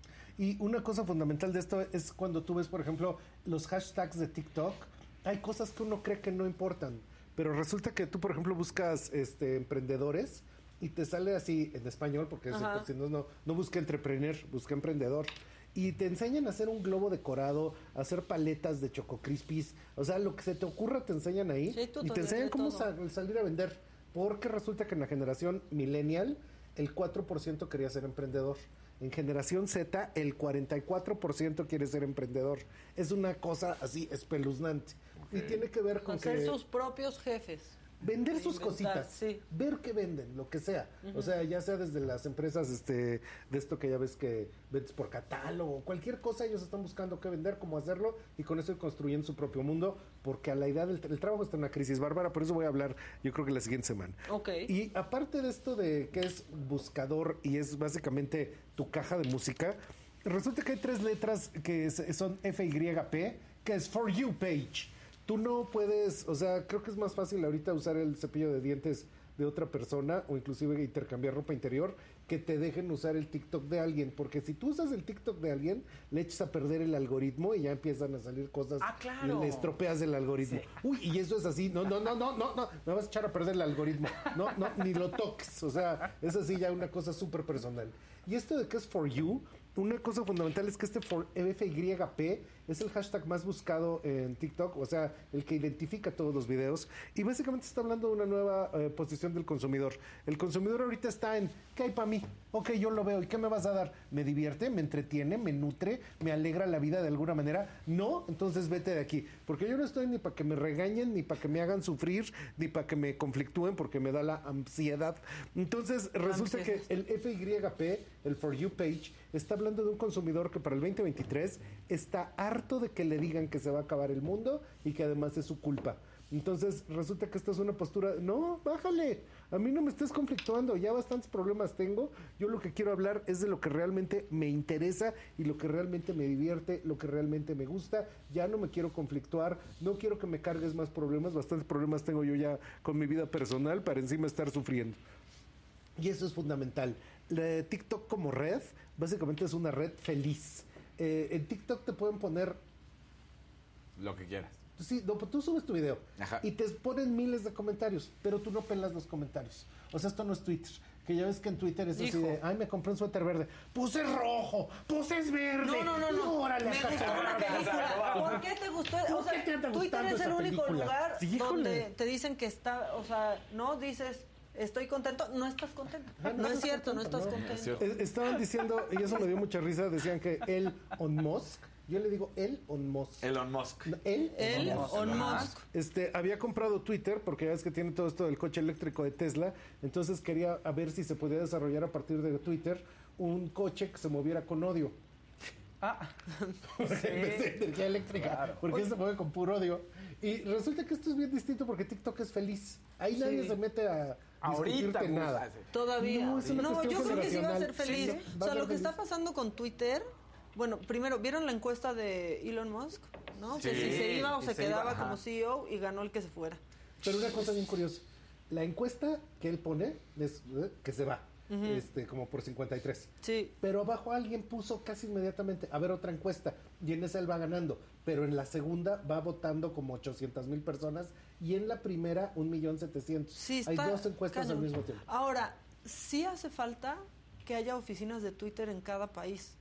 Y una cosa fundamental de esto es cuando tú ves, por ejemplo, los hashtags de TikTok, hay cosas que uno cree que no importan, pero resulta que tú, por ejemplo, buscas este emprendedores y te sale así en español, porque es- Ajá. pues, si no, no, no busca entrepreneur, busca emprendedor. Y te enseñan a hacer un globo decorado, a hacer paletas de Choco Crispies. O sea, lo que se te ocurra te enseñan ahí. y te tutorial enseñan de cómo todo. sa- salir a vender. Porque resulta que en la generación millennial, el cuatro por ciento quería ser emprendedor. En generación Z, el cuarenta y cuatro por ciento quiere ser emprendedor. Es una cosa así espeluznante. Y tiene que ver con Ser que... sus propios jefes. Vender sus Inventar, cositas, sí. ver qué venden, lo que sea. Ujú. O sea, ya sea desde las empresas este de esto que ya ves que vendes por catálogo, cualquier cosa, ellos están buscando qué vender, cómo hacerlo, y con eso ir construyendo su propio mundo, porque a la idea del el trabajo está en una crisis bárbara, por eso voy a hablar yo creo que la siguiente semana. Ok. Y aparte de esto de que es buscador y es básicamente tu caja de música, resulta que hay tres letras que es- son F Y P, que es For You Page. Tú no puedes, o sea, creo que es más fácil ahorita usar el cepillo de dientes de otra persona o inclusive intercambiar ropa interior que te dejen usar el TikTok de alguien, porque si tú usas el TikTok de alguien, le echas a perder el algoritmo y ya empiezan a salir cosas, Ah, claro. le estropeas el algoritmo. Uy, y eso es así, no, no, no, no, no, no, me vas a echar a perder el algoritmo, no, no, ni lo toques, o sea, es así ya una cosa súper personal. Y esto de que es for you, una cosa fundamental es que este for F Y P es el hashtag más buscado en TikTok, o sea, el que identifica todos los videos, y básicamente está hablando de una nueva eh, posición del consumidor. El consumidor ahorita está en, ¿qué hay para mí? Ok, yo lo veo, ¿y qué me vas a dar? ¿Me divierte? ¿Me entretiene? ¿Me nutre? ¿Me alegra la vida de alguna manera? No, entonces vete de aquí, porque yo no estoy ni para que me regañen, ni para que me hagan sufrir, ni para que me conflictúen, porque me da la ansiedad. Entonces, resulta Ansiedad. que el F Y P, el For You Page, está hablando de un consumidor que para el veinte veintitrés está harto de que le digan que se va a acabar el mundo y que además es su culpa. Entonces resulta que esta es una postura, no, bájale, a mí no me estés conflictuando, ya bastantes problemas tengo, yo lo que quiero hablar es de lo que realmente me interesa y lo que realmente me divierte, lo que realmente me gusta, ya no me quiero conflictuar, no quiero que me cargues más problemas, bastantes problemas tengo yo ya con mi vida personal para encima estar sufriendo. Y eso es fundamental. La TikTok como red, básicamente es una red feliz. Eh, en TikTok te pueden poner... Lo que quieras. Sí, no, pues tú subes tu video. Ajá. Y te ponen miles de comentarios, pero tú no pelas los comentarios. O sea, esto no es Twitter. Que ya ves que en Twitter es Hijo. así de, ay, me compré un suéter verde. Pues es rojo, pues es verde. No, no, no, no. Órale, Me hasta gustó acá. una película. ¿Por qué te gustó? ¿Por O sea, qué te anda Twitter gustando es el esa único película? lugar Sí, híjole. donde te dicen que está, o sea, no dices, estoy contento, no estás contento. Ah, No es cierto, no estás no. contento. Eh, Estaban diciendo, y eso me dio mucha risa, decían que él on Musk, yo le digo él on Musk. Elon Musk. No, él, Él on on Musk. Musk. Este, había comprado Twitter, porque ya ves que tiene todo esto del coche eléctrico de Tesla, entonces quería a ver si se podía desarrollar a partir de Twitter un coche que se moviera con odio. Ah, En vez de energía eléctrica, Claro. porque él se mueve con puro odio. Y resulta que esto es bien distinto porque TikTok es feliz. Ahí Sí. nadie se mete a Ahorita, discutirte Gus, nada. hace. Todavía. No, es una No, cuestión yo creo que sí va a ser generacional. feliz. Sí, O va a sea, ser lo que feliz. está pasando con Twitter, bueno, primero, ¿vieron la encuesta de Elon Musk? ¿No? Que Sí, si se iba o y se, se iba, quedaba ajá. como C E O y ganó el que se fuera. Pero una cosa bien curiosa, la encuesta que él pone es eh, que se va, Ujú. este, como por cincuenta y tres. Sí. Pero abajo alguien puso casi inmediatamente, a ver, otra encuesta, y en esa él va ganando. Pero en la segunda va votando como ochocientas mil personas, y en la primera un millón setecientos. Sí, Hay está dos encuestas cañón. al mismo tiempo. Ahora, sí hace falta que haya oficinas de Twitter en cada país.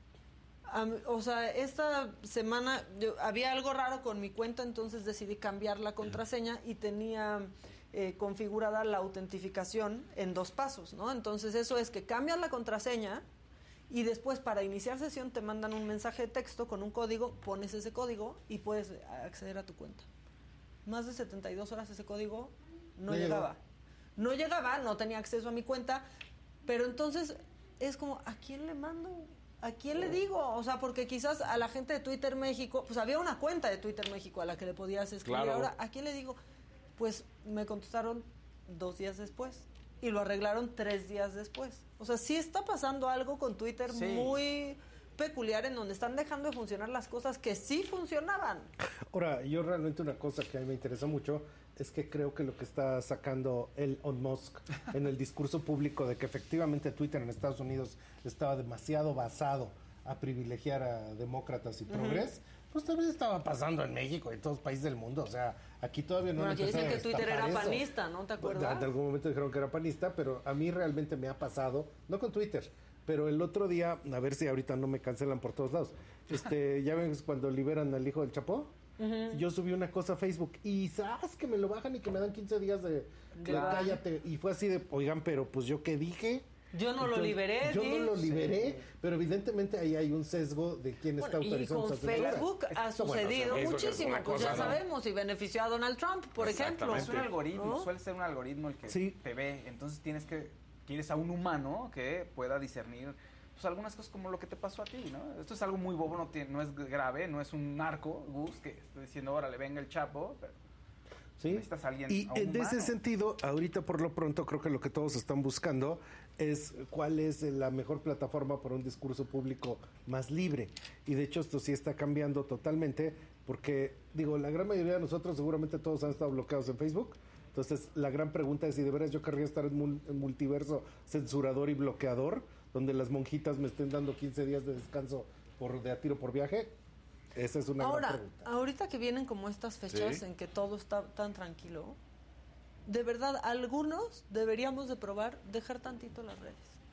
A mí- o sea, esta semana yo, había algo raro con mi cuenta, entonces decidí cambiar la contraseña y tenía eh, configurada la autentificación en dos pasos, ¿no? Entonces eso es que cambias la contraseña y después para iniciar sesión te mandan un mensaje de texto con un código, pones ese código y puedes acceder a tu cuenta. Más de setenta y dos horas ese código no No llegaba. No llegaba, no tenía acceso a mi cuenta, pero entonces es como, ¿a quién le mando? ¿A quién le digo? O sea, porque quizás a la gente de Twitter México, pues había una cuenta de Twitter México a la que le podías escribir. Claro. Ahora, ¿a quién le digo? Pues me contestaron dos días después y lo arreglaron tres días después. O sea, sí está pasando algo con Twitter Sí. muy peculiar en donde están dejando de funcionar las cosas que sí funcionaban. Ahora, yo realmente una cosa que a mí me interesa mucho es que creo que lo que está sacando el on Musk en el discurso público de que efectivamente Twitter en Estados Unidos estaba demasiado basado a privilegiar a demócratas y Ujú. progres, pues también estaba pasando en México y en todos los países del mundo. O sea, aquí todavía no Bueno, han aquí dicen empezado que a Twitter era destapar eso. panista, ¿no? ¿Te De, acuerdas? de algún momento dijeron que era panista, pero a mí realmente me ha pasado, no con Twitter, pero el otro día, a ver si ahorita no me cancelan por todos lados. Este, ya ven cuando liberan al hijo del Chapo. Ujú. Yo subí una cosa a Facebook y sabes que me lo bajan y que me dan quince días de, de Claro. cállate. Y fue así de, oigan, pero pues yo qué dije. Yo no lo Entonces, liberé, Yo no lo Dick. liberé, pero evidentemente ahí hay un sesgo de quién está Bueno, y autorizando con esa censura. Facebook ha Esto, bueno, sucedido o sea, Facebook es muchísimo, una pues ya cosa, ¿no? sabemos, y benefició a Donald Trump, por ejemplo. Es un algoritmo, ¿no? suele ser un algoritmo el que Sí. te ve. Entonces tienes que, quieres a un humano que pueda discernir pues algunas cosas como lo que te pasó a ti, ¿no? Esto es algo muy bobo, no, tiene, no es grave, no es un narco, Gus, que está diciendo, órale, venga el Chapo, pero Sí. necesitas a alguien, Y a un en ese humano. sentido, ahorita por lo pronto creo que lo que todos están buscando es cuál es la mejor plataforma para un discurso público más libre. Y de hecho esto sí está cambiando totalmente porque, digo, la gran mayoría de nosotros seguramente todos han estado bloqueados en Facebook. Entonces la gran pregunta es si de veras yo querría estar en un en multiverso censurador y bloqueador, donde las monjitas me estén dando quince días de descanso por de a tiro por viaje. Esa es una Ahora, gran pregunta. ahorita que vienen como estas fechas Sí. en que todo está tan tranquilo, de verdad, algunos deberíamos de probar dejar tantito las redes.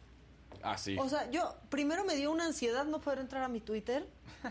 Ah, sí. O sea, yo primero me dio una ansiedad no poder entrar a mi Twitter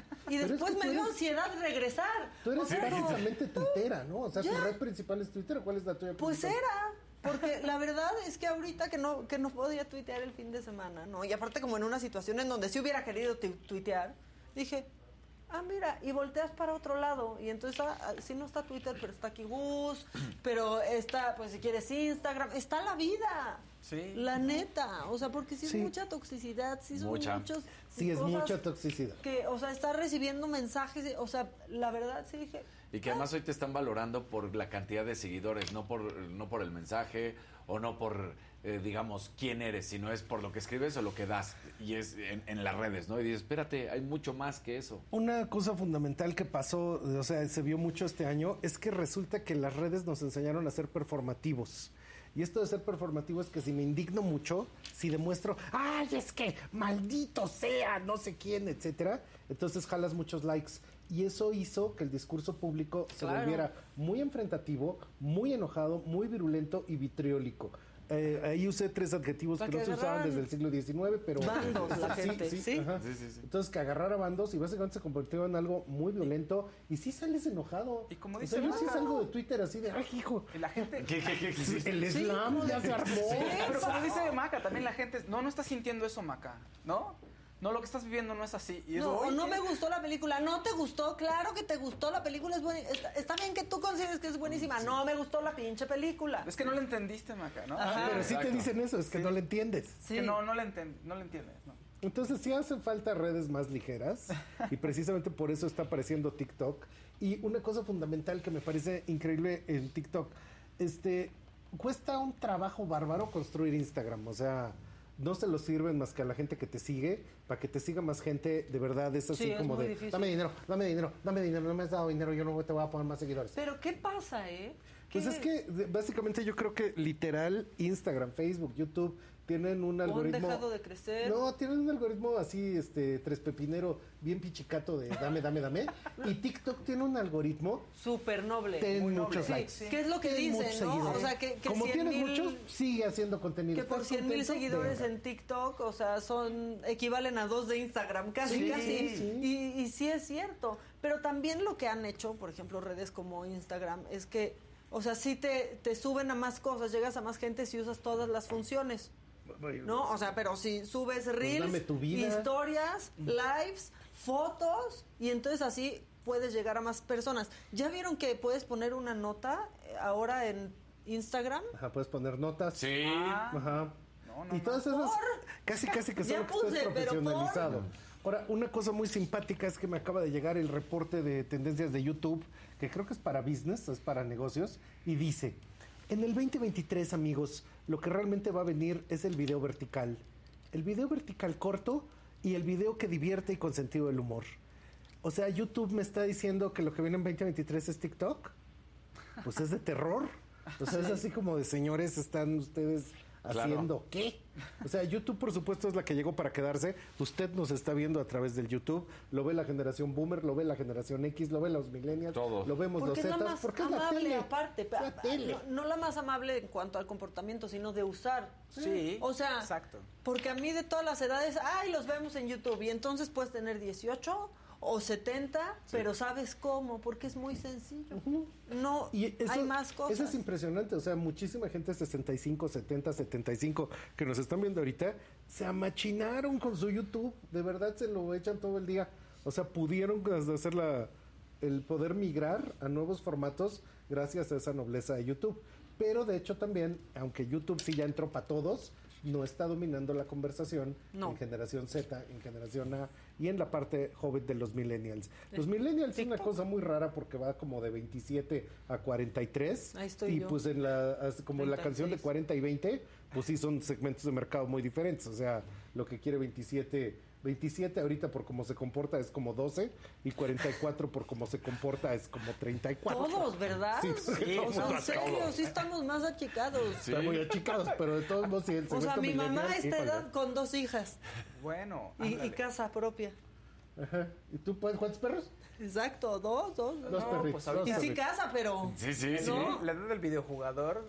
y Pero después es que me tú dio eres- ansiedad regresar. Tú eres O sea, básicamente tuitera, ¿no? O sea, Ya. tu red principal es Twitter. ¿Cuál es la tuya Pues principal? era, porque la verdad es que ahorita que no que no podía tuitear el fin de semana, ¿no? Y aparte como en una situación en donde sí hubiera querido tu- tuitear, dije, ah, mira, y volteas para otro lado. Y entonces, ah, sí no está Twitter, pero está aquí Gus, pero está, pues si quieres Instagram, está la vida. Sí. La neta, o sea, porque sí, Sí. es mucha toxicidad, sí son Mucha. muchos Sí, es cosas mucha toxicidad. que, o sea, está recibiendo mensajes, o sea, la verdad sí dije, Y que además hoy te están valorando por la cantidad de seguidores, no por, no por el mensaje o no por, eh, digamos, quién eres, sino es por lo que escribes o lo que das. Y es en, en las redes, ¿no? Y dices, espérate, hay mucho más que eso. Una cosa fundamental que pasó, o sea, se vio mucho este año, es que resulta que las redes nos enseñaron a ser performativos. Y esto de ser performativo es que si me indigno mucho, si demuestro, ay, es que maldito sea, no sé quién, etcétera, entonces jalas muchos likes. Y eso hizo que el discurso público se Claro. volviera muy enfrentativo, muy enojado, muy virulento y vitriólico. Eh, ahí usé tres adjetivos Para que no que se usaban agarraran desde el siglo diecinueve, pero... bandos la Sí, gente, sí, ¿sí? ajá. Sí, sí, sí. Entonces, que agarrara bandos y básicamente se convirtió en algo muy violento y sí sales enojado. Y como O dice sea, yo sí Maca, salgo de Twitter así de, ay, hijo, y la gente... ¿Qué, qué, qué, qué? el Sí, slam ya se armó. Sí, pero como dice Maca, también la gente, no, no está sintiendo eso, Maca, ¿no? No, lo que estás viviendo no es así. Y es, no, o oye, no me gustó la película, no te gustó, claro que te gustó, la película es buena, está, está bien que tú consideres que es buenísima, no me gustó la pinche película. Es que no la entendiste, Maca, ¿no? Ajá. Pero sí te dicen eso, es que no lo entiendes. Es que no, no la entiendes, no la entiendes, ¿no? Entonces sí hacen falta redes más ligeras y precisamente por eso está apareciendo TikTok. Y una cosa fundamental que me parece increíble en TikTok, este, cuesta un trabajo bárbaro construir Instagram, o sea, no se lo sirven más que a la gente que te sigue, para que te siga más gente, de verdad, es así Sí, es como muy de, difícil. dame dinero, dame dinero, dame dinero, no me has dado dinero, yo no te voy a poner más seguidores. Pero ¿qué pasa, eh? Pues ¿Qué- es que de- básicamente yo creo que literal Instagram, Facebook, YouTube tienen un ¿O han algoritmo. dejado de crecer? No, tienen un algoritmo así, este, tres pepinero, bien pichicato de dame, dame, dame. Y TikTok tiene un algoritmo. Súper noble. Ten muy muchos noble. likes. Sí, sí. ¿Qué es lo que Ten dicen, muchos no? seguidores. O sea, que, que Como cien tienes mil- muchos, sigue haciendo contenido. Que por ¿Estás cien mil contento? seguidores Venga. en TikTok, o sea, son equivalen a dos de Instagram, casi, Sí, casi. sí. Y, y sí es cierto. Pero también lo que han hecho, por ejemplo, redes como Instagram, es que, o sea, sí te, te suben a más cosas, llegas a más gente si usas todas las funciones. ¿No? O sea, pero si subes reels, dame tu vida. historias, lives, fotos, y entonces así puedes llegar a más personas. ¿Ya vieron que puedes poner una nota eh, ahora en Instagram? Ajá, puedes poner notas. Sí. Ajá. No, no, y todas no. esas, ¿Por? casi casi que Ya solo que puse, estés pero profesionalizado. Ahora, una cosa muy simpática es que me acaba de llegar el reporte de tendencias de YouTube, que creo que es para business, es para negocios, y dice, en el veinte veintitrés, amigos, lo que realmente va a venir es el video vertical. El video vertical corto y el video que divierte y con sentido del humor. O sea, YouTube me está diciendo que lo que viene en veinte veintitrés es TikTok. Pues es de terror. O sea, es así como de, señores, están ustedes Claro. haciendo qué. O sea, YouTube, por supuesto, es la que llegó para quedarse. Usted nos está viendo a través del YouTube. Lo ve la generación Boomer, lo ve la generación X, lo ve los Millennials, Todos. lo vemos Porque los es la Zetas. más Porque es la amable tele. aparte, Es la pa- tele. No, no la más amable en cuanto al comportamiento, sino de usar. Sí, O sea, exacto. porque a mí de todas las edades, ay, los vemos en YouTube y entonces puedes tener dieciocho o setenta, pero sabes cómo, porque es muy sencillo. No, Y eso, hay más cosas. Eso es impresionante. O sea, muchísima gente sesenta y cinco, setenta, setenta y cinco que nos están viendo ahorita se amachinaron con su YouTube. De verdad se lo echan todo el día. O sea, pudieron hacer la, el poder migrar a nuevos formatos gracias a esa nobleza de YouTube. Pero de hecho también, aunque YouTube sí ya entró para todos, no está dominando la conversación No. en generación Z, en generación A y en la parte joven de los millennials. Los millennials es una cosa muy rara porque va como de veintisiete a cuarenta y tres. Ahí estoy y yo. pues en la as- como la treinta y canción de seis. cuarenta y veinte, pues sí son segmentos de mercado muy diferentes. O sea, lo que quiere veintisiete, veintisiete ahorita por cómo se comporta es como doce y cuarenta y cuatro por cómo se comporta es como treinta y cuatro. Todos, ¿verdad? Sí, Sí, todos o sea, en más serio, todos. sí estamos más achicados. Están muy achicados, pero de todos modos sí, el O sea, segmento mi mamá a millennial, esta híjole. edad con dos hijas Bueno, y, y ándale. casa propia. Ajá. ¿Y tú pues, cuántos perros? Exacto, dos, dos. Dos No, perritos. pues ahorita- dos Y sí perritos. casa, pero... Sí, sí, sí. Sí, la edad del videojugador,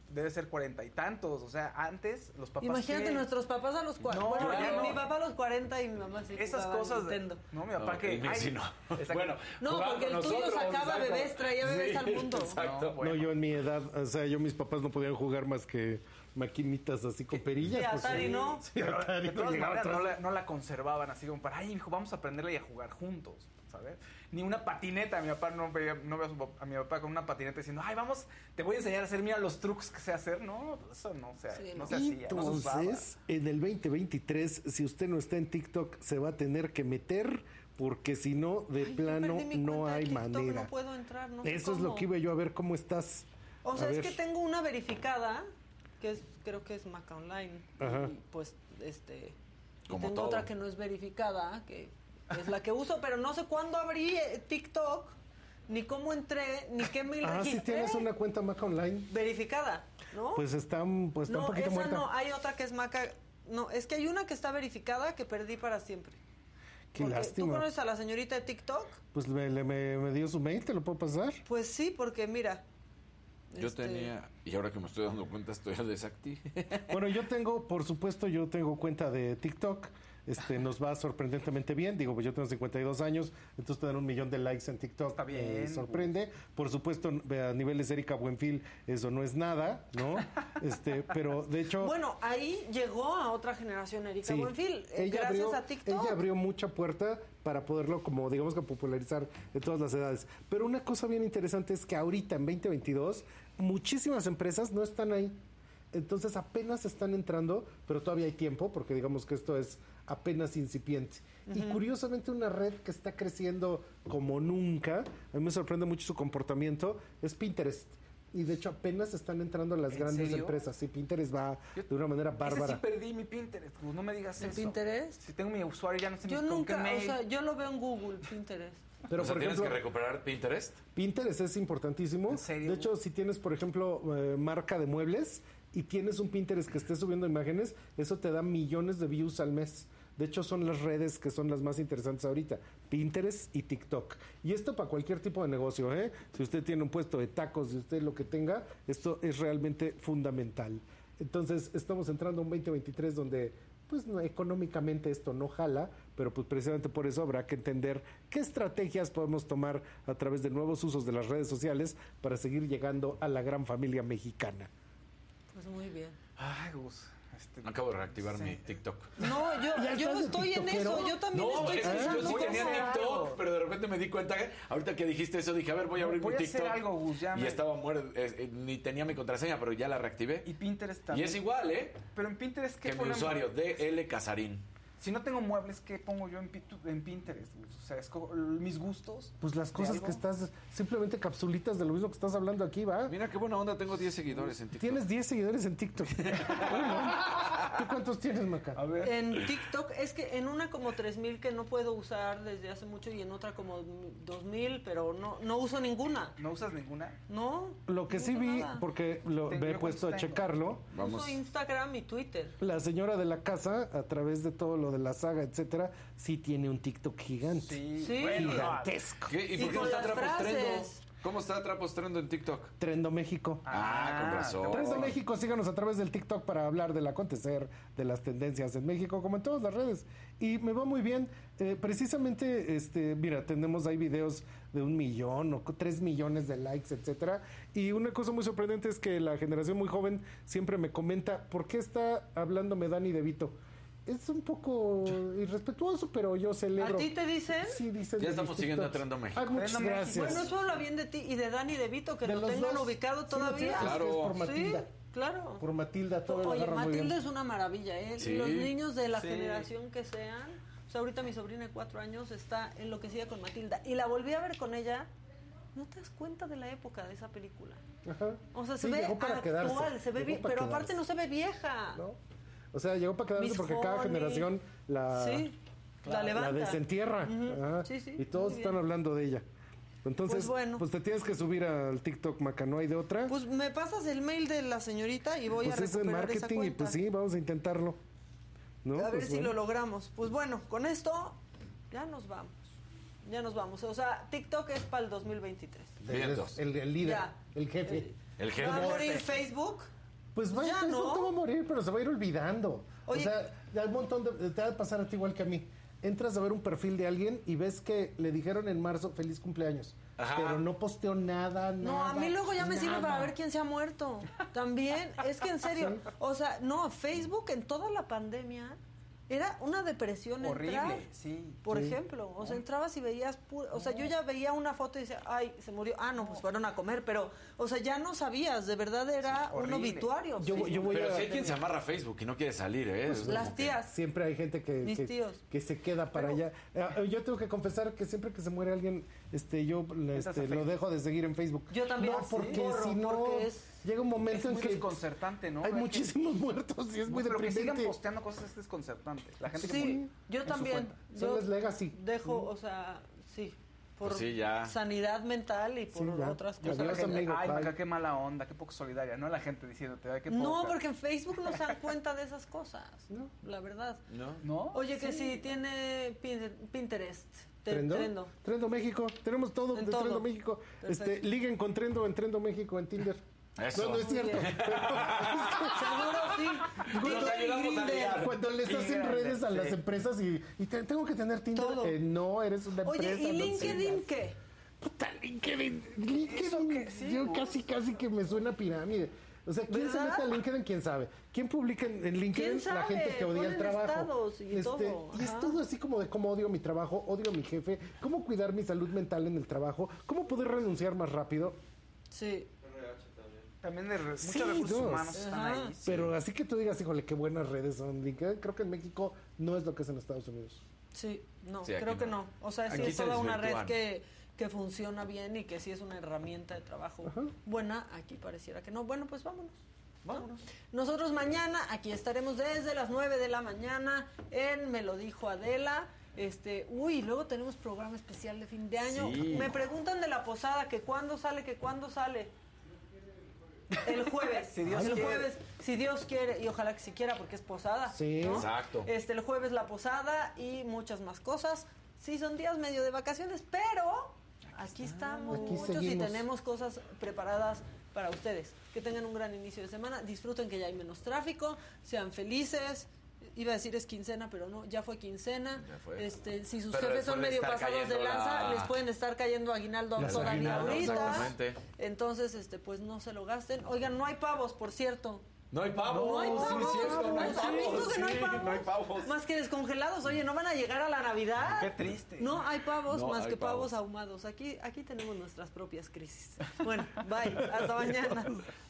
debe ser cuarenta y tantos. O sea, antes los papás... Imagínate, ¿qué? nuestros papás a los cuarenta. No, bueno, ya mi, no. mi papá a los cuarenta y mi mamá sí. Esas jugaba cosas... de- Nintendo. No, mi papá No, que... y Messi ay, no. exacto. Bueno, No, jugaba porque con el tuyo nosotros, sacaba exacto. bebés, traía bebés Sí, al mundo. Exacto. No, yo en mi edad, o sea, yo mis papás no podían jugar más que maquinitas así con perillas. Sí, pues, Atari, sí. ¿no? Sí, Pero Atari, de todas llegaba maneras atrás. no la, no la conservaban así como para, ay, hijo, vamos a aprenderle y a jugar juntos, ¿sabes? Ni una patineta. Mi papá no veía, no veía a, su pap- a mi papá con una patineta diciendo, ay, vamos, te voy a enseñar a hacer, mira los trucos que sé hacer. No, eso no se, Sí, no no. se hacía, no se usaba. Entonces, en el veinte veintitrés, si usted no está en TikTok, se va a tener que meter, porque si no, de Ay, yo plano, perdí mi no cuenta de hay TikTok, manera. No puedo entrar, no sé Eso es cómo. lo que iba yo a ver cómo estás. O sea, A es ver. que tengo una verificada, que es, creo que es Maca Online. Ajá. Y pues, este. Y Como tengo todo. otra que no es verificada, que es la que uso, pero no sé cuándo abrí eh, TikTok, ni cómo entré, ni qué me Ah, si registré. tienes una cuenta Mac Online, Verificada, ¿no? pues está, pues está no, un poquito esa muerta. no, hay otra que es Maca. No, es que hay una que está verificada que perdí para siempre. Qué Porque, lástima. ¿Tú conoces a la señorita de TikTok? Pues me, le- me, me dio su mail, ¿te lo puedo pasar? Pues sí, porque mira. Yo este, tenía, y ahora que me estoy dando cuenta, estoy a desactivar. Bueno, yo tengo, por supuesto, yo tengo cuenta de TikTok. Este, nos va sorprendentemente bien. Digo, pues yo tengo cincuenta y dos años, entonces tener un millón de likes en TikTok Está bien. eh, sorprende. Por supuesto, a niveles Erika Buenfil, eso no es nada, ¿no? Este, pero de hecho... Bueno, ahí llegó a otra generación Erika sí, Buenfil, eh, ella gracias abrió, a TikTok. ella abrió mucha puerta para poderlo, como digamos que popularizar de todas las edades. Pero una cosa bien interesante es que ahorita, en veinte veintidós, muchísimas empresas no están ahí. Entonces apenas están entrando, pero todavía hay tiempo, porque digamos que esto es apenas incipiente. Y curiosamente una red que está creciendo como nunca, a mí me sorprende mucho su comportamiento, es Pinterest. Y de hecho apenas están entrando las ¿En grandes serio? empresas. Sí, Pinterest va Yo- de una manera bárbara. Ese sí perdí mi Pinterest, Gus, no me digas ¿El eso. Pinterest? Si tengo mi usuario ya no sé Yo ni con qué nunca, o mail. sea, yo lo veo en Google, Pinterest. Pero o sea, por tienes ejemplo, que recuperar Pinterest. Pinterest es importantísimo. ¿En serio? De hecho, si tienes, por ejemplo, eh, marca de muebles y tienes un Pinterest que esté subiendo imágenes, eso te da millones de views al mes. De hecho, son las redes que son las más interesantes ahorita, Pinterest y TikTok. Y esto para cualquier tipo de negocio, ¿eh? Si usted tiene un puesto de tacos, si usted lo que tenga, esto es realmente fundamental. Entonces, estamos entrando a un veinte veintitrés donde, pues, no, económicamente esto no jala, pero pues precisamente por eso habrá que entender qué estrategias podemos tomar a través de nuevos usos de las redes sociales para seguir llegando a la gran familia mexicana. Pues muy bien. Ay, Gus. Este, Acabo de reactivar sí. mi TikTok. No, yo, ¿Ya yo estás de estoy en tiktokero? eso, yo también No, estoy es que pensando yo sí tenía cómo- TikTok, pero de repente me di cuenta, ahorita que dijiste eso, dije, a ver, voy a abrir Voy mi a hacer TikTok. algo, Gus, ya y me- estaba muerto, eh, eh, ni tenía mi contraseña, pero ya la reactivé. Y Pinterest Y también. es igual, ¿eh? Pero en Pinterest, ¿qué Que mi ponemos? usuario, D L Casarín. Si no tengo muebles, ¿qué pongo yo en, Pitu- en Pinterest, Gus? O sea, escojo mis gustos. Pues las ¿De cosas algo? que estás, simplemente capsulitas de lo mismo que estás hablando aquí, ¿va? Mira qué buena onda, tengo diez seguidores en TikTok. Tienes diez seguidores en TikTok. Bueno, ¿tú cuántos tienes, Maca? A ver. En TikTok es que en una como tres mil que no puedo usar desde hace mucho y en otra como dos mil, pero no no uso ninguna. ¿No usas ninguna? No. Lo que no sí uso vi, nada. porque lo Tengo- me he yo puesto a cuántos tengo. checarlo, Vamos. Uso Instagram y Twitter. la señora de la casa, a través de todo lo de la saga, etcétera, sí tiene un TikTok gigante. Sí. Sí. Bueno, Gigantesco. ¿Qué? ¿Y Y por qué no con está las Trapos Trendo? frases. ¿Cómo está Trapos Trendo en TikTok? Trendo México. Ah, con razón. Trendo México, síganos a través del TikTok para hablar del acontecer, de las tendencias en México, como en todas las redes. Y me va muy bien. Eh, precisamente, este, mira, tenemos ahí videos de un millón o tres millones de likes, etcétera. Y una cosa muy sorprendente es que la generación muy joven siempre me comenta, ¿por qué está hablándome Dani De Vito? Es un poco irrespetuoso, pero yo celebro. ¿A ti te dicen? Sí, dicen. Ya de estamos mis siguiendo a TikToks. Trendo México. Ah, muchas Trendo gracias. México. Bueno, eso habla bien de ti y de Dani De Vito, que De lo los tengan dos. ubicado Sí, todavía. es que es por Sí, Matilda. claro. Por Matilda, todo lo Oye, agarra muy Matilda bien. es una maravilla, ¿eh? Sí. Los niños de la Sí. generación que sean. O sea, ahorita mi sobrina de cuatro años está enloquecida con Matilda. Y la volví a ver con ella. ¿No te das cuenta de la época de esa película? Ajá. O sea, se Sí, ve llegó para actual, quedarse. se ve Llegó bien, para pero quedarse. aparte no se ve vieja. ¿No? O sea, llegó para quedarse Miss porque cada Honey. generación la, Sí, la la levanta. desentierra. Ujú. Ajá. Sí, sí, y todos muy están bien. hablando de ella. Entonces, Pues bueno. pues te tienes que subir al TikTok, Maca, no hay de otra. Pues me pasas el mail de la señorita y voy Pues a es en recuperar esa marketing y cuenta. pues sí, vamos a intentarlo. ¿No? A ver Pues si bueno. lo logramos. Pues bueno, con esto ya nos vamos. Ya nos vamos. O sea, TikTok es para el dos mil veintitrés. El, Vientos. el, el líder, Ya. el jefe. El Va a jefe. morir Facebook Pues va, Ya Facebook no. te va a morir, pero se va a ir olvidando. Oye. O sea, hay un montón de... Te va a pasar a ti igual que a mí. Entras a ver un perfil de alguien y ves que le dijeron en marzo feliz cumpleaños. Ajá. Pero no posteó nada, nada. No, a mí luego ya me sirve nada. para ver quién se ha muerto. También, es que en serio, Sí. o sea, no, Facebook en toda la pandemia era una depresión Horrible, entrar. sí. Por Sí. ejemplo, o sea, entrabas y veías, pu- o sea, yo ya veía una foto y decía, ay, se murió. Ah, no, pues fueron a comer, pero, o sea, ya no sabías, de verdad era un horrible. obituario. Yo- Facebook. yo voy Pero a- si hay quien se amarra a Facebook y no quiere salir, ¿eh? Pues Es las como que- tías. Siempre hay gente que, Mis que, tíos. que se queda para allá. Eh, Yo tengo que confesar que siempre que se muere alguien, este, yo Entras a este, lo Facebook. dejo de seguir en Facebook. Yo también. No, porque Sí. Borro, si no, porque es- llega un momento Es en muy que desconcertante, ¿no? hay Hay que- muchísimos muertos y es muy Pero que sigan deprimente. posteando cosas es desconcertante. La gente que Sí, pone yo en su también. cuenta. Son Yo las legacy. dejo, o sea, sí, por Pues sí, ya. sanidad mental y por Sí, ya. otras Ya O sea, la cosas. Adiós, gente, amigo, ay, bye. Maca, qué mala onda, qué poco solidaria. No la gente diciéndote, ay, qué No, poca. porque en Facebook no se dan cuenta de esas cosas, No. la verdad. ¿No? ¿No? Oye, que Sí. si tiene Pin- Pinterest, te- ¿Trendo? Trendo. Trendo México. Tenemos todo En de todo. Trendo México. Perfecto. Este, liguen con Trendo en Trendo México en Tinder. Eso. No, no es Muy cierto. bien. Seguro sí. Nos Tinder y ayudamos a Grindr. ligar. Cuando les hacen Tinder, redes a sí. las empresas y, y te- tengo que tener Tinder. Todo. Eh, no, eres una Oye, empresa. ¿y no LinkedIn sigas. qué? Puta, LinkedIn. LinkedIn. Eso que sí, yo ¿no? casi, casi que me suena pirámide. O sea, ¿quién se ¿Verdad? mete a LinkedIn? ¿Quién sabe? ¿Quién publica en, en LinkedIn? ¿Quién La sabe? gente que odia el Ponen trabajo. estados y todo. Y es Ajá. todo así como de cómo odio mi trabajo, odio a mi jefe, cómo cuidar mi salud mental en el trabajo, cómo poder renunciar más rápido. Sí. También de re- Sí, muchos recursos no. humanos están Ajá. ahí. sí. Pero así que tú digas, híjole, qué buenas redes son LinkedIn. Creo que en México no es lo que es en Estados Unidos. Sí, no, Sí, aquí creo que no. no. O sea, sí Aquí es se toda una red desvirtúan. que, que funciona bien y que sí es una herramienta de trabajo Ajá. buena. Aquí pareciera que no. Bueno, pues vámonos. Vámonos. Nosotros mañana aquí estaremos desde las nueve de la mañana en Me lo dijo Adela. Este, uy, luego tenemos programa especial de fin de año. Sí. Me preguntan de la posada, que cuándo sale, que cuándo sale. El jueves. Si Dios el quiere. jueves, si Dios quiere, y ojalá que si quiera, porque es posada. Sí. ¿no? Exacto. Este, el jueves la posada y muchas más cosas. Sí, son días medio de vacaciones, pero aquí estamos Aquí muchos y seguimos. tenemos cosas preparadas para ustedes. Que tengan un gran inicio de semana, disfruten que ya hay menos tráfico, sean felices. Iba a decir es quincena, pero no, ya fue quincena. Ya fue. Este, si sus Pero jefes les son puede medio estar pasados de cayendo lanza, la- les pueden estar cayendo aguinaldo Las todavía aguinaldos, ahorita. exactamente. Entonces, este, pues no se lo gasten. Oigan, no hay pavos, por cierto. No hay pavos. No hay Sí, pavos. es cierto, no hay ¿Han visto pavos. que no hay Sí, pavos? no hay pavos. Más que descongelados. Oye, ¿no van a llegar a la Navidad? Qué triste. No hay pavos No más hay que pavos pavos. ahumados. Aquí, aquí tenemos nuestras propias crisis. Bueno, bye. Hasta mañana.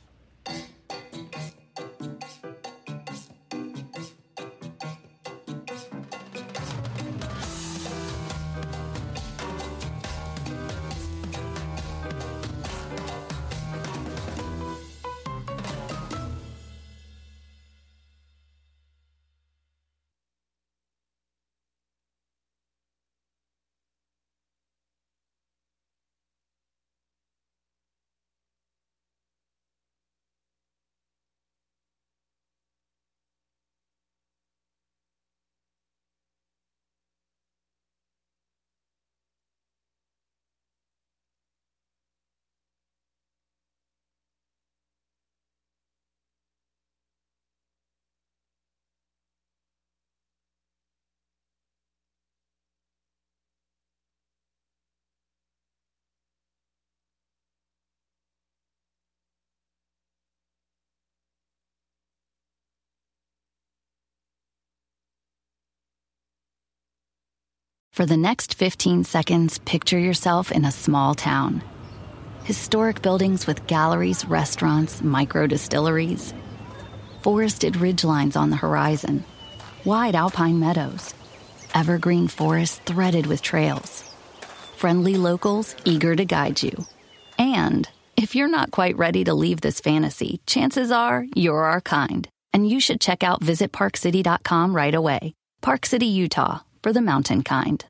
For the next fifteen seconds, picture yourself in a small town. Historic buildings with galleries, restaurants, micro distilleries. Forested ridgelines on the horizon. Wide alpine meadows. Evergreen forests threaded with trails. Friendly locals eager to guide you. And if you're not quite ready to leave this fantasy, chances are you're our kind. And you should check out visit park city dot com right away. Park City, Utah, for the mountain kind.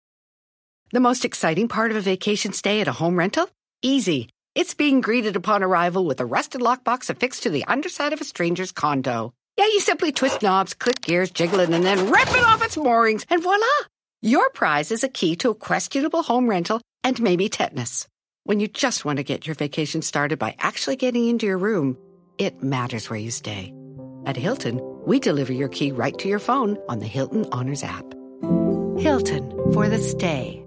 The most exciting part of a vacation stay at a home rental? Easy. It's being greeted upon arrival with a rusted lockbox affixed to the underside of a stranger's condo. Yeah, you simply twist knobs, click gears, jiggle it, and then rip it off its moorings, and voila! Your prize is a key to a questionable home rental and maybe tetanus. When you just want to get your vacation started by actually getting into your room, it matters where you stay. At Hilton, we deliver your key right to your phone on the Hilton Honors app. Hilton, for the stay.